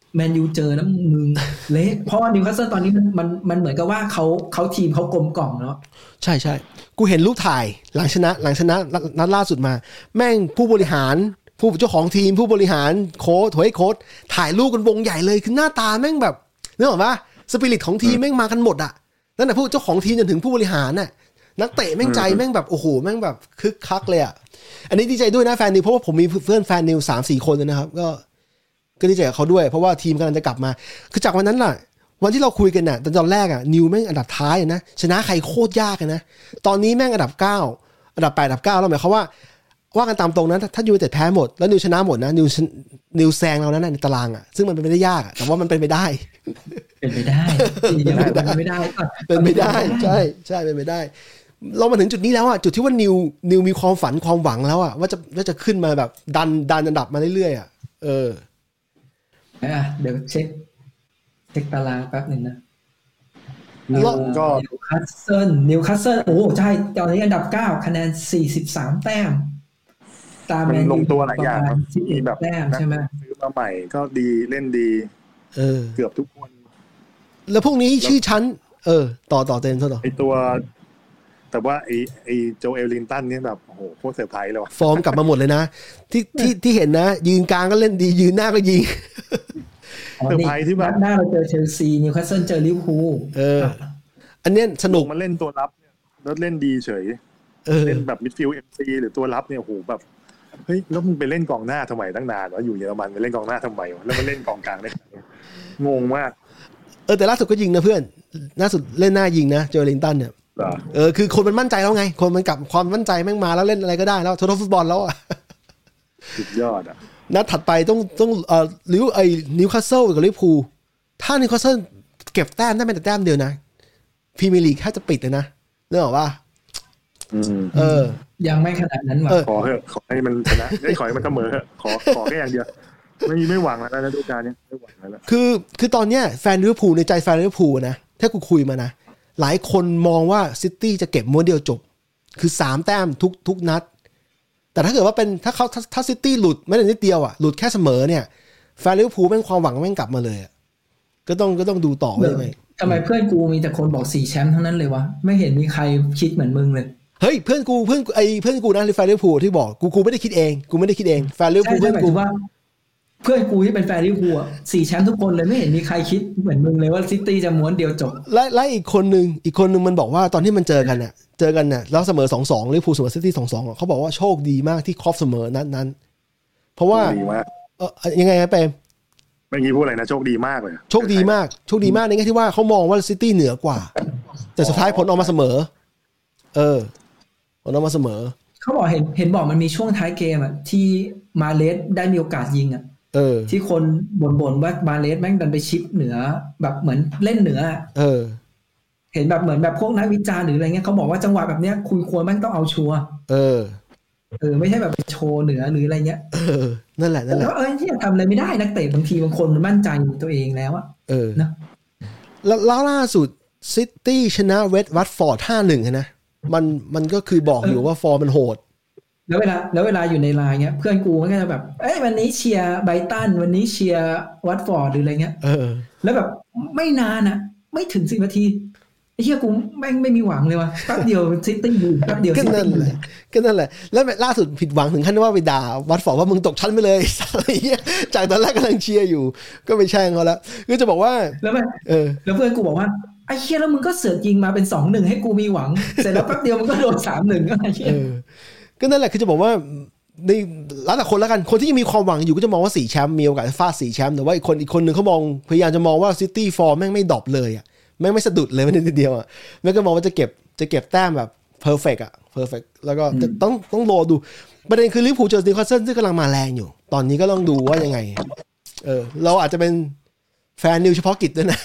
แมนยูเจอแล้วมึงเละเพราะนิวคาสเซิลตอนนี้มันมันมันเหมือนกับว่าเขาเขาทีมเขากลมกล่อมเนาะใช่ใช่กูเห็นรูปถ่ายหลังชนะหลังชนะนัดล่าสุดมาแม่งผู้บริหารผู้เจ้าของทีมผู้บริหารโค้ชโถยโค้ชถ่ายรูปกันวงใหญ่เลยคือหน้าตาแม่งแบบนึกออกปะสปิริตของทีมแม่งมากันหมดอ่ะนั่นแหละผู้เจ้าของทีมจนถึงผู้บริหารน่ะนักเตะแม่งใจแม่งแบบโอ้โหแม่งแบบคึกคักเลยอ่ะอันนี้ดีใจด้วยนะแฟนนิวเพราะว่าผมมีเพื่อนแฟนนิว สามสี่ คนเลยนะครับก็ก็ดีใจกับเขาด้วยเพราะว่าทีมกำลังจะกลับมาคือจากวันนั้นน่ะวันที่เราคุยกันน่ะตอนแรกอ่ะนิวแม่งอันดับท้ายนะชนะใครโคตรยากเลยนะตอนนี้แม่งอันดับเก้าอันดับแปดอันดับเก้าแล้วหมายความว่าว่ากันตามตรงนั้นถ้ายูไนเต็ดแพ้หมดแล้วนิวชนะหมดนะนิวนิวแซงเรานั้นในตารางอ่ะซึ่งมันเป็นไปได้ยากอ่ะแต่ว่ามันเป็นไปได้เป็นไปได้ยังเป็นไปไม่ได้เป็นไปได้ใช่ใช่เป็นไปได้เรามาถึงจุดนี้แล้วอ่ะจุดที่ว่านิวนิวมีความฝันความหวังแล้วอ่ะว่าจะว่าจะขึ้นมาแบบดันดันอันดับมาเรื่อยๆอ่ะเอออ่ะเดี๋ยวเช็คเช็คตารางแป๊บหนึ่งนะนิวก็นิวคาสเซิลนิวคาสเซิลโอ้ใช่ตอนนี้อันดับเก้าคะแนนสี่สิบสามแต้มตามแมนยูลงตัวหลายอย่างมีแบบแต้มใช่ไหมซื้อมาใหม่ก็ดีเล่นดีเออเกือบทุกคนแล้วพวกนี้ชื่อชั้นเออต่อต่อเต็มเท่าต่อไอตัวแต่ว่าไอไอโจเอลลินตันเนี่ยแบบโอ้โหโคตรเซอร์ไพรส์เลยว่ะฟอร์มกลับมาหมดเลยนะที่ที่ที่เห็นนะยืนกลางก็เล่นดียืนหน้าก็ยิงเซอร์ไพรส์ที่แบบหน้าเราเจอเชลซีนิวคาสเซิลเจอลิเวอร์พูลเอออันเนี้ยสนุกมันเล่นตัวรับเนี่ยแล้วเล่นดีเฉยเล่นแบบมิดฟิลด์ เอ็ม ซี หรือตัวรับเนี่ยโอ้โหแบบเฮ้ยแล้วมึงไปเล่นกองหน้าทำไมตั้งนานวะอยู่เยอรมันไปเล่นกองหน้าทำไมวะแล้วมาเล่นกองกลางได้งงมากเออแต่ล่าสุดก็ยิงนะเพื่อนล่าสุดเล่นหน้ายิงนะเจอลินตันเนี่ยเออคือคนมันมั่นใจแล้วไงคนมันกลับความมั่นใจแม่งมาแล้วเล่นอะไรก็ได้แล้วทั้งฟุตบอลแล้วอ่ะสุดยอดอ่ะนัดถัดไปต้องต้องเอ่อลิวไอ้นิวคาสเซิลกับลิเวอร์พูลถ้านิวคาสเซิลเก็บแต้มได้เป็นแต่แต้มเดียวนะพรีเมียร์ลีกแค่จะปิดเลยนะนึกออกป่ะเออยังไม่ขนาดนั้นหรอกขอเถอะขอให้มันชนะไม่ขอให้มันเสมอเถอะขอขอแค่อย่างเดียวไม่ไม่หวังแล้วนะฤดูกาลนี้ไม่หวังแล้วคือคือตอนเนี้ยแฟนลิเวอร์พูลในใจแฟนลิเวอร์พูลนะถ้ากูคุยมานะหลายคนมองว่าซิตี้จะเก็บม้วนเดียวจบคือสามแต้มทุกทุกนัดแต่ถ้าเกิดว่าเป็นถ้าเขาถ้าซิตี้หลุดไม่ได้นิดเดียวอ่ะหลุดแค่เสมอเนี่ยแฟนลิเวอร์พูลแม่งความหวังแม่งกลับมาเลยอ่ะก็ต้องก็ต้องดูต่อว่ายังไงทำไมเพื่อนกูมีแต่คนบอกสี่แชมป์ทั้งนั้นเลยวะไม่เห็นมีใครคิดเหมือนมึงเลยเฮ้ยเพื่อนกูเพื่อนไอ้เพื่อนกูนะแฟนลิเวอร์พูลที่บอกกูกูไม่ได้คิดเองกูไม่ได้คิดเองแฟนลิเวอร์พูลเพื่อนกูว่าเพื่อนกูที่เป็นแฟนลิเวอร์พูลอ่ะสี่แชมป์ทุกคนเลยไม่เห็นมีใครคิดเหมือนมึงเลยว่าซิตี้จะม้วนเดียวจบและและอีกคนนึงอีกคนนึงมันบอกว่าตอนที่มันเจอกันน่ะเจอกันน่ะแล้วเสมอ สองสอง ลิเวอร์พูลเสมอซิตี้ สองสอง อ่ะเขาบอกว่าโชคดีมากที่ครอฟเสมอนัดนั้นเพราะว่าเออยังไงครับเปมเมื่อกี้พูดอะไรนะโชคดีมากเลยโชคดีมากโชคดีมากในแง่ที่ว่าเขามองว่าซิตี้เหนือกว่าแต่สุดท้ายผลออกมาเสมอเออผลออกมาเสมอเขาบอกเห็นเห็นบอกมันมีช่วงท้ายเกมอ่ะที่มาเลสได้มีโอกาสยิงอ่ะเออที่คนบ่นๆว่ามาเลสแม่งดันไปชิปเหนือแบบเหมือนเล่นเหนือเออเห็นแบบเหมือนแบบพวกนักวิจารณ์หรืออะไรเงี้ยเขาบอกว่าจังหวะแบบเนี้ยคุณควรแม่งต้องเอาชัวร์เออเออไม่ใช่แบบโชว์เหนือหรืออะไรเงี้ยเออนั่นแหละนั่นแหละแล้วเอ้ยที่ทำอะไรไม่ได้นักเตะบางทีบางคนมันมั่นใจตัวเองแล้วอะเออนะแล้วล่าสุดซิตี้ชนะเวสต์วัตฟอร์ด ห้าหนึ่ง นะมันมันก็คือบอกอยู่ว่าฟอร์มมันโหดแล้วเวลาแล้วเวลาอยู่ในไลน์เงี้ยเพื่อนกูมันก็จะแบบเอ้ยวันนี้เชียร์ไบรตันวันนี้เชียร์วัตฟอร์ดหรืออะไรเงี้ยเออแล้วแบบไม่นานอะไม่ถึงสิบนาทีไอ้เหี้ยกูแม่งไม่มีหวังเลยว่ะแป๊บเดียวซิตี้ดูแป๊บเดียวก็นั่นแหละก็นั่นแหละแล้วล่าสุดผิดหวังถึงขั้นว่าไปด่าวัตฟอร์ดว่ามึงตกชั้นไปเลยอะไรเงี้ยจากตอนแรกกำลังเชียร์อยู่ก็ไปแช่งเขาแล้วก็จะบอกว่าแล้วมันเออแล้วเพื่อนกูบอกว่าไอ้เหี้ยแล้วมึงก็เสือกยิงมาเป็น สองหนึ่ง ให้กูมีหวังเสร็จแล้วแป๊บเดียวมึงก็โดน สามหนึ่ง อะไรเงี้ยก็นั่นแหละคือจะบอกว่าในแล้วแต่คนแล้วกันคนที่ยังมีความหวังอยู่ก็จะมองว่าสี่แชมป์มีโอกาสฟาดสี่แชมป์แต่ว่าอีกคนอีกคนนึงเขามองพยายามจะมองว่าซิตี้ฟอร์มแม่งไม่ดรอปเลยอ่ะแม่งไม่สะดุดเลยไม่ได้ทีเดียวอ่ะแม่งก็มองว่าจะเก็บจะเก็บแต้มแบบเพอร์เฟกต์อ่ะเพอร์เฟกต์แล้วก็ต้องต้องรอดูประเด็นคือลิเวอร์พูลเจอนิวคาสเซิลซึ่งกำลังมาแรงอยู่ตอนนี้ก็ต้องดูว่ายังไงเออเราอาจจะเป็นแฟนนิวเฉพาะกิจด้วยนะ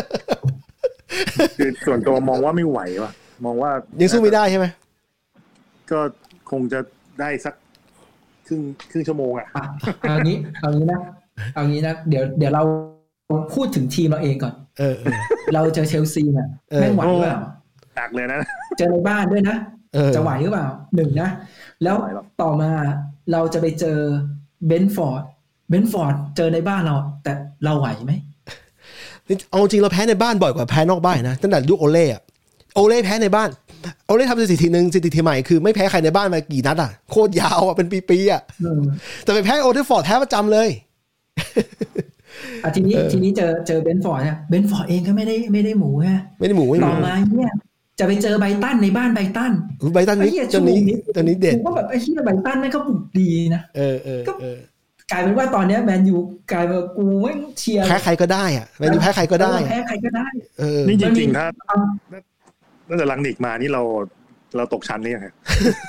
คือส่วนตัวมองว่าไม่ไหวว่ะมองว่ายังสู้ไม่ได้ใช่ไหมก็คงจะได้สักครึ่งครึ่งชั่วโมงอ่ะเอางี้เอางี้นะเอางี้นะเดี๋ยวเดี๋ยวเราพูดถึงทีมเราเองก่อนเออเราเจอเชลซีเนี่ยแม่งไหวหรือเปล่าหนักเลยนะเจอในบ้านด้วยนะจะไหวหรือเปล่าหนึ่งนะแล้วต่อมาเราจะไปเจอเบนฟอร์ดเบนฟอร์ดเจอในบ้านเราแต่เราไหวไหมเอาจริงเราแพ้ในบ้านบ่อยกว่าแพ้นอกบ้านนะตั้งแต่ยุคโอเล่อะโอเล่แพ้ในบ้านโอเล่ทำสถิติหนึ่งสถิติใหม่คือไม่แพ้ใครในบ้านมากี่นัดอ่ะโคตรยาวอ่ะเป็นปีๆอ่ะแต่ไปแพ้โอเทฟฟอร์ดแพ้ประจำเลยอ่ะทีนี้ทีนี้เจอเจอเบนฟอร์ดเนี่ยเบนฟอร์ดเองก็ไม่ได้ไม่ได้หมูฮะไม่ได้หมูต่อมาเนี่ยจะไปเจอไบตันในบ้านไบตันไบตันนี้ตอนนี้ตอนนี้เด็ดก็แบบไอ้เหี้ยไบตันไม่ก็บุกดีนะเออเออเออกลายเป็นว่าตอนนี้แมนยูกลายเป็นกูไม่เชียร์แพ้ใครก็ได้อ่ะแมนยูแพ้ใครก็ได้แพ้ใครก็ได้เออนี่จริงๆถ้าตั้งแต่ลังนิกมานี่เราเราตกชั้นนี่ไง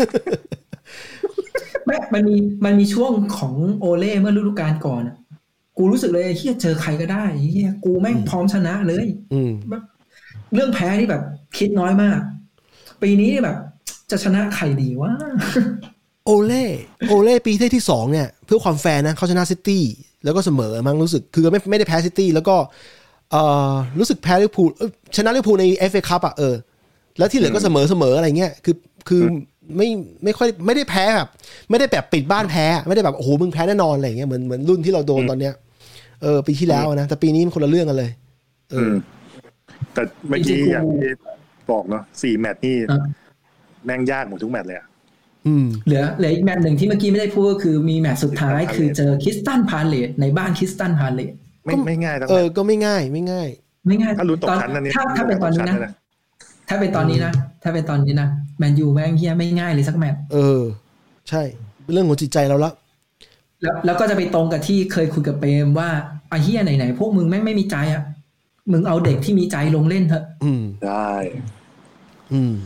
ไม่มันมีมันมีช่วงของโอเล่เมื่อฤดูกาลก่อนกูรู้สึกเลยเฮียเจอใครก็ได้เฮียกูแม่งพร้อมชนะเลยแบบเรื่องแพ้นี่แบบคิดน้อยมากปีนี้แบบจะชนะใครดีวะโอเล่โอเล่ปีที่สองเนี่ยเพื่อความแฟร์นะเขาชนะซิตี้แล้วก็เสมอมั้งรู้สึกคือไม่ไม่ได้แพ้ซิตี้แล้วก็เอ่อรู้สึกแพ้ลิเวอร์พูลชนะลิเวอร์พูลใน เอฟ เอ Cup อ่ะเออแล้วที่เหลือก็เสมอเสมออะไรเงี้ยคือคือไม่ไม่ค่อยไม่ได้แพ้แบบไม่ได้แบบปิดบ้านแพ้ไม่ได้แบบโอ้โหมึงแพ้แน่นอนอะไรเงี้ยเหมือนเหมือนรุ่นที่เราโดนตอนเนี้ยเออปีที่แล้วนะแต่ปีนี้มันคนละเรื่องกันเลยเออแต่เมื่อกี้อย่างที่บอกเนาะสี่แมตช์นี่แม่งยากหมดทุกแมตช์เลยอ่ะเหลือเหลืออีกแมตช์หนึ่งที่เมื่อกี้ไม่ได้พูดก็คือมีแมตช์สุดท้ายคือเจอคริสตัลพาเลซในบ้านคริสตัลพาเลซไม่ไม่ง่ายเออก็ไม่ง่ายไม่ง่ายไม่ง่ายถ้าลุ้นตกชั้นอันนี้ถ้าถ้าเป็นตอนนี้นะถ้าเป็นตอนนี้นะถ้าเป็นตอนนี้นะแมนยูแม่งเฮียไม่ง่ายเลยสักแมตช์เออใช่เป็นเรื่องของจิตใจเราละแล้วแล้วก็จะไปตรงกับที่เคยคุยกับเปรมว่าไอ้เฮียไหนๆพวกมึงแม่งไม่มีใจอ่ะมึงเอาเด็กที่มีใจลงเล่นเถอะอืมได้อืม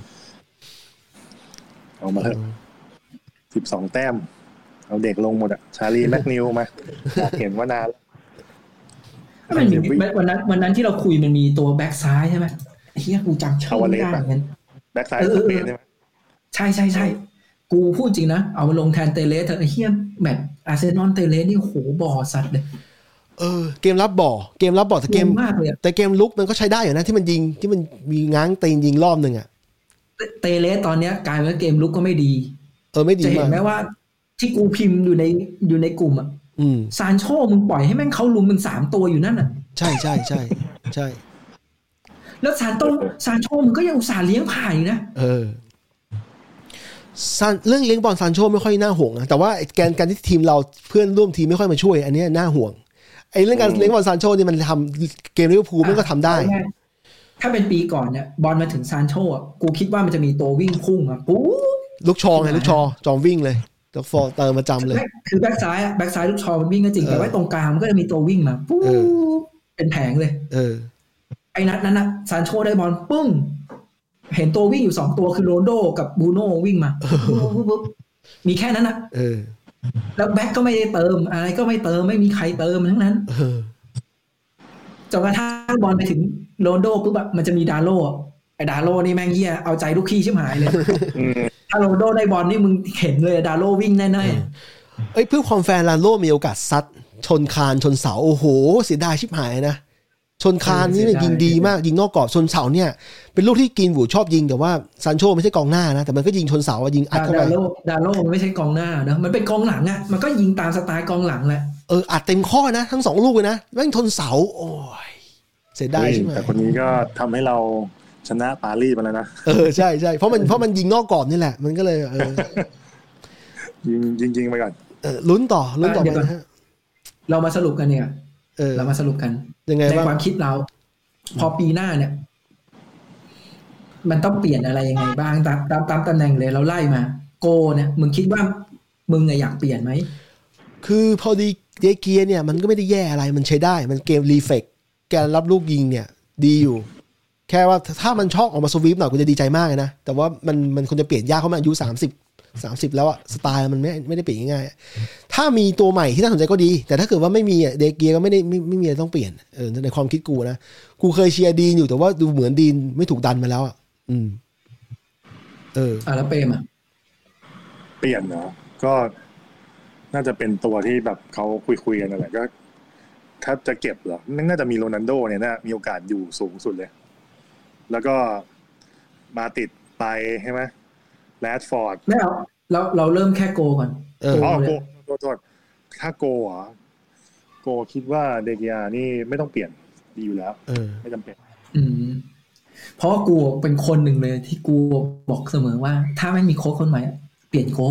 เอามาเถอะสิบสองแต้มเอาเด็กลงหมดอ่ะชาลีแม็กนิวมาอยากเห็นว่านานแล้วมันมีวันนั้นวันนั้นที่เราคุยมันมีตัวแบ็คซ้ายใช่ไหมไอ้เหี้ยกูจำชื่อไม่ได้เหมือนแบ็คซ้ายสเปนใช่ไหมใช่ใช่ใช่กูพูดจริงนะเอามาลงแทนเตเลสเถอะไอ้เหี้ยแมตช์อาร์เซนอลเตเลสนี่โหบ่อสัตว์เลยเออเกมรับบ่อเกมรับบ่อแต่เกมแต่เกมลุกมันก็ใช้ได้อยู่นะที่มันยิงที่มันมีง้างตีนยิงรอบนึงอ่ะเตเลสตอนเนี้ยกลายเป็นเกมลุกก็ไม่ดีเออไม่ดีจะเห็นไหมว่าที่กูพิมพ์อยู่ในอยู่ในกลุ่มอ่ะซานโชมึงปล่อยให้แม่งเขาลุมมึงสามตัวอยู่นั่นอ่ะใช่ใช่ใช่ใช่แล้วซานโตซานโชมึงก็ยังอุตส่าห์เลี้ยงผ่ายนะเออซานเรื่องเลี้ยงบอลซานโชไม่ค่อยน่าห่วงนะแต่ว่าการการที่ทีมเราเพื่อนร่วมทีมไม่ค่อยมาช่วยอันนี้น่าห่วงไอ้เรื่องการเลี้ยงบอลซานโชนี่มันทำเกมลิเวอร์พูลมันก็ทำได้ถ้าเป็นปีก่อนเนี่ยบอลมาถึงซานโชอ่ะกูคิดว่ามันจะมีตัววิ่งพุ่งอ่ะปุ๊บลูกชอไงลูกชอจอมวิ่งเลยแล้วฟอร์เติมประจำเลยคือแบ็คซ้ายแบ็คซ้ายลูกชอมันวิ่งก็จริงแต่ว่าตรงกลางมันก็จะมีตัววิ่งมาปุ๊บเป็นแผงเลยเออไอ้นัดนั้นนะซานโชได้บอลปึ้งเห็นตัววิ่งอยู่สองตัวคือโรนโดกับบรูโน่วิ่งมาปุ๊บมีแค่นั้นนะเออแล้วแบ็คก็ไม่ได้เติมอะไรก็ไม่เติมไม่มีใครเติมทั้งนั้นจนกระทั่งบอลไปถึงโรนโดปุ๊บแบบมันจะมีดาโลไอ้ดาโลนี่แม่งเหี้ยเอาใจลูกขี้ชิบหายเลยถ้าโรนโดได้บอลนี่มึงเห็นเลยดาโลวิ่งแน่ๆเอ้ยเพื่อความแฟร์ลาโลมีโอกาสซัดชนคานชนเสาโอ้โหเสียดายชิบหายนะชนคานนี่มันยิงดีมากยิงนอกกรอบชนเสาเนี่ยเป็นลูกที่กินหูชอบยิงแต่ว่าซานโชไม่ใช่กองหน้านะแต่มันก็ยิงชนเสายิงอัดเข้าไปดาโลดาโลมันไม่ใช่กองหน้านะมันเป็นกองหลังอ่ะมันก็ยิงตามสไตล์กองหลังแหละเอออัดเต็มข้อนะทั้งสองลูกเลยนะแม่งชนเสาโอ้ยเสียดายใช่ไหมแต่คนนี้ก็ทำให้เราชนะปารีสมาแล้วนะเออใช่ใช่เพราะมันเพราะมันยิงนอกกรอบนี่แหละมันก็เลยเออยิงยิงยิงไปก่อนเออลุ้นต่อลุ้นต่อไปนะฮะเรามาสรุปกันเนี่ยเออเรามาสรุปกันยังไงในความคิดเราพอปีหน้าเนี่ยมันต้องเปลี่ยนอะไรยังไงบ้างตามตามตามตำแหน่งเลยเราไล่มาโกเนี่ยมึงคิดว่ามึงอยากเปลี่ยนไหมคือพอดีเดเกียเนี่ยมันก็ไม่ได้แย่อะไรมันใช้ได้มันเกมรีเฟกการรับลูกยิงเนี่ยดีอยู่แค่ว่าถ้ามันชอบออกมาสวีปหน่อยกูจะดีใจมากเลยนะแต่ว่ามันมันควรจะเปลี่ยนยากเพราะมันอายุสามสิบ สามสิบแล้วอะสไตล์มันไม่ไม่ได้เปลี่ยนง่ายๆถ้ามีตัวใหม่ที่น่าสนใจก็ดีแต่ถ้าเกิดว่าไม่มีเดเกียก็ไม่ได้ไม่ไม่มีอะไรต้องเปลี่ยนเออในความคิดกูนะกูเคยเชียร์ดีนอยู่แต่ว่าดูเหมือนดีนไม่ถูกดันมาแล้วอะอืมเอออ่ะแล้วเปรมอะเปลี่ยนเนาะก็น่าจะเป็นตัวที่แบบเขาคุยๆกันนั่นแหละก็ถ้าจะเก็บเหรอน่าจะมีโรนัลโดเนี่ยนะมีโอกาสอยู่สูงสุดเลยแล้วก็มาติดไปใช่ไหมแรดฟอร์ดไม่เอาเราเราเริ่มแค่โกก่อนเออโกโทษถ้าโกอ่ะโกคิดว่าเดกิอานี่ไม่ต้องเปลี่ยนดีอยู่แล้วไม่จำเป็นอืมเพราะกูเป็นคนหนึ่งเลยที่กูบอกเสมอว่าถ้าไม่มีโค้ชคนใหม่เปลี่ยนโก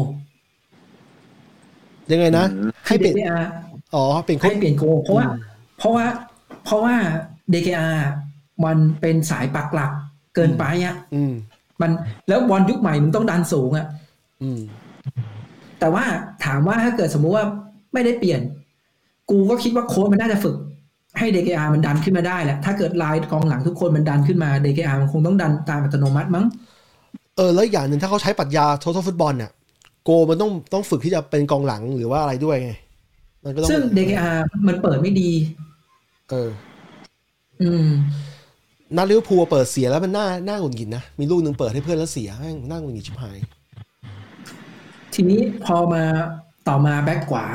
ยังไงนะให้เปลี่ยนอ๋อเปลี่ยนให้เปลี่ยนโกเพราะว่าเพราะว่าเพราะว่า ดี เค อาร์ มันเป็นสายปักหลักเกินไปอ่ะมันแล้วบอลยุคใหม่มึงต้องดันสูงอ่ะแต่ว่าถามว่าถ้าเกิดสมมุติว่าไม่ได้เปลี่ยนกูก็คิดว่าโค้ชมันน่าจะฝึกให้ ดี เค อาร์ มันดันขึ้นมาได้แหละถ้าเกิดไลน์กองหลังทุกคนมันดันขึ้นมา ดี เค อาร์ มันคงต้องดันตามอัตโนมัติมั้งเออแล้วอย่างนึงถ้าเขาใช้ปรัชญา Total Football เนี่ยโกมันต้องต้องฝึกที่จะเป็นกองหลังหรือว่าอะไรด้วยไงมันก็ต้องซึ่ง ดี เค อาร์ มันเปิดไม่ดีเอออืมนัดลิเวอร์พูลเปิดเสียแล้วมันน่าน่าหงุดหงิดนะมีลูกนึงเปิดให้เพื่อนแล้วเสียแม่งน่าหงุดหงิดชิบหายทีนี้พอมาต่อมาแบ็คขวา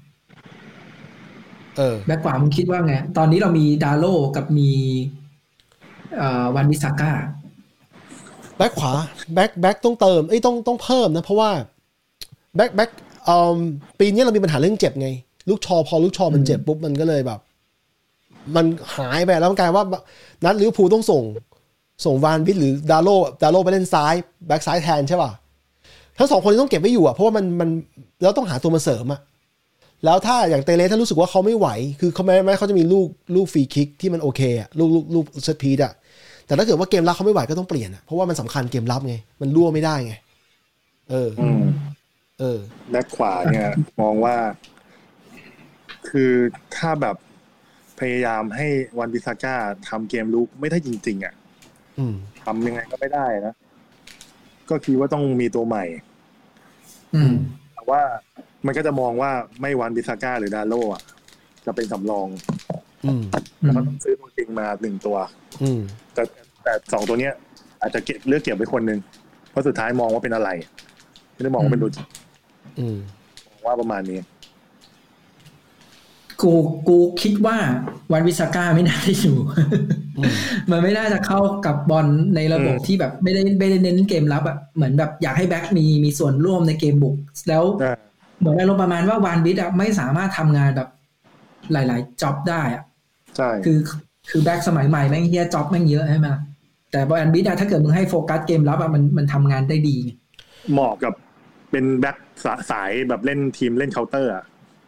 เออแบ็คขวามึงคิดว่าไงตอนนี้เรามีดาโลกับมีเอ่อวันวิซาก้าแบ็คขวาแบ็คแบ็คต้องเติมเอ้ยต้องต้องเพิ่มนะเพราะว่าแบ็คแบ็คเอ่อปีนี้เรามีปัญหาเรื่องเจ็บไงลูกชอพอลูกชอมันเจ็บปุ๊บมันก็เลยแบบมันหายไปแล้วมันกลายว่านัดลิเวอร์พูลต้องส่งส่งวานวิทหรือดาโลดาโลไปเล่นซ้ายแบ็คซ้ายแทนใช่ป่ะทั้งสองคนต้องเก็บไว้อยู่อ่ะเพราะว่ามันมันแล้วต้องหาตัวมาเสริมอ่ะแล้วถ้าอย่างเตเลถ้ารู้สึกว่าเขาไม่ไหวคือเขาแม้แม้เขาจะมีลูกลูกฟรีคิกที่มันโอเคอ่ะลูกลูกลูกเซตพีซอ่ะแต่ถ้าเกิดว่าเกมรับเขาไม่ไหวก็ต้องเปลี่ยนอ่ะเพราะว่ามันสำคัญเกมรับไงมันรั่วไม่ได้ไงเออเออแบ็คขวาเนี่ยมองว่าคือถ้าแบบพยายามให้วันบิซาก้าทำเกมลุกไม่ได้จริงๆอ่ะทำยังไงก็ไม่ได้นะก็คิดว่าต้องมีตัวใหม่แต่ว่ามันก็จะมองว่าไม่วันบิซาก้าหรือดาโลอ่ะจะเป็นสำรองแล้วก็ต้องซื้อตัวจริงมาหนึ่งตัวแต่แต่สองตัวเนี้ยอาจจะเก็บเลือกเก็บไปคนนึงเพราะสุดท้ายมองว่าเป็นอะไรไม่ได้มองว่าเป็นตัวจริงว่าประมาณนี้กูกูคิดว่าวันวิซาก้าไม่น่าได้อยู่ มันไม่น่าจะเข้ากับบอลในระบบที่แบบไม่ได้ไม่ได้เน้นเกมรับอ่ะเหมือนแบบอยากให้แบ็คมีมีส่วนร่วมในเกมบุกแล้วเหมือนอารมณ์ประมาณว่าวานวิทอ่ะไม่สามารถทำงานแบบหลายๆจ็อบได้อ่ะใช่คือคือแบ็คสมัยใหม่แม่งเฮียจ็อบแม่งเยอะใช่ไหมแต่วานวิทอ่ะถ้าเกิดมึงให้โฟกัสเกมรับอ่ะมันมันทำงานได้ดีเหมาะกับเป็นแบ็คสายแบบเล่นทีมเล่นเคาน์เตอร์อ่ะ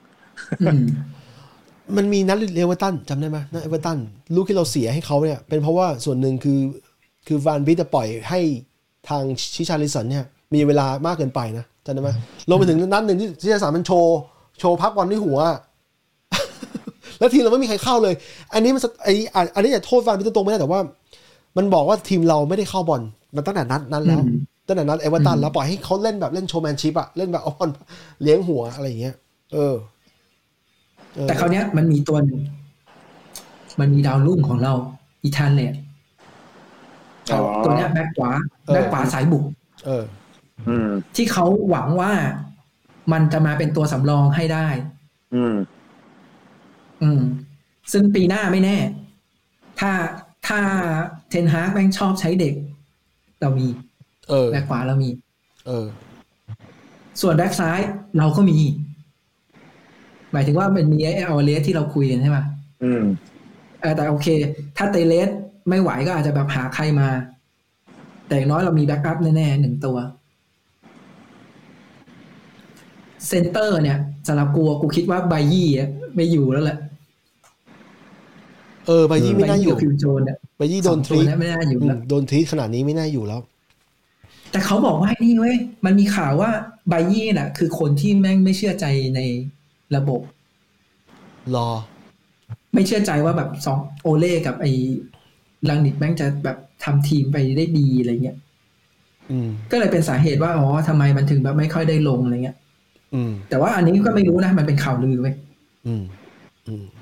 มันมีนัดเอเวอร์ตันจำได้ไหมนัดเอเวอร์ตันลูกที่เราเสียให้เขาเนี่ยเป็นเพราะว่าส่วนหนึ่งคือคือวานบิทจะปล่อยให้ทางชิชาลิสันเนี่ยมีเวลามากเกินไปนะจำได้ไหมลงไปถึงนัดหนึ่งที่ชิชาลิสันมันโชว์โชว์พักบอลที่หัว แล้วทีมเราไม่มีใครเข้าเลยอันนี้มันไออันนี้จะโทษวานบิทตรงไม่ได้แต่ว่ามันบอกว่าทีมเราไม่ได้เข้าบอลมันตั้งแต่นัดนั้นแล้วตั้งแต่นัดเอเวอร์ตันแล้วปล่อยให้เขาเล่นแบบเล่นโชว์แมนชิพอะเล่นแบบเอาบอลเลี้ยงหัวอะไรอย่างเงี้ยเออแต่คราวนี้มันมีตัวนึงมันมีดาวรุ่งของเราอีธานเนี่ยตัวนี้แบ็คขวาแบ็คขวาสายบุกเออที่เขาหวังว่ามันจะมาเป็นตัวสำรองให้ได้อืมอืมซึ่งปีหน้าไม่แน่ถ้าถ้าเทนฮากแม่งชอบใช้เด็กเรามีเออแบ็คขวาเรามีเออส่วนแบ็คซ้ายเราก็มีหมายถึงว่ามันมีไอ้ออเลสที่เราคุยกันใช่ไหมอืมเออแต่โอเคถ้าเตเลสไม่ไหวก็อาจจะแบบหาใครมาแต่อย่างน้อยเรามีแบ็กอัพแน่ๆหนึ่งตัวเซนเตอร์เนี่ยสำหรับกูกูคิดว่าไบยี่ไม่อยู่แล้วแหละเออไบยี่ไม่น่าอยู่คิวโจนเนี่ยไบยี่โดนทรีตไม่น่าอยู่แล้วโดนทรีตขนาดนี้ไม่น่าอยู่แล้วแต่เขาบอกว่านี่เว้ยมันมีข่าวว่าไบยี่น่ะคือคนที่แม่งไม่เชื่อใจในระบบรอไม่เชื่อใจว่าแบบสองโอเล่กับไอ้ลังนิดแม่งจะแบบทำทีมไปได้ดีอะไรเงี้ยก็เลยเป็นสาเหตุว่าอ๋อทำไมมันถึงแบบไม่ค่อยได้ลงอะไรเงี้ยแต่ว่าอันนี้ก็ไม่รู้นะมันเป็นข่าวลือเว้ยอืมอืม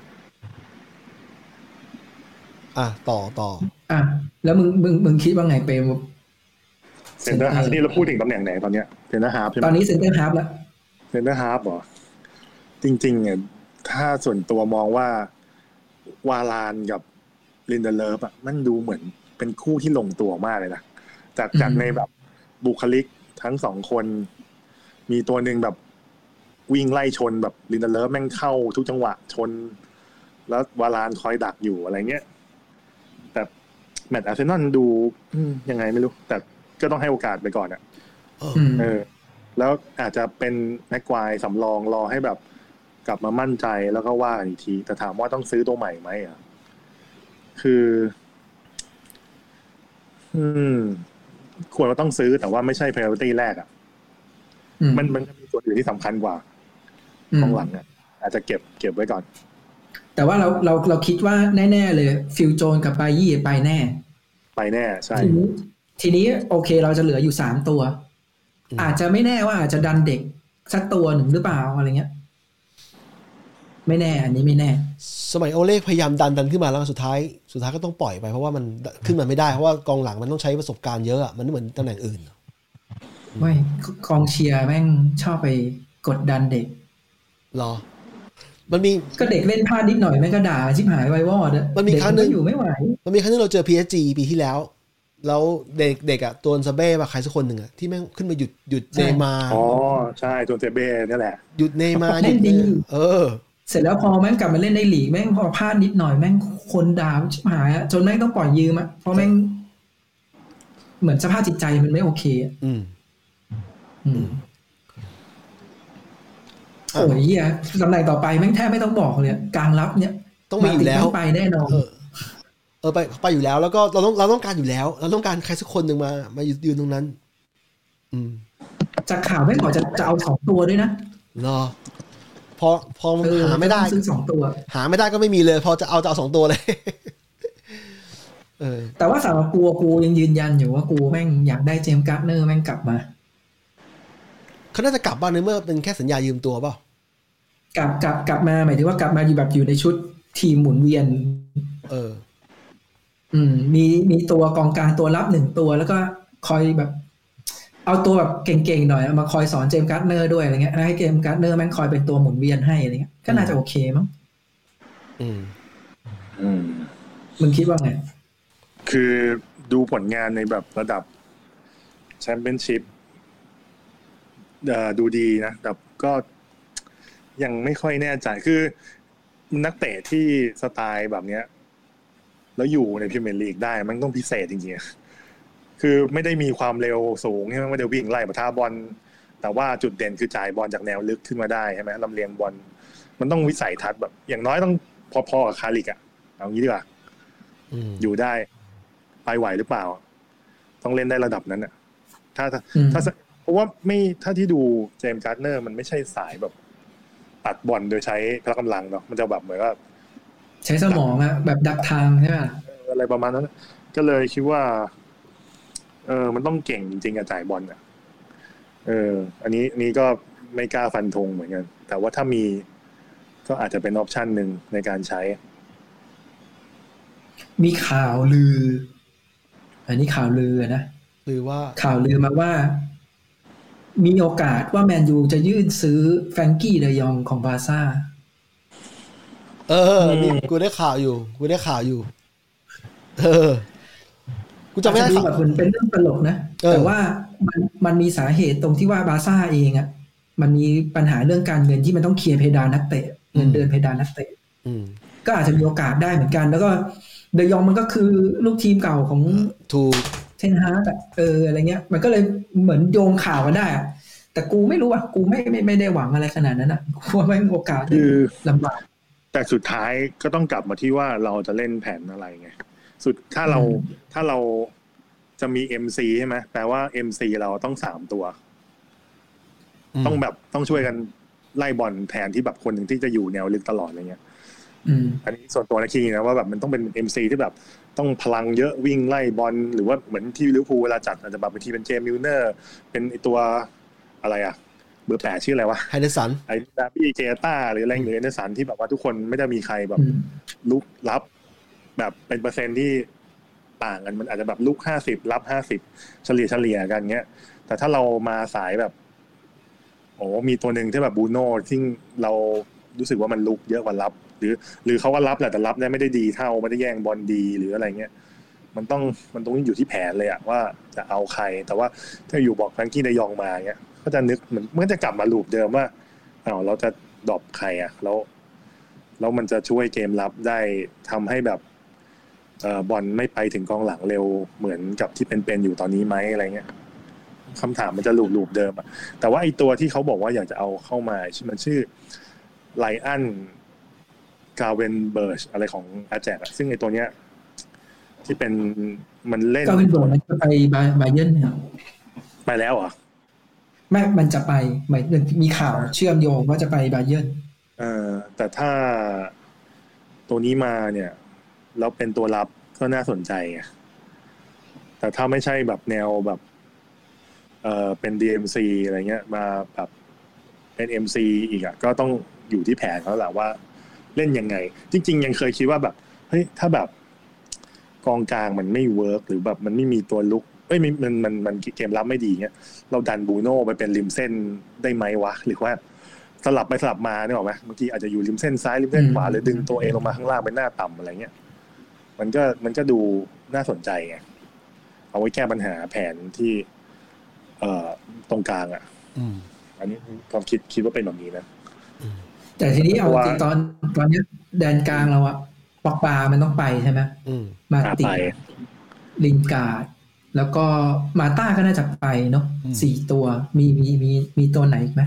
อ่ะต่อต่ออ่ะแล้วมึงมึงมึงคิดว่าไงเปมเซนเตอร์ฮาร์ฟนี่เราพูดถึงตำแหน่งไหนตอนเนี้ยเซนเตอร์ฮาร์ฟใช่ไหมตอนนี้เซนเตอร์ฮาร์ฟแล้วเซนเตอร์ฮาร์ฟเหรอจริงๆเนี่ยถ้าส่วนตัวมองว่าวาลานกับลินเดเลฟอ่ะมันดูเหมือนเป็นคู่ที่ลงตัวมากเลยนะจากจากในแบบบุคลิกทั้งสองคนมีตัวหนึ่งแบบวิ่งไล่ชนแบบลินเดเลฟแม่งเข้าทุกจังหวะชนแล้ววาลานคอยดักอยู่อะไรเงี้ยแต่แมตช์อาร์เซนอลดูยังไงไม่รู้แต่ก็ต้องให้โอกาสไปก่อนอ่ะเออแล้วอาจจะเป็นแม็กควายสำรองรอให้แบบกลับมามั่นใจแล้วก็ว่าอีกทีแต่ถามว่าต้องซื้อตัวใหม่ไหมอ่ะคืออืมควรว่าต้องซื้อแต่ว่าไม่ใช่ priority แรกอ่ะมันมันมีส่วนอื่นที่สำคัญกว่าของหลังเนี่ยอาจจะเก็บเก็บไว้ก่อนแต่ว่าเราเราเราคิดว่าแน่ๆเลยฟิลโจนกับบายี่ไปแน่ไปแน่ใช่ทีนี้โอเคเราจะเหลืออยู่สามตัวอาจจะไม่แน่ว่าอาจจะดันเด็กสักตัวหนึ่งหรือเปล่าอะไรเงี้ยไม่แน่อันนี้ไม่แน่สมัยโอเล่พยายามดันดันขึ้นมาแล้วสุดท้ายสุดท้ายก็ต้องปล่อยไปเพราะว่ามันขึ้นมาไม่ได้เพราะว่ากองหลังมันต้องใช้ประสบการณ์เยอะอ่ะมันไม่เหมือนตำแหน่งอื่นไม่กองเชียร์แม่งชอบไปกดดันเด็กหรอมันมีก็เด็กเล่นพลาดนิดหน่อยแม่งก็ด่าชิบหายไว้วอดมันมีครั้งนึงอยู่ไม่ไหวมันมีครั้งนึงเราเจอ พี เอส จี ปีที่แล้วแล้วเด็กเด็กอ่ะตัวซาเบ้มาใครสักคนหนึ่งอ่ะที่แม่งขึ้นมาหยุดหยุดเนมาอ๋อใช่ตัวซาเบ้นี่แหละหยุดเนมาหยุดเออเสร็จแล้วพอแม่งกลับมาเล่นในลีกแม่งพอพลาดนิดหน่อยแม่งคนด่าชิบหายอ่ะจนแม่งต้องปล่อยยืมอ่ะเพราะแม่งเหมือนสภาพจิตใจมันไม่โอเคอ่ะอืมอืมโอ้ยเหี้ยตำแหน่งต่อไปแม่งแทบไม่ต้องบอกเลยกลางรับเนี่ยต้องมีอยู่แล้วไปแน่นอนเออไปไปอยู่แล้วแล้วก็เราต้องเราต้องการอยู่แล้วเราต้องการใครสักคนหนึ่งมามายืนตรงนั้นอืมจากข่าวไม่บอกจะจะเอาสองตัวด้วยนะเนาะพอพอหาไม่ได้ซื้อสองตัวหาไม่ได้ก็ไม่มีเลยพอจะเอาจะเอาสองตัวเลยเออแต่ว่าสำหรับกูกูยังยืนยันอยู่ว่ากูแม่งอยากได้เจมส์การ์เนอร์แม่งกลับมาเขาน่าจะกลับบ้านในเมื่อเป็นแค่สัญญายืมตัวเปล่ากลับกลับกลับมาหมายถึงว่ากลับมาอยู่แบบอยู่ในชุดทีมหมุนเวียนเอออืมมีมีตัวกองกลางตัวรับหนึ่งตัวแล้วก็คอยแบบเอาตัวแบบเก่งๆหน่อยมาคอยสอนเจมส์การ์เนอร์ด้วยอะไรเงี้ยให้เจมส์การ์เนอร์แม่งคอยเป็นตัวหมุนเวียนให้อะไรเงี้ยก็น่าจะโอเคมั้งอืมอืมมึงคิดว่าไงคือดูผลงานในแบบระดับแชมเปี้ยนชิพเอ่อดูดีนะแต่ก็ยังไม่ค่อยแน่ใจคือนักเตะที่สไตล์แบบเนี้ยแล้วอยู่ในพรีเมียร์ลีกได้มันต้องพิเศษจริงๆคือไม่ได้มีความเร็วสูงใช่ไหมไม่ได้วิ่งไล่ปะทะบอลแต่ว่าจุดเด่นคือจ่ายบอลจากแนวลึกขึ้นมาได้ใช่ไหมลำเลียงบอลมันต้องวิสัยทัศน์แบบอย่างน้อยต้องพอๆกับคาริกอะเอางี้ดีกว่าอยู่ได้ไปไหวหรือเปล่าต้องเล่นได้ระดับนั้นอะถ้าถ้าเพราะว่าไม่ถ้าที่ดูเจมส์การ์เนอร์มันไม่ใช่สายแบบตัดบอลโดยใช้พละกำลังเนาะมันจะแบบเหมือนว่าใช้สมองอะแบบดักทางใช่ไหมอะไรประมาณนั้นก็เลยคิดว่าเออมันต้องเก่งจริงๆกับจ่ายบอลอะเอออันนี้นี้ก็ไม่กล้าฟันธงเหมือนกันแต่ว่าถ้ามีก็อาจจะเป็นออปชันหนึ่งในการใช้มีข่าวลืออันนี้ข่าวลือนะลือว่าข่าวลือมาว่ามีโอกาสว่าแมนยูจะยื่นซื้อแฟรงกี้เดยองของบาร์ซ่าเออนี่กูได้ข่าวอยู่กูได้ข่าวอยู่เออกูจำไม่ได้ข่าวมันเป็นเรื่องตลกนะแต่ว่ามันมันมีสาเหตุตรงที่ว่าบาร์ซ่าเองอ่ะมันมีปัญหาเรื่องการเงินที่มันต้องเคลียร์เพดานนักเตะเงินเดือนเพดานนักเตะก็อาจจะมีโอกาสได้เหมือนกันแล้วก็เดยองมันก็คือลูกทีมเก่าของถูกเทนฮากอ่ะเอออะไรเงี้ยมันก็เลยเหมือนโยงข่าวกันได้อ่ะแต่กูไม่รู้อ่ะกูไม่ไม่ไม่ได้หวังอะไรขนาดนั้นอ่ะกูว่าไม่มีโอกาสคือลำบากแต่สุดท้ายก็ต้องกลับมาที่ว่าเราจะเล่นแผนอะไรไงสุดถ้าเราถ้าเราจะมี เอ็ม ซี ใช่ไหมแปลว่า เอ็ม ซี เราต้องสามตัวต้องแบบต้องช่วยกันไล่บอลแทนที่แบบคนหนึ่งที่จะอยู่แนวลึกตลอดอะไรเงี้ยอันนี้ส่วนตัวนะคิดนะว่าแบบมันต้องเป็น เอ็ม ซี ที่แบบต้องพลังเยอะวิ่งไล่บอลหรือว่าเหมือนที่ลิเวอร์พูลเวลาจัดอาจจะแบบบางทีเป็นเจมส์มิลเนอร์เป็นตัวอะไรอ่ะเบอร์แปดชื่ออะไรวะไฮเดอร์สันไอ้ดาร์บี้เกต้าหรืออะไรหรือไฮเดอร์สันที่แบบว่าทุกคนไม่ได้มีใครแบบลุกรับแบบเป็นเปอร์เซ็นต์ที่ต่างกันมันอาจจะแบบลุกห้าสิบรับห้าสิบเฉลี่ยเฉลี่ยกันเงี้ยแต่ถ้าเรามาสายแบบโอ้มีตัวหนึ่งที่แบบบูโน่ที่เรารู้สึกว่ามันลุกเยอะกว่ารับหรือหรือเขาก็รับแหละแต่รับได้ไม่ได้ดีเท่าไม่ได้แย่งบอลดีหรืออะไรเงี้ยมันต้องมันต้องอยู่ที่แผนเลยอะว่าจะเอาใครแต่ว่าถ้าอยู่บอกแฟรงกี้เดยองมาเงี้ยก็จะนึกเหมือนมันจะกลับมาลูปเดิมว่าอ้าวเราจะดรอปใครอ่ะแล้วแล้วมันจะช่วยเกมรับได้ทำให้แบบเอ่อบอลไม่ไปถึงกองหลังเร็วเหมือนกับที่เป็นๆอยู่ตอนนี้ไหมอะไรเงี้ยคำถามมันจะลูปๆเดิมอ่ะแต่ว่าไอตัวที่เขาบอกว่าอยากจะเอาเข้ามามันชื่อไลอันกาเวนเบิร์ชอะไรของอาแจกอ่ะซึ่งไอตัวเนี้ยที่เป็นมันเล่นกาเวนเบิร์ชมันจะไปบาเยิร์นเนี่ยไปแล้วเหรอไม่มันจะไปหมายมีข่าวเชื่อมโยงว่าจะไปบาเยิร์นเออแต่ถ้าตัวนี้มาเนี่ยแล้วเป็นตัวรับก็น่าสนใจไงแต่ถ้าไม่ใช่แบบแนวแบบเออเป็น ดี เอ็ม ซี อะไรเงี้ยมาแบบเป็น เอ็ม ซี อีกอ่ะก็ต้องอยู่ที่แผนเขาแหละว่าเล่นยังไงจริงๆยังเคยคิดว่าแบบเฮ้ยถ้าแบบกองกลางมันไม่เวิร์กหรือแบบมันไม่มีตัวลุกเอ้ยมันมันมันเกมรับไม่ดีเงี้ยเราดันบูโน่ไปเป็นริมเส้นได้ไหมวะหรือว่าสลับไปสลับมาเนี่ยหรอไหมบางทีอาจจะอยู่ริมเส้นซ้ายริมเส้นขวาหรือดึงตัวเองลงมาข้างล่างเป็นหน้าต่ำอะไรเงี้ยมันก็มันก็ดูน่าสนใจไงเอาไว้แก้ปัญหาแผนที่เอ่อตรงกลางอ่ะอันนี้ความคิดคิดว่าเป็นแบบนี้นะแต่ทีนี้เอาจริงตอนตอนนี้แดนกลางเราอะปอกปามันต้องไปใช่ไหมมาติลินการ์ดแล้วก็มาต้าก็น่าจะไปเนาะสี่ตัวมีมีมีมีตัวไหนอีกไหม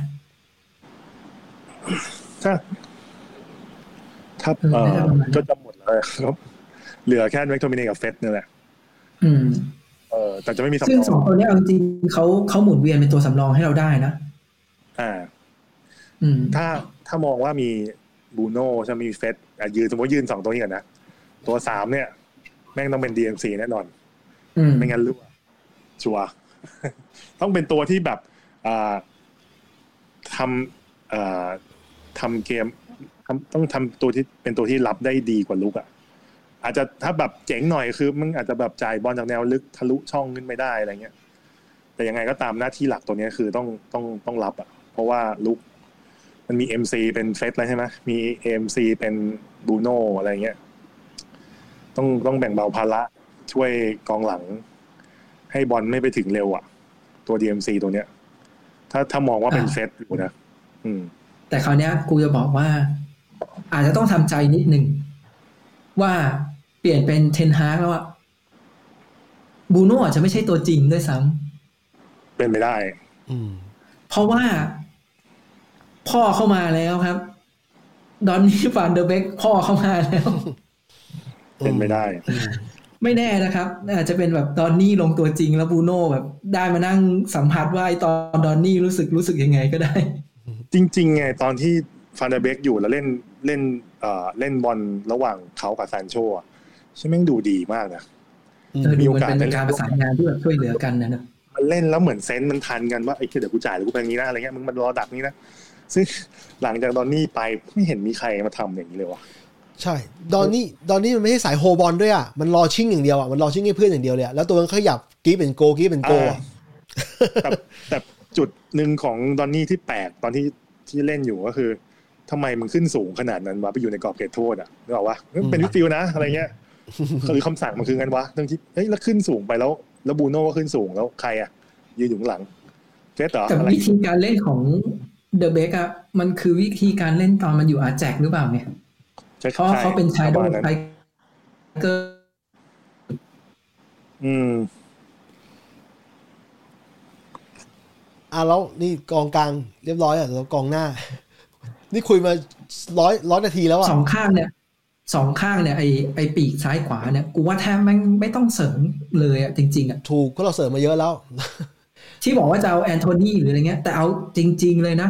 ถ้าถ้าเออก็จะหมดเลยครับเหลือแค่แม็กโทมิเนกับเฟสนี่แหละอืมเออแต่จะไม่มีสำรองซึ่งสองตัวนี้เอาจริงเขาเขาหมุนเวียนเป็นตัวสำรองให้เราได้นะอ่าอืมถ้าถ้ามองว่ามีบูโน่จะมีเฟสอ่ะยืนสมมติยืนสองตัวนี้กันนะตัวสามเนี่ยแม่งต้องเป็น ดี เอ็ม ซี แน่นอนไม่งั้นรั่วชัวร์ต้องเป็นตัวที่แบบอ่าทำอ่าทำเกมต้องทำตัวที่เป็นตัวที่รับได้ดีกว่าลุกอ่ะอาจจะถ้าแบบเจ๋งหน่อยคือมันอาจจะแบบจ่ายบอลจากแนวลึกทะลุช่องขึ้นไม่ได้อะไรเงี้ยแต่ยังไงก็ตามหน้าที่หลักตัวนี้คือต้องต้องต้องรับอ่ะเพราะว่าลุกมันมี เอ็ม ซี เป็นเฟสอะไรใช่ไหมมี เอ็ม ซี เป็นบูโน่อะไรเงี้ยต้องต้องแบ่งเบาภาระช่วยกองหลังให้บอลไม่ไปถึงเร็วอ่ะตัว ดี เอ็ม ซี ตัวเนี้ยถ้าถ้ามองว่าเป็นเฟสอยู่นะอืมแต่คราวนี้กูจะบอกว่าอาจจะต้องทำใจนิดนึงว่าเปลี่ยนเป็นเทนฮากแล้วอะบูโน่อาจจะไม่ใช่ตัวจริงด้วยซ้ำเป็นไม่ได้เพราะว่าพ่อเข้ามาแล้วครับดอนนี่ฟานเดอร์เบคพ่อเข้ามาแล้วเป็นไม่ได้ไม่แน่นะครับอาจจะเป็นแบบดอนนี่ลงตัวจริงแล้วบูโน่แบบได้มานั่งสัมผัสว่าไอตอนดอนนี่รู้สึกรู้สึกยังไงก็ได้จริงๆไงตอนที่ฟานเดอร์เบคอยู่แล้วเล่นเล่นเอ่อเล่นบอลระหว่างเขากับซานโชอ่ะใช่แม่งดูดีมากนะมีโอกาสเป็นการประสานงานที่แบบช่วยเหลือกันนะนะมันเล่นแล้วเหมือนเซนส์มันทันกันว่าไอ้เดี๋ยวกูจ่ายหรือกูไปอย่างนี้นะอะไรเงี้ยมึงมารอดักนี้นะซึ่งหลังจากดอนนี่ไปไม่เห็นมีใครมาทำอย่างนี้เลยวะใช่ดอนนี่ดอนนี่มันไม่ใช่สายโฮบอลด้วยอ่ะมันรอชิ่งอย่างเดียวอ่ะมันรอชิ่งให้เพื่อนอย่างเดียวเลยแล้วตัวมันขยับกีบเป็นโกกีบเป็นโกแต่แต่จุดหนึ่งของดอนนี่ที่แปลกตอนที่ที่เล่นอยู่ก็คือทำไมมึงขึ้นสูงขนาดนั้นวะไปอยู่ในกรอบเขตโทษอ่ะนึกออกปะเป็นวิดฟิลด์นะอะไรเงี้ยคือคำสั่งมันคืองั้นวะทั้งที่เฮ้ยแล้วขึ้นสูงไปแล้วแล้วบูโน่ก็ขึ้นสูงแล้วใครอ่ะยืนอยู่ข้างหลังเฟสเหรอแต่วิธีการเล่นของเดอะเบคอะมันคือวิธีการเล่นตอนมันอยู่อาแจกหรือเปล่าเนี่ยเพราะเขาเป็นชายโดว์ไทเกอร์อืมอ่ะแล้วนี่กองกลางเรียบร้อยอ่ะแล้วกองหน้านี่คุยมาร้อยร้อยนาทีแล้วอ่ะสองข้างเนี่ยสองข้างเนี่ยไอไอปีกซ้ายขวาเนี่ยกูว่าแทบไม่ไม่ต้องเสริมเลยอ่ะจริงๆอ่ะถูกก็เราเสริมมาเยอะแล้วที่บอกว่าจะเอาแอนโทนีหรืออะไรเงี้ยแต่เอาจริงๆเลยนะ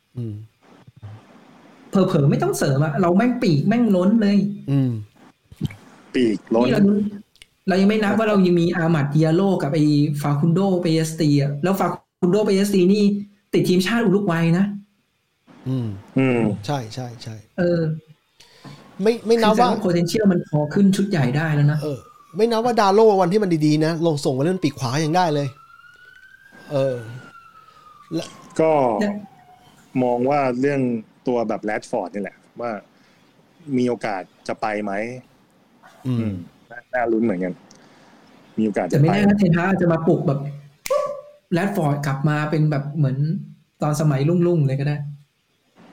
เผลอๆไม่ต้องเสริมอ่ะเราแม่งปีกแม่งล้นเลยปีกล้นเรายังไม่นับว่าเรายังมีอามัดดิอาโลกับไอฟาคุนโดเปเอสตีอ่ะแล้วฟาคุนโดเปเอสตีนี่ติดทีมชาติอุรุกวัยนะอืมอืมใช่ใช่ใช่เออไม่ไม่นับว่า potential มันพอขึ้นชุดใหญ่ได้แล้วนะเออไม่นับว่าดาโลวันที่มันดีๆนะลงส่งมาเล่นปีกขวายังได้เลยเออก็มองว่าเรื่องตัวแบบแรดฟอร์ดนี่แหละว่ามีโอกาสจะไปไหมอืมน่าลุ้นเหมือนกันมีโอกาสจะไปแต่ไม่แน่นะเทนฮากจะมาปลุกแบบแรดฟอร์ดกลับมาเป็นแบบเหมือนตอนสมัยรุ่งๆเลยก็ได้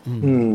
อืม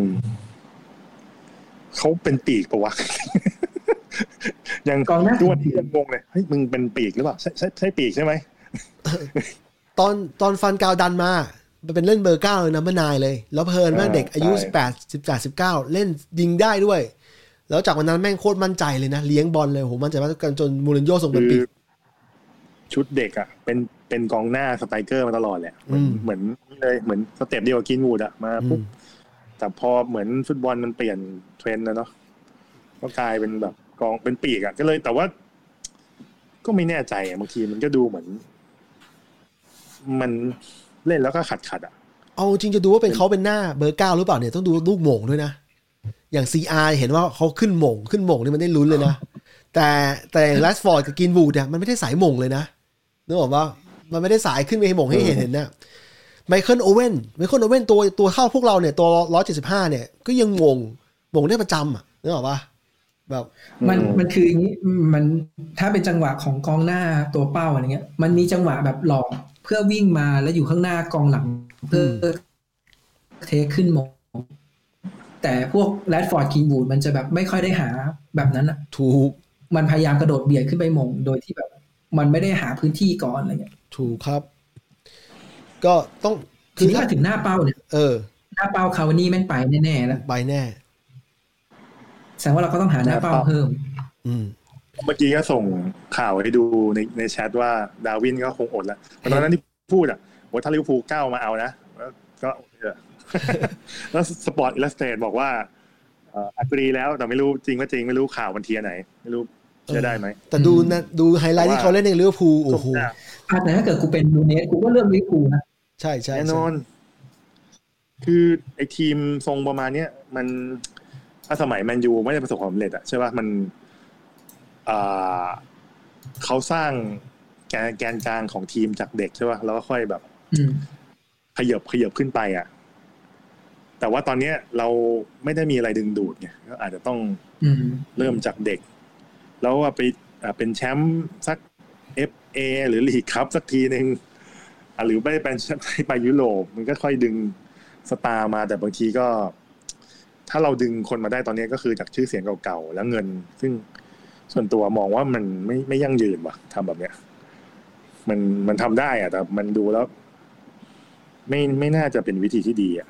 เขาเป็นปีกปะวะ ยังกองหน้าทุกวันที่ยังงงเลยเฮ้ยมึงเป็นปีกหรือเปล่าใช่ใช่ใช่ปีกใช่ไหมตอนตอนฟันกาวดันมามันเป็นเล่นเบอร์เก้าเลยนะเบอร์นายเลยแล้วเพลินแม่งเด็กอายุสิบแปด สิบแปด สิบเก้าเล่นยิงได้ด้วยแล้วจากวันนั้นแม่งโคตรมั่นใจเลยนะเลี้ยงบอลเลยโหมั่นใจมากจนมูรินโญ่ส่งเป็นปีกชุดเด็กอ่ะเป็นเป็นกองหน้าสไตรเกอร์มาตลอดแหละเหมือนเหมือนเลยเหมือนสเต็ปเดียวกับกินวูดอ่ะมาปุ๊บแต่พอเหมือนฟุตบอลมันเปลี่ยนเทรนด์นะเนาะก็กลายเป็นแบบกองเป็นปีกอ่ะก็เลยแต่ว่าก็ไม่แน่ใจอ่ะบางทีมันก็ดูเหมือนมันเล่นแล้วก็ขัดขัดอ่ะเอาจริงจะดูว่าเป็นเขาเป็นหน้าเบอร์เก้าหรือเปล่าเนี่ยต้องดูลูกโหม่งด้วยนะอย่าง ซี อาร์ เห็นว่าเขาขึ้นโหม่งขึ้นโหม่งนี่มันได้ลุ้นเลยนะแต่แต่แรชฟอร์ดกับกินวูดเนี่ยมันไม่ได้สายโหม่งเลยนะนึกออกว่ามันไม่ได้สายขึ้นไปให้โหม่งให้เห็นเห็นนะไมเคิลโอเว่นไมเคิลโอเว่นตัวตัวเข้าพวกเราเนี่ยตัวหนึ่งร้อยเจ็ดสิบห้าเนี่ยก็ยังโหม่งโหม่งได้ประจำอ่ะนึกออกปะแบบมันมันคืออย่างนี้มันถ้าเป็นจังหวะของกองหน้าตัวเป้าอะไรเงี้ยมันมีจังหวะแบบหลอกเพื่อวิ่งมาแล้วอยู่ข้างหน้ากองหลังเพื่อเทขึ้นโหม่งแต่พวกแรดฟอร์ดกินวูดมันจะแบบไม่ค่อยได้หาแบบนั้นอ่ะถูกมันพยายามกระโดดเบียดขึ้นไปโหม่งโดยที่แบบมันไม่ได้หาพื้นที่ก่อนอะไรเงี้ยถูกครับก็ต้องทีนี้มาถึงหน้าเป้าเนี่ยเออหน้าเป้าคาวานี่แม่งไปแน่ๆแล้วไปแน่แสดงว่าเราก็ต้องหาหน้าเป้าเพิ่มอืมเมื่อกี้ก็ส่งข่าวให้ดูในในแชทว่าดาวินก็คงอดแล้วตอนนั้นที่พูดอ่ะว่าถ้าลิเวอร์พูลก้าวมาเอานะก็แล้วสปอร์ตอิลลัสเตรทบอกว่าอักรีแล้วแต่ไม่รู้จริงว่าจริงไม่รู้ข่าวมันเทียไหนไม่รู้เชื่อได้ไหมแต่ดูนะดูไฮไลท์ที่เขาเล่นในลิเวอร์พูลโอ้โหแต่ถ้าเกิดกูเป็นนูเนสกูก็เลือกลิเวอร์พูลนะใช่ใช่แน่นอนคือไอ้ทีมทรงประมาณเนี้ยมันถ้าสมัยแมนยูไม่ได้ประสบความสำเร็จอะใช่ป่ะมันอ่าเขาสร้างแกนแกนกลางของทีมจากเด็กใช่ป่ะแล้วก็ค่อยแบบขยับขยับขึ้นไปอ่ะแต่ว่าตอนนี้เราไม่ได้มีอะไรดึงดูดไงก็อาจจะต้องเริ่มจากเด็กแล้วว่าไปเป็นแชมป์สัก เอฟ เอ หรือลีกคัพสักทีนึงหรือไม่เป็นไปยุโรปมันก็ค่อยดึงสตาร์มาแต่บางทีก็ถ้าเราดึงคนมาได้ตอนนี้ก็คือจากชื่อเสียงเก่าๆแล้วเงินซึ่งส่วนตัวมองว่ามันไม่ไม่ยั่งยืนว่ะทำแบบเนี้ยมันมันทำได้อะแต่มันดูแล้วไม่ไม่น่าจะเป็นวิธีที่ดีอ่ะ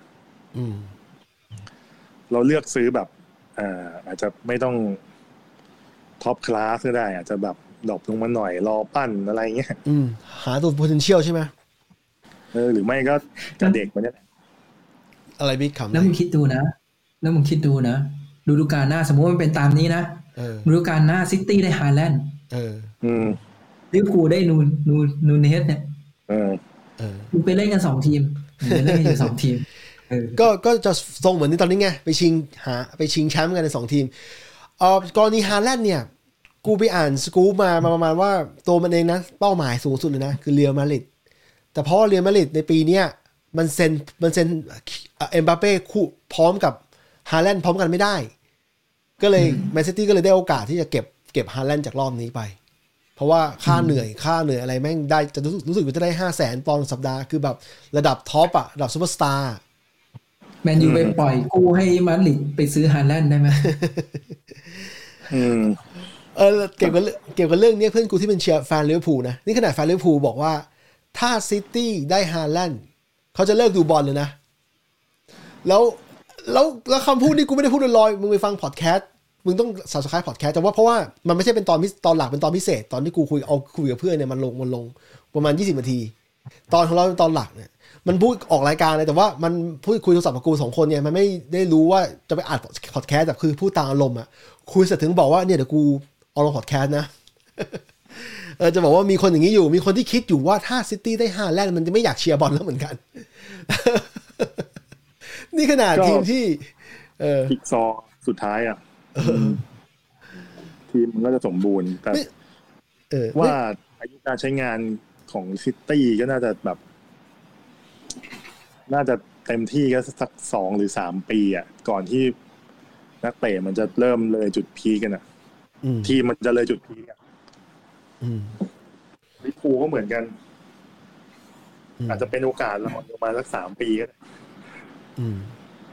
เราเลือกซื้อแบบอ่าอาจจะไม่ต้องท็อปคลาสก็ได้อาจจะแบบดรอปลงมาหน่อยรอปั้นอะไรเงี้ยหาตัว potential ใช่ไหมเออหรือไม่ก็จะเด็กมันเนี่ยอะไรบิ๊กคำแล้วมึงคิดดูนะแล้วมึงคิดดูนะฤดูกาลหน้าสมมติว่ามันเป็นตามนี้นะฤดูกาลหน้าซิตี้ได้ฮาแลนด์เอออืมลิเวอร์พูลได้นูนนูนนูเนสเนี่ยเออเออมึงไปเล่นกันสองทีมมึงเล่นกันอยู่สองทีมก็ก็จะทรงเหมือนที่ตอนนี้ไงไปชิงหาไปชิงแชมป์กันในสองทีมเอ่อกรณีฮาแลนด์เนี่ยกูไปอ่านสกู๊ปมาประมาณว่าตัวมันเองนะเป้าหมายสูงสุดเลยนะคือเรอัลมาดริดแต่เพราะเรอัลมาดริดในปีเนี้ยมันเซ็นมันเซ็นเอ็มบัปเป้คู่พร้อมกับฮาแลนด์พร้อมกันไม่ได้ก็เลยแมนซิตี้ก็เลยได้โอกาสที่จะเก็บเก็บฮาแลนด์จากรอบนี้ไปเพราะว่าค่าเหนื่อยค่าเหนื่อยอะไรแม่งได้จะรู้สึกรู้สึกว่าจะได้ห้าแสนปอนด์สัปดาห์คือแบบระดับท็อปอะระดับซุปเปอร์สตาร์แมนยูไปปล่อยกู้ให้มาดริดไปซื้อฮาแลนด์ได้ไหมอืมเออเกี่ยวกับเกี่ยวกับเรื่องนี้เพื่อนกูที่เป็นเชียร์แฟนลิเวอร์พูลนะนี่ขนาดแฟนลิเวอร์พูลบอกว่าถ้าซิตี้ได้ฮาแลนด์เขาจะเลิกดูบอลเลยนะแล้วแล้วแล้วคำพูดนี้กูไม่ได้พูดลอยๆมึงไปฟังพอดแคสต์มึงต้อง Subscribe พอดแคสต์แต่ว่าเพราะว่ามันไม่ใช่เป็นตอนตอนหลักเป็นตอนพิเศษตอนที่กูคุยเอาคุยกับเพื่อนเนี่ยมันลงมันลงประมาณยี่สิบนาทีตอนของเราเป็นตอนหลักเนี่ยมันพูดออกรายการเลยแต่ว่ามันพูดคุยโทรศัพท์กับกูสองคนเนี่ยมันไม่ได้รู้ว่าจะไปอัดพอดแคสต์แบบคือพูดตามอารมณ์อ่ะคุยเสร็จถึงบอกว่าเนี่ยเดี๋ยวกูเอาลงพอดแคสต์นะเออจะบอกว่ามีคนอย่างนี้อยู่มีคนที่คิดอยู่ว่าถ้าซิตี้ได้ห้าแลนด์มันจะไม่อยากเชียร์บอลแล้วเหมือนกันนี่ขนาดทีมที่เออพิกซอสุดท้ายอ่ะทีมมันก็จะสมบูรณ์แต่ว่าอายุการใช้งานของซิตี้ก็น่าจะแบบน่าจะเต็มที่ก็สักสองหรือสามปีอ่ะก่อนที่นักเตะมันจะเริ่มเลยจุดพีคกันอ่ะทีมมันจะเลยจุดพีคอ่ะลิเวอร์พูลก็เหมือนกันอาจจะเป็นโอกาสเราประมาณสักสามปีก็ได้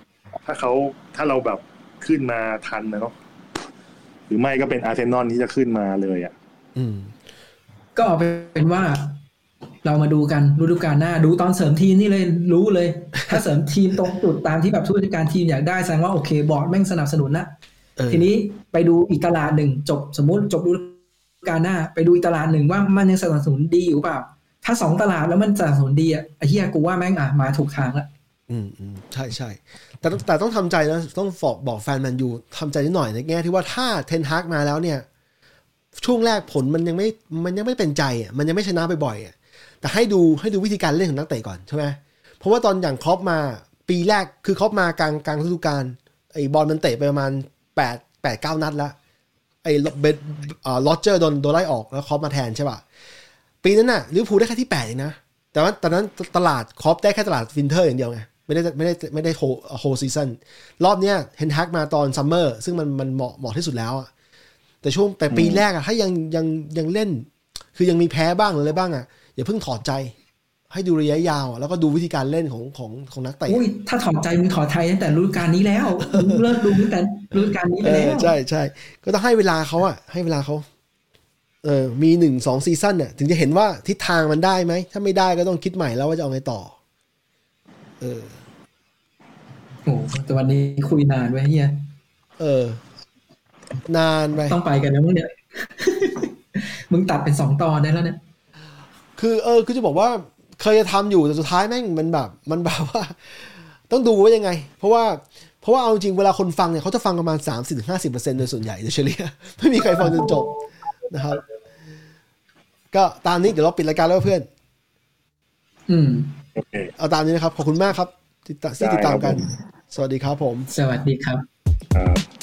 ถ้าเขาถ้าเราแบบขึ้นมาทันนะเนาะหรือไม่ก็เป็นอาร์เซนอลที่จะขึ้นมาเลยอ่ะอืมก็เอาเป็นว่าเรามาดูกันฤดูกาลหน้าดูตอนเสริมทีมนี่เลยรู้เลยถ้าเสริมทีมตรงจุดตามที่แบบผู้จัดการทีมอยากได้แสดงว่าโอเคบอร์ดแม่งสนับสนุนนะทีนี้ไปดูอีกตลาดหนึ่งจบสมมุติจบฤดูกาลหน้าไปดูอีกตลาดหนึ่งว่ามันยังสนับสนุนดีอยู่เปล่าถ้าสองตลาดแล้วมันสนับสนุนดีอ่ะไอ้เหี้ยกูว่าแม่งอ่ะมาถูกทางละอืมอืมใช่ใช่แต่แต่ต้องทำใจนะต้องบอกบอกแฟนแมนยูทำใจนิดหน่อยในแง่ที่ว่าถ้าเทนฮากมาแล้วเนี่ยช่วงแรกผลมันยังไม่มันยังไม่เป็นใจอ่ะมันยังไม่ชนะบ่อยๆอ่ะแต่ให้ดูให้ดูวิธีการเล่นของนักเตะก่อนใช่ไหมเพราะว่าตอนอย่างครอปมาปีแรกคือครอปมากลางกลางฤดูกาลไอ้บอลมันเตะไปประมาณแปด แปด เก้านัดแล้วไอ้เบดอ่าโรเจอร์โดนโดนไล่ออกแล้วครอปมาแทนใช่ป่ะปีนั้นน่ะลิเวอร์พูลได้แค่ที่แปดเองนะแต่ว่าตอนนั้นตลาดครอปได้แค่ตลาดวินเทอร์อย่างเดียวไงไม่ได้ไม่ได้ไม่ได้โฮโฮซีซั่นรอบเนี้ยเฮนฮักมาตอนซัมเมอร์ซึ่งมันมันเหมาะเหมาะที่สุดแล้วอ่ะแต่ช่วงแต่ปีแรกอ่ะถ้ายังยังยังเล่นคือยังมีแพ้บ้างหรืออะไรบ้างอ่ะอย่าเพิ่งถอดใจให้ดูระยะยาวแล้วก็ดูวิธีการเล่นของของของนักเตะอุ้ยถ้าถอดใจมึงถอดใจตั้งแต่ฤดูกาลนี้แล้วมึงเลิกดูตั้งแต่ฤดูกาลนี้ไปแล้วใช่ใช่ก็ต้องให้เวลาเขาอ่ะให้เวลาเขาเออมีหนึ่งสองซีซั่นเนี่ยถึงจะเห็นว่าทิศทางมันได้ไหมถ้าไม่ได้ก็ต้องคิดใหม่แล้วว่าจะเอาไงต่อเออโอ้แต่วันนี้คุยนานไว้เฮียเออนานไปต้องไปกันแล้วมึงเนี่ยมึงตัดเป็นสองตอนได้แล้วเนี่ยคือเออคือจะบอกว่าเคยจะทำอยู่แต่สุดท้ายแม่งมันแบบมันแบบว่าต้องดูว่ายังไงเพราะว่าเพราะว่าเอาจริงเวลาคนฟังเนี่ยเขาจะฟังประมาณ สามสิบถึงห้าสิบเปอร์เซ็นต์ โดยส่วนใหญ่โดยเฉลี่ยไม่มีใครฟังจนจบนะครับก็ตามนี้เดี๋ยวเราปิดรายการแล้วเพื่อนอืมโอเคเอาตามนี้นะครับขอบคุณมากครับที่ติดตามกันสวัสดีครับผมสวัสดีครับครับ